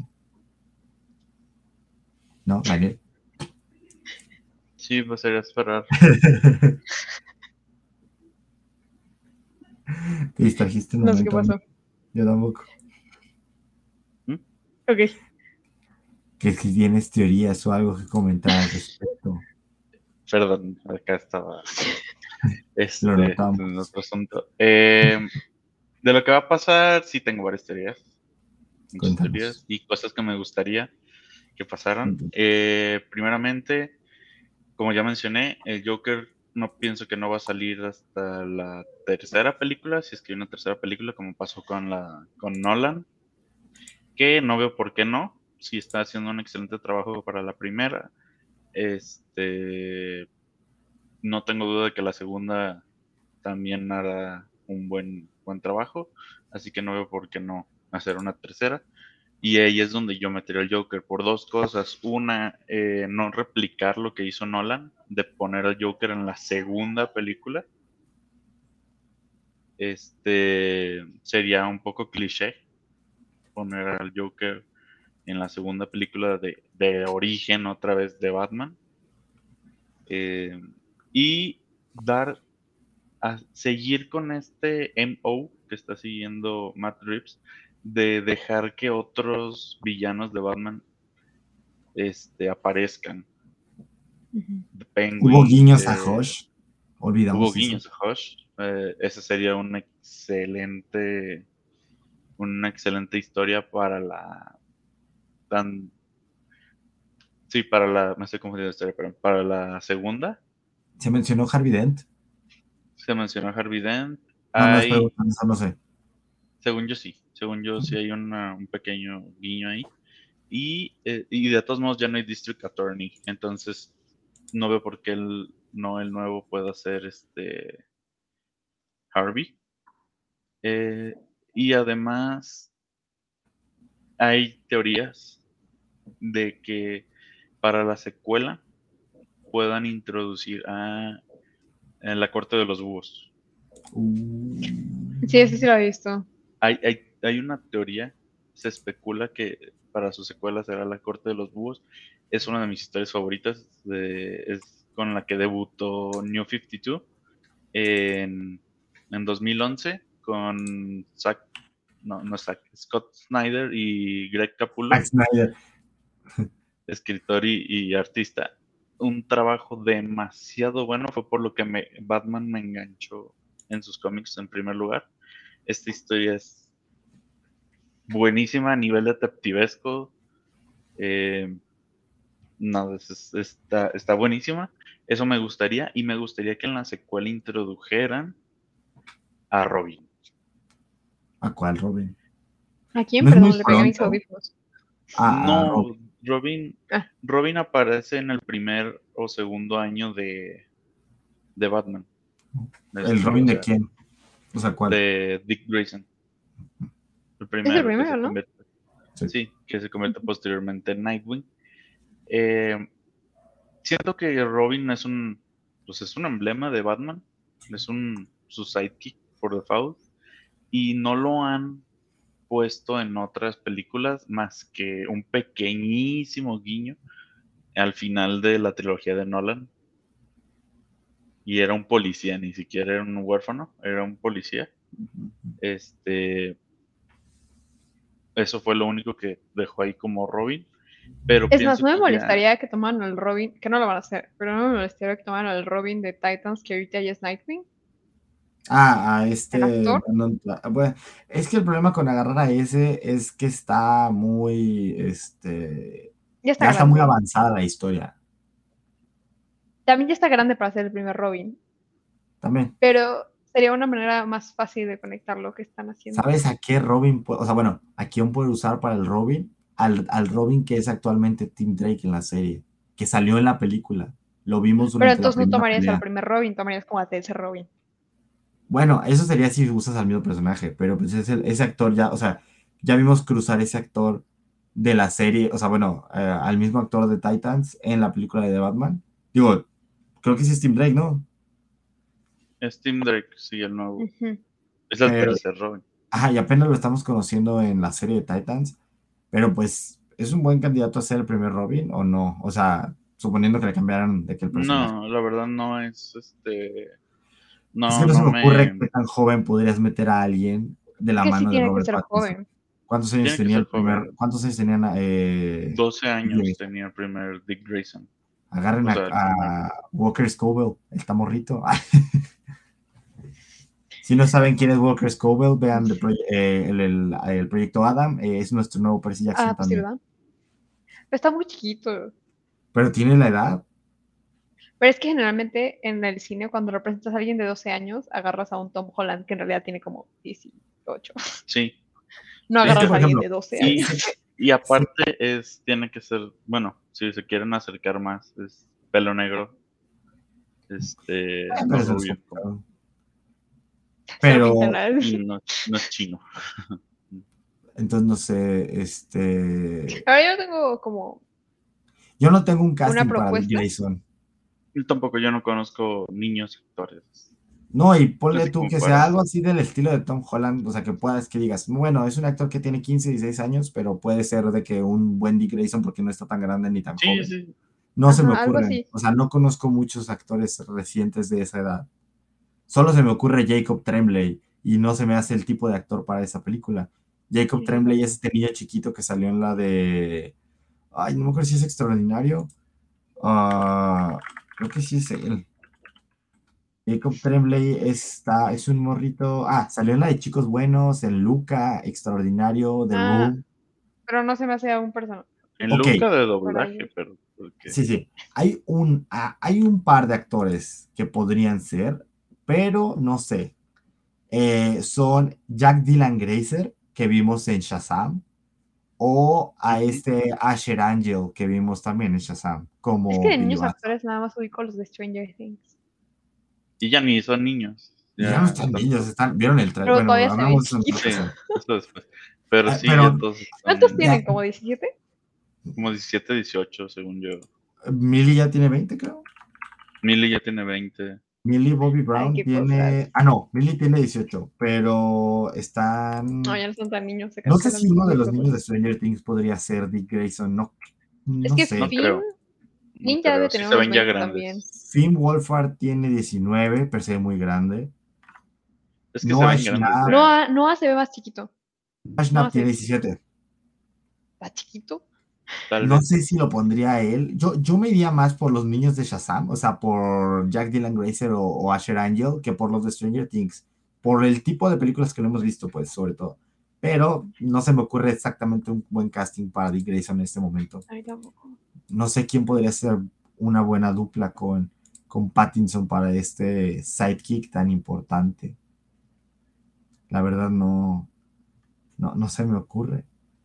[SPEAKER 1] ¿no, Daniel?
[SPEAKER 3] Sí, pues sería esperar.
[SPEAKER 1] Te distrajiste un
[SPEAKER 2] No sé qué
[SPEAKER 1] momento,
[SPEAKER 2] pasó.
[SPEAKER 1] yo tampoco.
[SPEAKER 3] ¿Mm?
[SPEAKER 2] Ok.
[SPEAKER 1] Que si tienes teorías o algo que comentar al respecto,
[SPEAKER 3] Perdón, acá estaba
[SPEAKER 1] lo
[SPEAKER 3] en
[SPEAKER 1] notamos.
[SPEAKER 3] otro asunto. De lo que va a pasar, sí tengo varias teorías, muchas
[SPEAKER 1] Cuéntanos.
[SPEAKER 3] teorías y cosas que me gustaría que pasaran.
[SPEAKER 1] Cuéntanos.
[SPEAKER 3] Primeramente, como ya mencioné, el Joker no pienso que no va a salir hasta la tercera película, si es que hay una tercera película, como pasó con Nolan, que no veo por qué no, si está haciendo un excelente trabajo para la primera. Este, no tengo duda de que la segunda también hará un buen trabajo, así que no veo por qué no hacer una tercera. Y ahí es donde yo metería el Joker por dos cosas. Una, no replicar lo que hizo Nolan, de poner al Joker en la segunda película. Sería un poco cliché poner al Joker en la segunda película de origen otra vez de Batman. Eh, y dar a seguir con este MO que está siguiendo Matt Reeves de dejar que otros villanos de Batman aparezcan.
[SPEAKER 2] Ujú.
[SPEAKER 3] The
[SPEAKER 1] Hubo
[SPEAKER 3] Penguin,
[SPEAKER 1] guiños a Hush,
[SPEAKER 3] hubo
[SPEAKER 1] olvidamos eso.
[SPEAKER 3] guiños a Hush. Esa sería una excelente historia para tan, sí, me estoy confundiendo de historia, pero para la segunda
[SPEAKER 1] Se mencionó Harvey Dent.
[SPEAKER 3] se mencionó a Harvey Dent.
[SPEAKER 1] No, no es
[SPEAKER 3] Hay,
[SPEAKER 1] pregunta, eso no sé.
[SPEAKER 3] según yo sí hay un pequeño guiño ahí. Y de todos modos ya no hay District Attorney, entonces no veo por qué el nuevo pueda ser Harvey. Eh, y además hay teorías de que para la secuela puedan introducir en la corte de los búhos.
[SPEAKER 1] Uh,
[SPEAKER 2] Sí, ese sí lo he visto.
[SPEAKER 3] Hay una teoría, se especula que para su secuela será La Corte de los Búhos. Es una de mis historias favoritas, es con la que debutó New 52 en, en 2011 con Scott Snyder y Greg
[SPEAKER 1] Zack
[SPEAKER 3] Capullo,
[SPEAKER 1] Snyder.
[SPEAKER 3] escritor y artista. Un trabajo demasiado bueno, fue por lo que Batman me enganchó en sus cómics en primer lugar. Esta historia es buenísima a nivel detectivesco. eh, no, está buenísima. Eso me gustaría, y me gustaría que en la secuela introdujeran a Robin.
[SPEAKER 1] ¿A cuál, Robin?
[SPEAKER 2] ¿A quién?
[SPEAKER 1] ¿No es muy
[SPEAKER 2] Perdón, le pegué a mis
[SPEAKER 1] pronto?
[SPEAKER 2] audífonos.
[SPEAKER 1] A
[SPEAKER 3] No,
[SPEAKER 1] Robin.
[SPEAKER 2] Ah,
[SPEAKER 3] Robin aparece en el primer o segundo año de Batman.
[SPEAKER 1] ¿El Robin
[SPEAKER 3] O
[SPEAKER 1] de
[SPEAKER 3] sea,
[SPEAKER 1] quién? O sea, ¿cuál?
[SPEAKER 3] de Dick Grayson, el
[SPEAKER 2] es el
[SPEAKER 3] primero que se
[SPEAKER 2] primero, ¿no?
[SPEAKER 3] convierte,
[SPEAKER 1] Sí.
[SPEAKER 3] sí, que se convierte posteriormente en Nightwing. Eh, Siento que Robin pues es un emblema de Batman, es su sidekick por default, y no lo han puesto en otras películas más que un pequeñísimo guiño al final de la trilogía de Nolan, y era un policía, ni siquiera era un huérfano, era un policía. Este, Eso fue lo único que dejó ahí como Robin, pero
[SPEAKER 2] Es más,
[SPEAKER 3] pienso
[SPEAKER 2] no me
[SPEAKER 3] que ya,
[SPEAKER 2] molestaría que tomaran al Robin, que no lo van a hacer, pero no me molestaría que tomaran al Robin de Titans, que ahorita ya es Nightwing,
[SPEAKER 1] A
[SPEAKER 2] el actor.
[SPEAKER 1] Bueno, es que el problema con agarrar a ese es que está muy,
[SPEAKER 2] Ya está
[SPEAKER 1] ya está muy
[SPEAKER 2] grande.
[SPEAKER 1] avanzada la historia.
[SPEAKER 2] También ya está grande para ser el primer Robin,
[SPEAKER 1] También,
[SPEAKER 2] pero sería una manera más fácil de conectar lo que están haciendo.
[SPEAKER 1] ¿sabes a qué Robin? O sea, bueno, ¿a quién puede usar para el Robin? Al Robin que es actualmente Tim Drake en la serie, que salió en la película. Lo vimos
[SPEAKER 2] Pero
[SPEAKER 1] durante la
[SPEAKER 2] entonces no
[SPEAKER 1] primera
[SPEAKER 2] tomarías al
[SPEAKER 1] pelea.
[SPEAKER 2] primer Robin, tomarías como a tercer Robin.
[SPEAKER 1] Bueno, eso sería si usas al mismo personaje, pero pues ese actor ya, o sea, ya vimos cruzar ese actor de la serie, o sea, bueno, al mismo actor de Titans en la película de The Batman. Digo, creo que sí es Tim Drake, ¿no?
[SPEAKER 3] es Tim Drake, sí, el nuevo,
[SPEAKER 2] Ujú.
[SPEAKER 3] es el
[SPEAKER 1] Pero,
[SPEAKER 3] tercer Robin.
[SPEAKER 1] ajá, y apenas lo estamos conociendo en la serie de Titans, pero pues, ¿es un buen candidato a ser el primer Robin o no? O sea, suponiendo que le cambiaran de que el personaje.
[SPEAKER 3] No, la verdad no
[SPEAKER 1] Es que
[SPEAKER 3] no,
[SPEAKER 1] no se
[SPEAKER 3] no
[SPEAKER 1] me ocurre
[SPEAKER 3] me,
[SPEAKER 1] qué tan joven podrías meter a alguien de
[SPEAKER 2] Es
[SPEAKER 1] la
[SPEAKER 2] que sí
[SPEAKER 1] mano de
[SPEAKER 2] tiene que
[SPEAKER 1] Robert
[SPEAKER 2] ser
[SPEAKER 1] Pattinson.
[SPEAKER 2] joven.
[SPEAKER 1] ¿Cuántos años
[SPEAKER 3] tiene que
[SPEAKER 1] tenía
[SPEAKER 3] ser
[SPEAKER 1] el primer?
[SPEAKER 3] joven.
[SPEAKER 1] ¿Cuántos años tenían
[SPEAKER 3] 12 años
[SPEAKER 1] TJ?
[SPEAKER 3] tenía el primer Dick Grayson,
[SPEAKER 1] Agarren
[SPEAKER 3] o sea, el primer.
[SPEAKER 1] a Walker Scobell, el tamorrito. Si no saben quién es Walker Scobell, vean el proyecto Adam. Es nuestro nuevo Percy Jackson
[SPEAKER 2] Ah, pues sí,
[SPEAKER 1] también.
[SPEAKER 2] ¿verdad? Pero está muy chiquito.
[SPEAKER 1] Pero tiene la edad.
[SPEAKER 2] Pero es que generalmente en el cine, cuando representas a alguien de 12 años, agarras a un Tom Holland que en realidad tiene como 18.
[SPEAKER 3] Sí,
[SPEAKER 2] No
[SPEAKER 1] Es
[SPEAKER 3] sí,
[SPEAKER 1] que,
[SPEAKER 2] agarras
[SPEAKER 1] por
[SPEAKER 2] a alguien
[SPEAKER 1] ejemplo,
[SPEAKER 2] de 12
[SPEAKER 3] y,
[SPEAKER 2] años.
[SPEAKER 1] sé que,
[SPEAKER 3] y
[SPEAKER 1] sé
[SPEAKER 3] aparte tiene que ser, bueno, si se quieren acercar más, es pelo negro, no
[SPEAKER 1] pero eso es
[SPEAKER 3] rubio,
[SPEAKER 1] complicado.
[SPEAKER 2] Se lo
[SPEAKER 1] Pero,
[SPEAKER 2] pintan a él.
[SPEAKER 3] y no es chino.
[SPEAKER 1] entonces, no sé,
[SPEAKER 2] Ahora yo tengo como
[SPEAKER 1] yo no tengo un
[SPEAKER 2] una
[SPEAKER 1] casting para Dick
[SPEAKER 2] propuesta.
[SPEAKER 1] Grayson.
[SPEAKER 3] Y tampoco yo no conozco niños actores,
[SPEAKER 1] No, y ponle
[SPEAKER 3] así
[SPEAKER 1] tú
[SPEAKER 3] como
[SPEAKER 1] que sea
[SPEAKER 3] para,
[SPEAKER 1] algo así del estilo de Tom Holland, o sea, que puedas que digas, bueno, es un actor que tiene 15, 16 años, pero puede ser de que un buen Dick Grayson porque no está tan grande ni tan
[SPEAKER 3] sí,
[SPEAKER 1] joven.
[SPEAKER 3] sí,
[SPEAKER 1] No se me
[SPEAKER 2] Ajá, algo
[SPEAKER 1] ocurren,
[SPEAKER 2] así.
[SPEAKER 1] o sea, no conozco muchos actores recientes de esa edad. Solo se me ocurre Jacob Tremblay y no se me hace el tipo de actor para esa película. Jacob Tremblay es este niño chiquito que salió en la de, ay, no me acuerdo si es extraordinario. Ah, creo que sí es él. Jacob Tremblay es un morrito. Ah, salió en la de Chicos Buenos, en Luca, Extraordinario, The
[SPEAKER 2] Ah,
[SPEAKER 1] Room.
[SPEAKER 2] pero no se me hace a un personaje
[SPEAKER 3] en
[SPEAKER 1] Ok,
[SPEAKER 3] Luca de
[SPEAKER 2] para
[SPEAKER 3] doblaje,
[SPEAKER 2] ellos.
[SPEAKER 3] pero porque
[SPEAKER 1] sí, sí. Hay un par de actores que podrían ser, pero no sé. Son Jack Dylan Grazer, que vimos en Shazam, o a
[SPEAKER 3] ujú.
[SPEAKER 1] este Asher Angel, que vimos también en Shazam,
[SPEAKER 2] Es que
[SPEAKER 1] como
[SPEAKER 2] de
[SPEAKER 1] Billy
[SPEAKER 2] niños
[SPEAKER 1] Batson.
[SPEAKER 2] actores nada más ubico los de Stranger Things.
[SPEAKER 3] Y ya ni son niños,
[SPEAKER 1] Y ya no
[SPEAKER 3] ya
[SPEAKER 1] están niños, ¿vieron el trailer?
[SPEAKER 2] Pero
[SPEAKER 1] Bueno,
[SPEAKER 2] todavía se ven
[SPEAKER 1] hablamos de eso en otra
[SPEAKER 2] chiquitos.
[SPEAKER 3] sí,
[SPEAKER 1] ocasión.
[SPEAKER 3] eso después, pero sí, ya
[SPEAKER 1] Pero
[SPEAKER 3] todos
[SPEAKER 2] ¿Cuántos
[SPEAKER 3] están
[SPEAKER 1] ya,
[SPEAKER 2] tienen? ¿Como 17?
[SPEAKER 3] como 17, 18 según yo.
[SPEAKER 1] Millie ya tiene 20, creo.
[SPEAKER 3] Millie ya tiene 20.
[SPEAKER 1] Millie Bobby
[SPEAKER 2] Ay,
[SPEAKER 1] Brown
[SPEAKER 2] qué
[SPEAKER 1] tiene.
[SPEAKER 2] cosas.
[SPEAKER 1] Ah, no, Millie tiene 18, pero están.
[SPEAKER 2] No, ya no son tan niños, se
[SPEAKER 1] No sé
[SPEAKER 2] cancelan
[SPEAKER 1] si uno de
[SPEAKER 2] muy
[SPEAKER 1] los
[SPEAKER 2] pronto.
[SPEAKER 1] niños de Stranger Things podría ser Dick Grayson, no,
[SPEAKER 2] Es
[SPEAKER 1] no
[SPEAKER 2] que
[SPEAKER 3] No
[SPEAKER 1] sé.
[SPEAKER 2] Finn,
[SPEAKER 3] creo, no
[SPEAKER 2] Finn ya debe
[SPEAKER 3] creo. Sí
[SPEAKER 2] tener
[SPEAKER 3] se
[SPEAKER 2] unos
[SPEAKER 3] ven ya
[SPEAKER 2] 20 también.
[SPEAKER 3] grandes.
[SPEAKER 1] Finn Wolfhard tiene 19, pero se ve muy grande.
[SPEAKER 3] Es que se
[SPEAKER 1] Noah
[SPEAKER 3] ven grandes
[SPEAKER 1] Schnapp,
[SPEAKER 3] ya.
[SPEAKER 2] Noah se ve más chiquito.
[SPEAKER 1] Noah
[SPEAKER 2] Noah
[SPEAKER 1] Schnapp
[SPEAKER 2] se
[SPEAKER 1] tiene
[SPEAKER 2] ve
[SPEAKER 1] 17.
[SPEAKER 2] más chiquito.
[SPEAKER 3] Tal
[SPEAKER 1] No
[SPEAKER 3] vez.
[SPEAKER 1] sé si lo pondría a él. Yo me iría más por los niños de Shazam, o sea, por Jack Dylan Grazer o Asher Angel, que por los de Stranger Things. Por el tipo de películas que no hemos visto, pues, sobre todo. Pero no se me ocurre exactamente un buen casting para Dick Grayson en este momento.
[SPEAKER 2] Ay, tampoco.
[SPEAKER 1] No sé quién podría ser una buena dupla con Pattinson para este sidekick tan importante. La verdad no se me ocurre.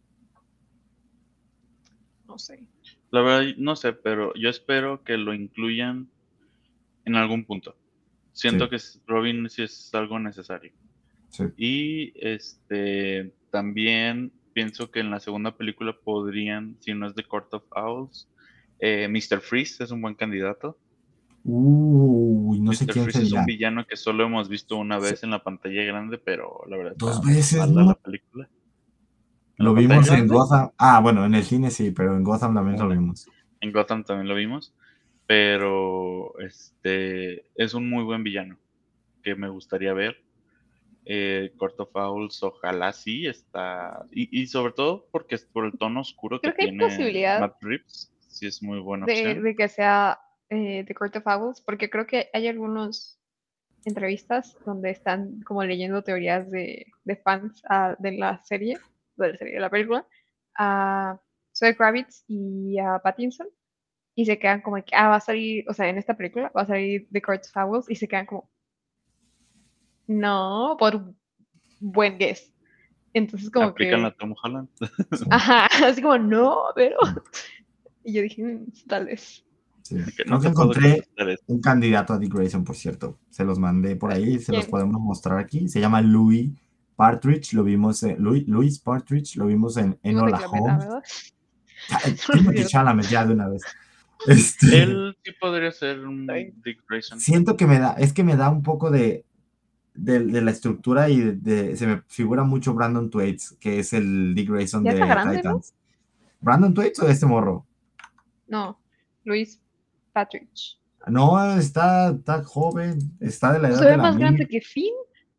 [SPEAKER 2] No sé.
[SPEAKER 3] La verdad, no sé, pero yo espero que lo incluyan en algún punto. Siento
[SPEAKER 1] Sí,
[SPEAKER 3] que Robin sí es algo necesario.
[SPEAKER 1] sí.
[SPEAKER 3] Y también pienso que en la segunda película podrían, si no es The Court of Owls, Mr. Freeze es un buen candidato.
[SPEAKER 1] Uy, no sé
[SPEAKER 3] Mr.
[SPEAKER 1] quién
[SPEAKER 3] Freeze es un
[SPEAKER 1] sería.
[SPEAKER 3] villano que solo hemos visto una vez en la pantalla grande, pero la verdad
[SPEAKER 1] Dos
[SPEAKER 3] está
[SPEAKER 1] veces,
[SPEAKER 3] mala
[SPEAKER 1] ¿no?
[SPEAKER 3] la película. ¿En
[SPEAKER 1] Lo
[SPEAKER 3] la pantalla
[SPEAKER 1] vimos en
[SPEAKER 3] grande?
[SPEAKER 1] Gotham. Ah, bueno, en el cine sí, pero en Gotham también lo
[SPEAKER 3] Una.
[SPEAKER 1] vimos.
[SPEAKER 3] En Gotham también lo vimos, pero es un muy buen villano que me gustaría ver. Court of Owls, ojalá sí está. Y sobre todo porque es por el tono oscuro que
[SPEAKER 2] Creo que hay
[SPEAKER 3] tiene
[SPEAKER 2] posibilidad
[SPEAKER 3] Matt Reeves, sí es muy buena opción.
[SPEAKER 2] de que sea The Court of Owls, porque creo que hay algunas entrevistas donde están como leyendo teorías de fans de la película, a Zoe Kravitz y a Pattinson, y se quedan como que, va a salir, o sea, en esta película va a salir The Court of Owls, y se quedan como, no, por un buen guess. Entonces como
[SPEAKER 3] Aplican la
[SPEAKER 2] que,
[SPEAKER 3] Tom Holland.
[SPEAKER 1] Sí,
[SPEAKER 2] ajá, así como, no, pero, y yo dije, tal vez.
[SPEAKER 1] sí.
[SPEAKER 3] Que no
[SPEAKER 1] Creo que
[SPEAKER 3] te puedo
[SPEAKER 1] encontré
[SPEAKER 3] contestar eso.
[SPEAKER 1] un candidato a Dick Grayson, por cierto. Se los mandé por
[SPEAKER 2] A ver,
[SPEAKER 1] ahí, se los
[SPEAKER 2] ¿quién?
[SPEAKER 1] podemos mostrar aquí. Se llama Louis Partridge, lo vimos Louis Partridge, lo vimos en
[SPEAKER 2] Timothy
[SPEAKER 1] Enola
[SPEAKER 2] Chalamet,
[SPEAKER 1] Holmes.
[SPEAKER 2] ¿verdad? No es
[SPEAKER 1] Timothy
[SPEAKER 2] cierto.
[SPEAKER 1] Chalamet ya de una vez. Este,
[SPEAKER 3] Él sí podría ser
[SPEAKER 2] Está
[SPEAKER 3] un
[SPEAKER 2] bien.
[SPEAKER 3] Dick Grayson.
[SPEAKER 1] siento que me da un poco de la estructura y se me figura mucho Brandon Thwaites, que es el Dick Grayson
[SPEAKER 2] Ya está
[SPEAKER 1] de
[SPEAKER 2] grande, ¿no?
[SPEAKER 1] Titans. ¿Brandon Thwaites o este morro?
[SPEAKER 2] No, Luis Patrick.
[SPEAKER 1] No, está joven, está de la
[SPEAKER 2] Pues
[SPEAKER 1] edad
[SPEAKER 2] se
[SPEAKER 1] de
[SPEAKER 2] ve
[SPEAKER 1] la
[SPEAKER 2] más grande
[SPEAKER 1] Millie.
[SPEAKER 2] que Finn.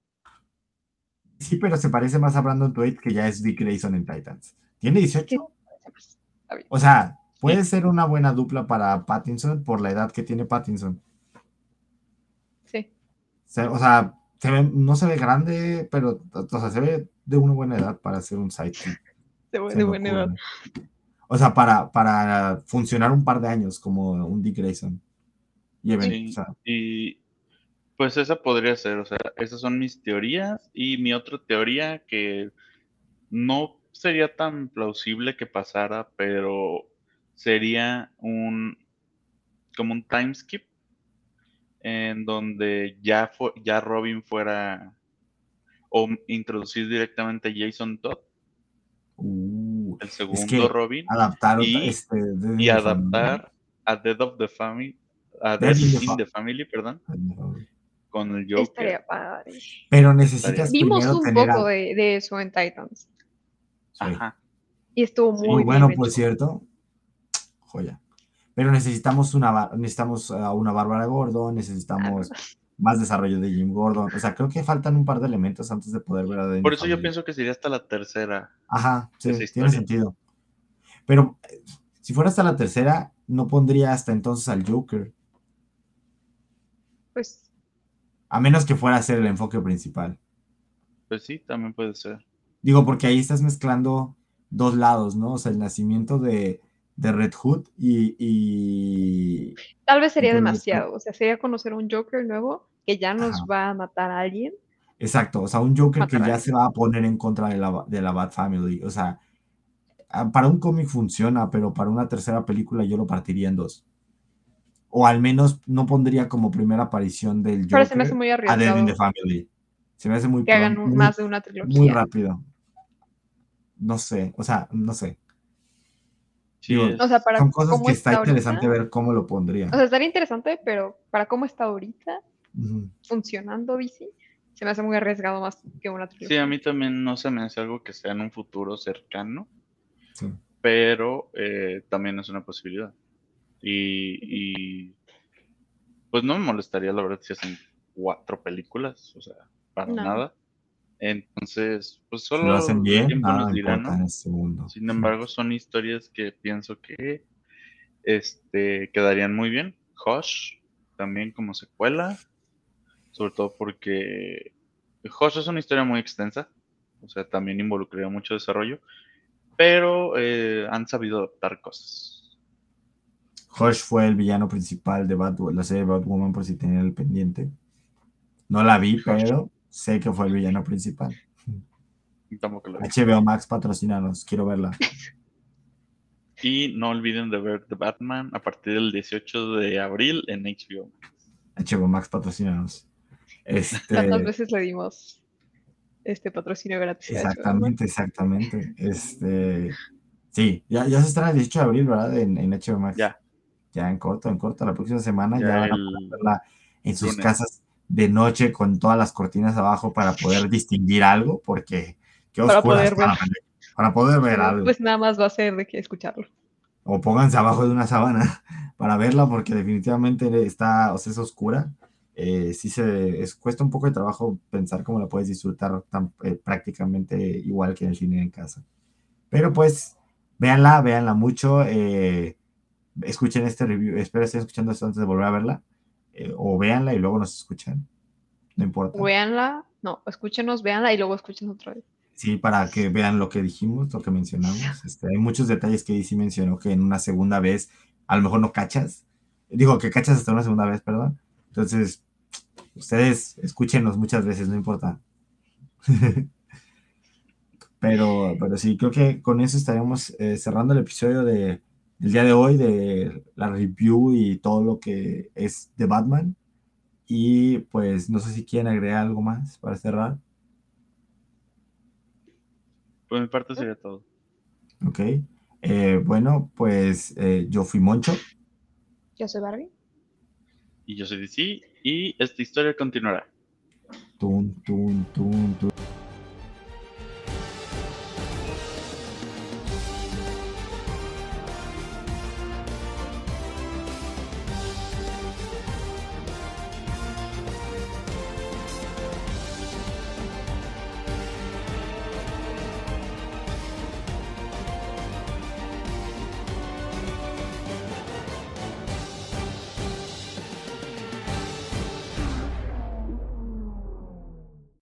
[SPEAKER 1] Sí, pero se parece más a Brandon Thwaites, que ya es Dick Grayson en Titans. ¿Tiene
[SPEAKER 2] Es que
[SPEAKER 1] 18?
[SPEAKER 2] parece más. Está bien.
[SPEAKER 1] O sea,
[SPEAKER 3] Sí,
[SPEAKER 1] puede ser una buena dupla para Pattinson por la edad que tiene Pattinson.
[SPEAKER 2] Sí,
[SPEAKER 1] O sea, no se ve grande, pero o sea, se ve de una buena edad para ser un sidekick, se
[SPEAKER 2] de
[SPEAKER 1] me
[SPEAKER 2] buena edad.
[SPEAKER 1] ocurre. O sea, para funcionar un par de años como un Dick Grayson. O
[SPEAKER 3] sí.
[SPEAKER 1] sea,
[SPEAKER 3] Y pues esa podría ser, o sea, esas son mis teorías. Y mi otra teoría que no sería tan plausible que pasara, pero sería como un time skip en donde ya Robin fuera o introducir directamente a Jason Todd, el
[SPEAKER 1] es
[SPEAKER 3] segundo
[SPEAKER 1] que
[SPEAKER 3] Robin,
[SPEAKER 1] adaptaron
[SPEAKER 3] y,
[SPEAKER 1] Dead
[SPEAKER 3] y
[SPEAKER 1] in the Family.
[SPEAKER 3] adaptar a
[SPEAKER 1] Dead
[SPEAKER 3] Dead
[SPEAKER 1] in the
[SPEAKER 3] in
[SPEAKER 1] Fa-
[SPEAKER 3] the Family, perdón, con el Joker.
[SPEAKER 2] Estaría padre.
[SPEAKER 1] Pero
[SPEAKER 3] Estaría,
[SPEAKER 1] necesitas
[SPEAKER 2] Vimos
[SPEAKER 1] primero
[SPEAKER 2] un
[SPEAKER 1] tener
[SPEAKER 2] poco de eso en Titans.
[SPEAKER 1] Sí,
[SPEAKER 3] ajá,
[SPEAKER 2] Y estuvo
[SPEAKER 3] sí,
[SPEAKER 1] muy
[SPEAKER 2] muy bien
[SPEAKER 1] bueno, por
[SPEAKER 2] hecho.
[SPEAKER 1] cierto. Joya. Pero necesitamos a una Bárbara Gordon,
[SPEAKER 2] Ah, no,
[SPEAKER 1] necesitamos más desarrollo de Jim Gordon. O sea, creo que faltan un par de elementos antes de poder ver a Dead in the
[SPEAKER 3] por eso yo
[SPEAKER 1] Family.
[SPEAKER 3] pienso que sería hasta la tercera
[SPEAKER 1] Ajá,
[SPEAKER 3] esa
[SPEAKER 1] sí, tiene
[SPEAKER 3] historia.
[SPEAKER 1] sentido. Pero si fuera hasta la tercera, no pondría hasta entonces al Joker.
[SPEAKER 2] pues
[SPEAKER 1] A menos que fuera a ser el enfoque principal.
[SPEAKER 3] Pues sí, también puede ser.
[SPEAKER 1] Digo, porque ahí estás mezclando dos lados, ¿no? O sea, el nacimiento de Red Hood
[SPEAKER 2] tal vez
[SPEAKER 1] y
[SPEAKER 2] sería
[SPEAKER 1] todo esto.
[SPEAKER 2] demasiado. O sea, sería conocer a un Joker nuevo que ya nos
[SPEAKER 1] Ajá.
[SPEAKER 2] va a matar a alguien.
[SPEAKER 1] Exacto, o sea, un Joker que
[SPEAKER 2] Matar a
[SPEAKER 1] ya se
[SPEAKER 2] alguien.
[SPEAKER 1] va a poner en contra de la Bat Family. O sea, para un cómic funciona, pero para una tercera película yo lo partiría en dos. O al menos no pondría como primera aparición del
[SPEAKER 2] Pero se me hace
[SPEAKER 1] Joker
[SPEAKER 2] muy
[SPEAKER 1] a Dead in the
[SPEAKER 2] arriesgado
[SPEAKER 1] Family. Se me hace muy
[SPEAKER 2] que hagan
[SPEAKER 1] pronto,
[SPEAKER 2] más de una
[SPEAKER 1] muy
[SPEAKER 2] trilogía.
[SPEAKER 1] rápido. No sé, o sea, no sé.
[SPEAKER 3] Sí
[SPEAKER 1] Digo,
[SPEAKER 2] O sea,
[SPEAKER 1] son
[SPEAKER 2] para
[SPEAKER 1] cosas
[SPEAKER 2] cómo
[SPEAKER 1] que está
[SPEAKER 2] está ahorita.
[SPEAKER 1] interesante ver cómo lo
[SPEAKER 2] O sea,
[SPEAKER 1] pondrían.
[SPEAKER 2] estaría interesante, pero para cómo está ahorita, funcionando DC, se me hace muy arriesgado más que una
[SPEAKER 3] Sí, a
[SPEAKER 2] trilogía.
[SPEAKER 3] mí también no se me hace algo que sea en un futuro cercano,
[SPEAKER 1] Sí.
[SPEAKER 3] pero también es una posibilidad. Y pues no me molestaría, la verdad, si hacen 4 películas, o sea, para
[SPEAKER 2] No,
[SPEAKER 3] nada. Entonces, pues
[SPEAKER 1] Si lo hacen
[SPEAKER 3] solo el
[SPEAKER 1] bien,
[SPEAKER 3] tiempo nos
[SPEAKER 1] nada
[SPEAKER 3] dirá,
[SPEAKER 1] importa
[SPEAKER 3] ¿no?
[SPEAKER 1] en este mundo.
[SPEAKER 3] Sin embargo, son historias que pienso que quedarían muy bien. Hush, también como secuela, sobre todo porque Hush es una historia muy extensa, o sea, también involucraría mucho desarrollo, pero han sabido adaptar cosas.
[SPEAKER 1] Hush fue el villano principal de la serie Batwoman, por si tenían el pendiente. No la vi,
[SPEAKER 3] Hush,
[SPEAKER 1] pero sé que fue el villano principal.
[SPEAKER 3] tampoco lo vi.
[SPEAKER 1] HBO Max patrocinanos, quiero verla.
[SPEAKER 3] Y no olviden de ver The Batman a partir del 18 de abril en HBO.
[SPEAKER 1] HBO Max patrocinanos.
[SPEAKER 2] ¿cuántas
[SPEAKER 1] Este,
[SPEAKER 2] veces le dimos este patrocinio gratis a HBO Max?
[SPEAKER 1] exactamente, exactamente. Sí, ya se estrena el 18 de abril, ¿verdad? En HBO Max.
[SPEAKER 3] Ya,
[SPEAKER 1] Ya en corto, la próxima semana
[SPEAKER 3] ya
[SPEAKER 1] ya van a poder
[SPEAKER 3] el
[SPEAKER 1] verla en sus
[SPEAKER 3] lunes.
[SPEAKER 1] casas de noche con todas las cortinas abajo para poder distinguir algo, porque qué
[SPEAKER 2] Para
[SPEAKER 1] oscuras
[SPEAKER 2] poder
[SPEAKER 1] están
[SPEAKER 2] ver.
[SPEAKER 1] las películas, para poder
[SPEAKER 2] Si
[SPEAKER 1] ver
[SPEAKER 2] no,
[SPEAKER 1] algo.
[SPEAKER 2] pues nada más va a ser de que escucharlo.
[SPEAKER 1] O pónganse abajo de una sábana para verla, porque definitivamente está, o sea, es oscura. Sí cuesta un poco de trabajo pensar cómo la puedes disfrutar prácticamente igual que en el cine en casa. Pero pues, véanla mucho. Escuchen este review, espero estén escuchando esto antes de volver a verla, o véanla y luego nos escuchan, no importa.
[SPEAKER 2] Véanla, no, escúchenos, véanla y luego escuchen otra vez.
[SPEAKER 1] Sí, para que vean lo que dijimos, lo que mencionamos. Hay muchos detalles que sí mencionó que en una segunda vez a lo mejor no cachas. Digo que cachas hasta una segunda vez, perdón. Entonces, ustedes escúchenos muchas veces, no importa. Pero sí, creo que con eso estaríamos cerrando el episodio del día de hoy, de la review y todo lo que es de Batman. Y pues no sé si quieren agregar algo más para cerrar.
[SPEAKER 3] Por mi parte sería todo.
[SPEAKER 1] Ok. Bueno, pues yo fui Moncho.
[SPEAKER 2] Yo soy Barbie.
[SPEAKER 3] Y yo soy DC y esta historia continuará.
[SPEAKER 1] Tun, tun, tun, tun.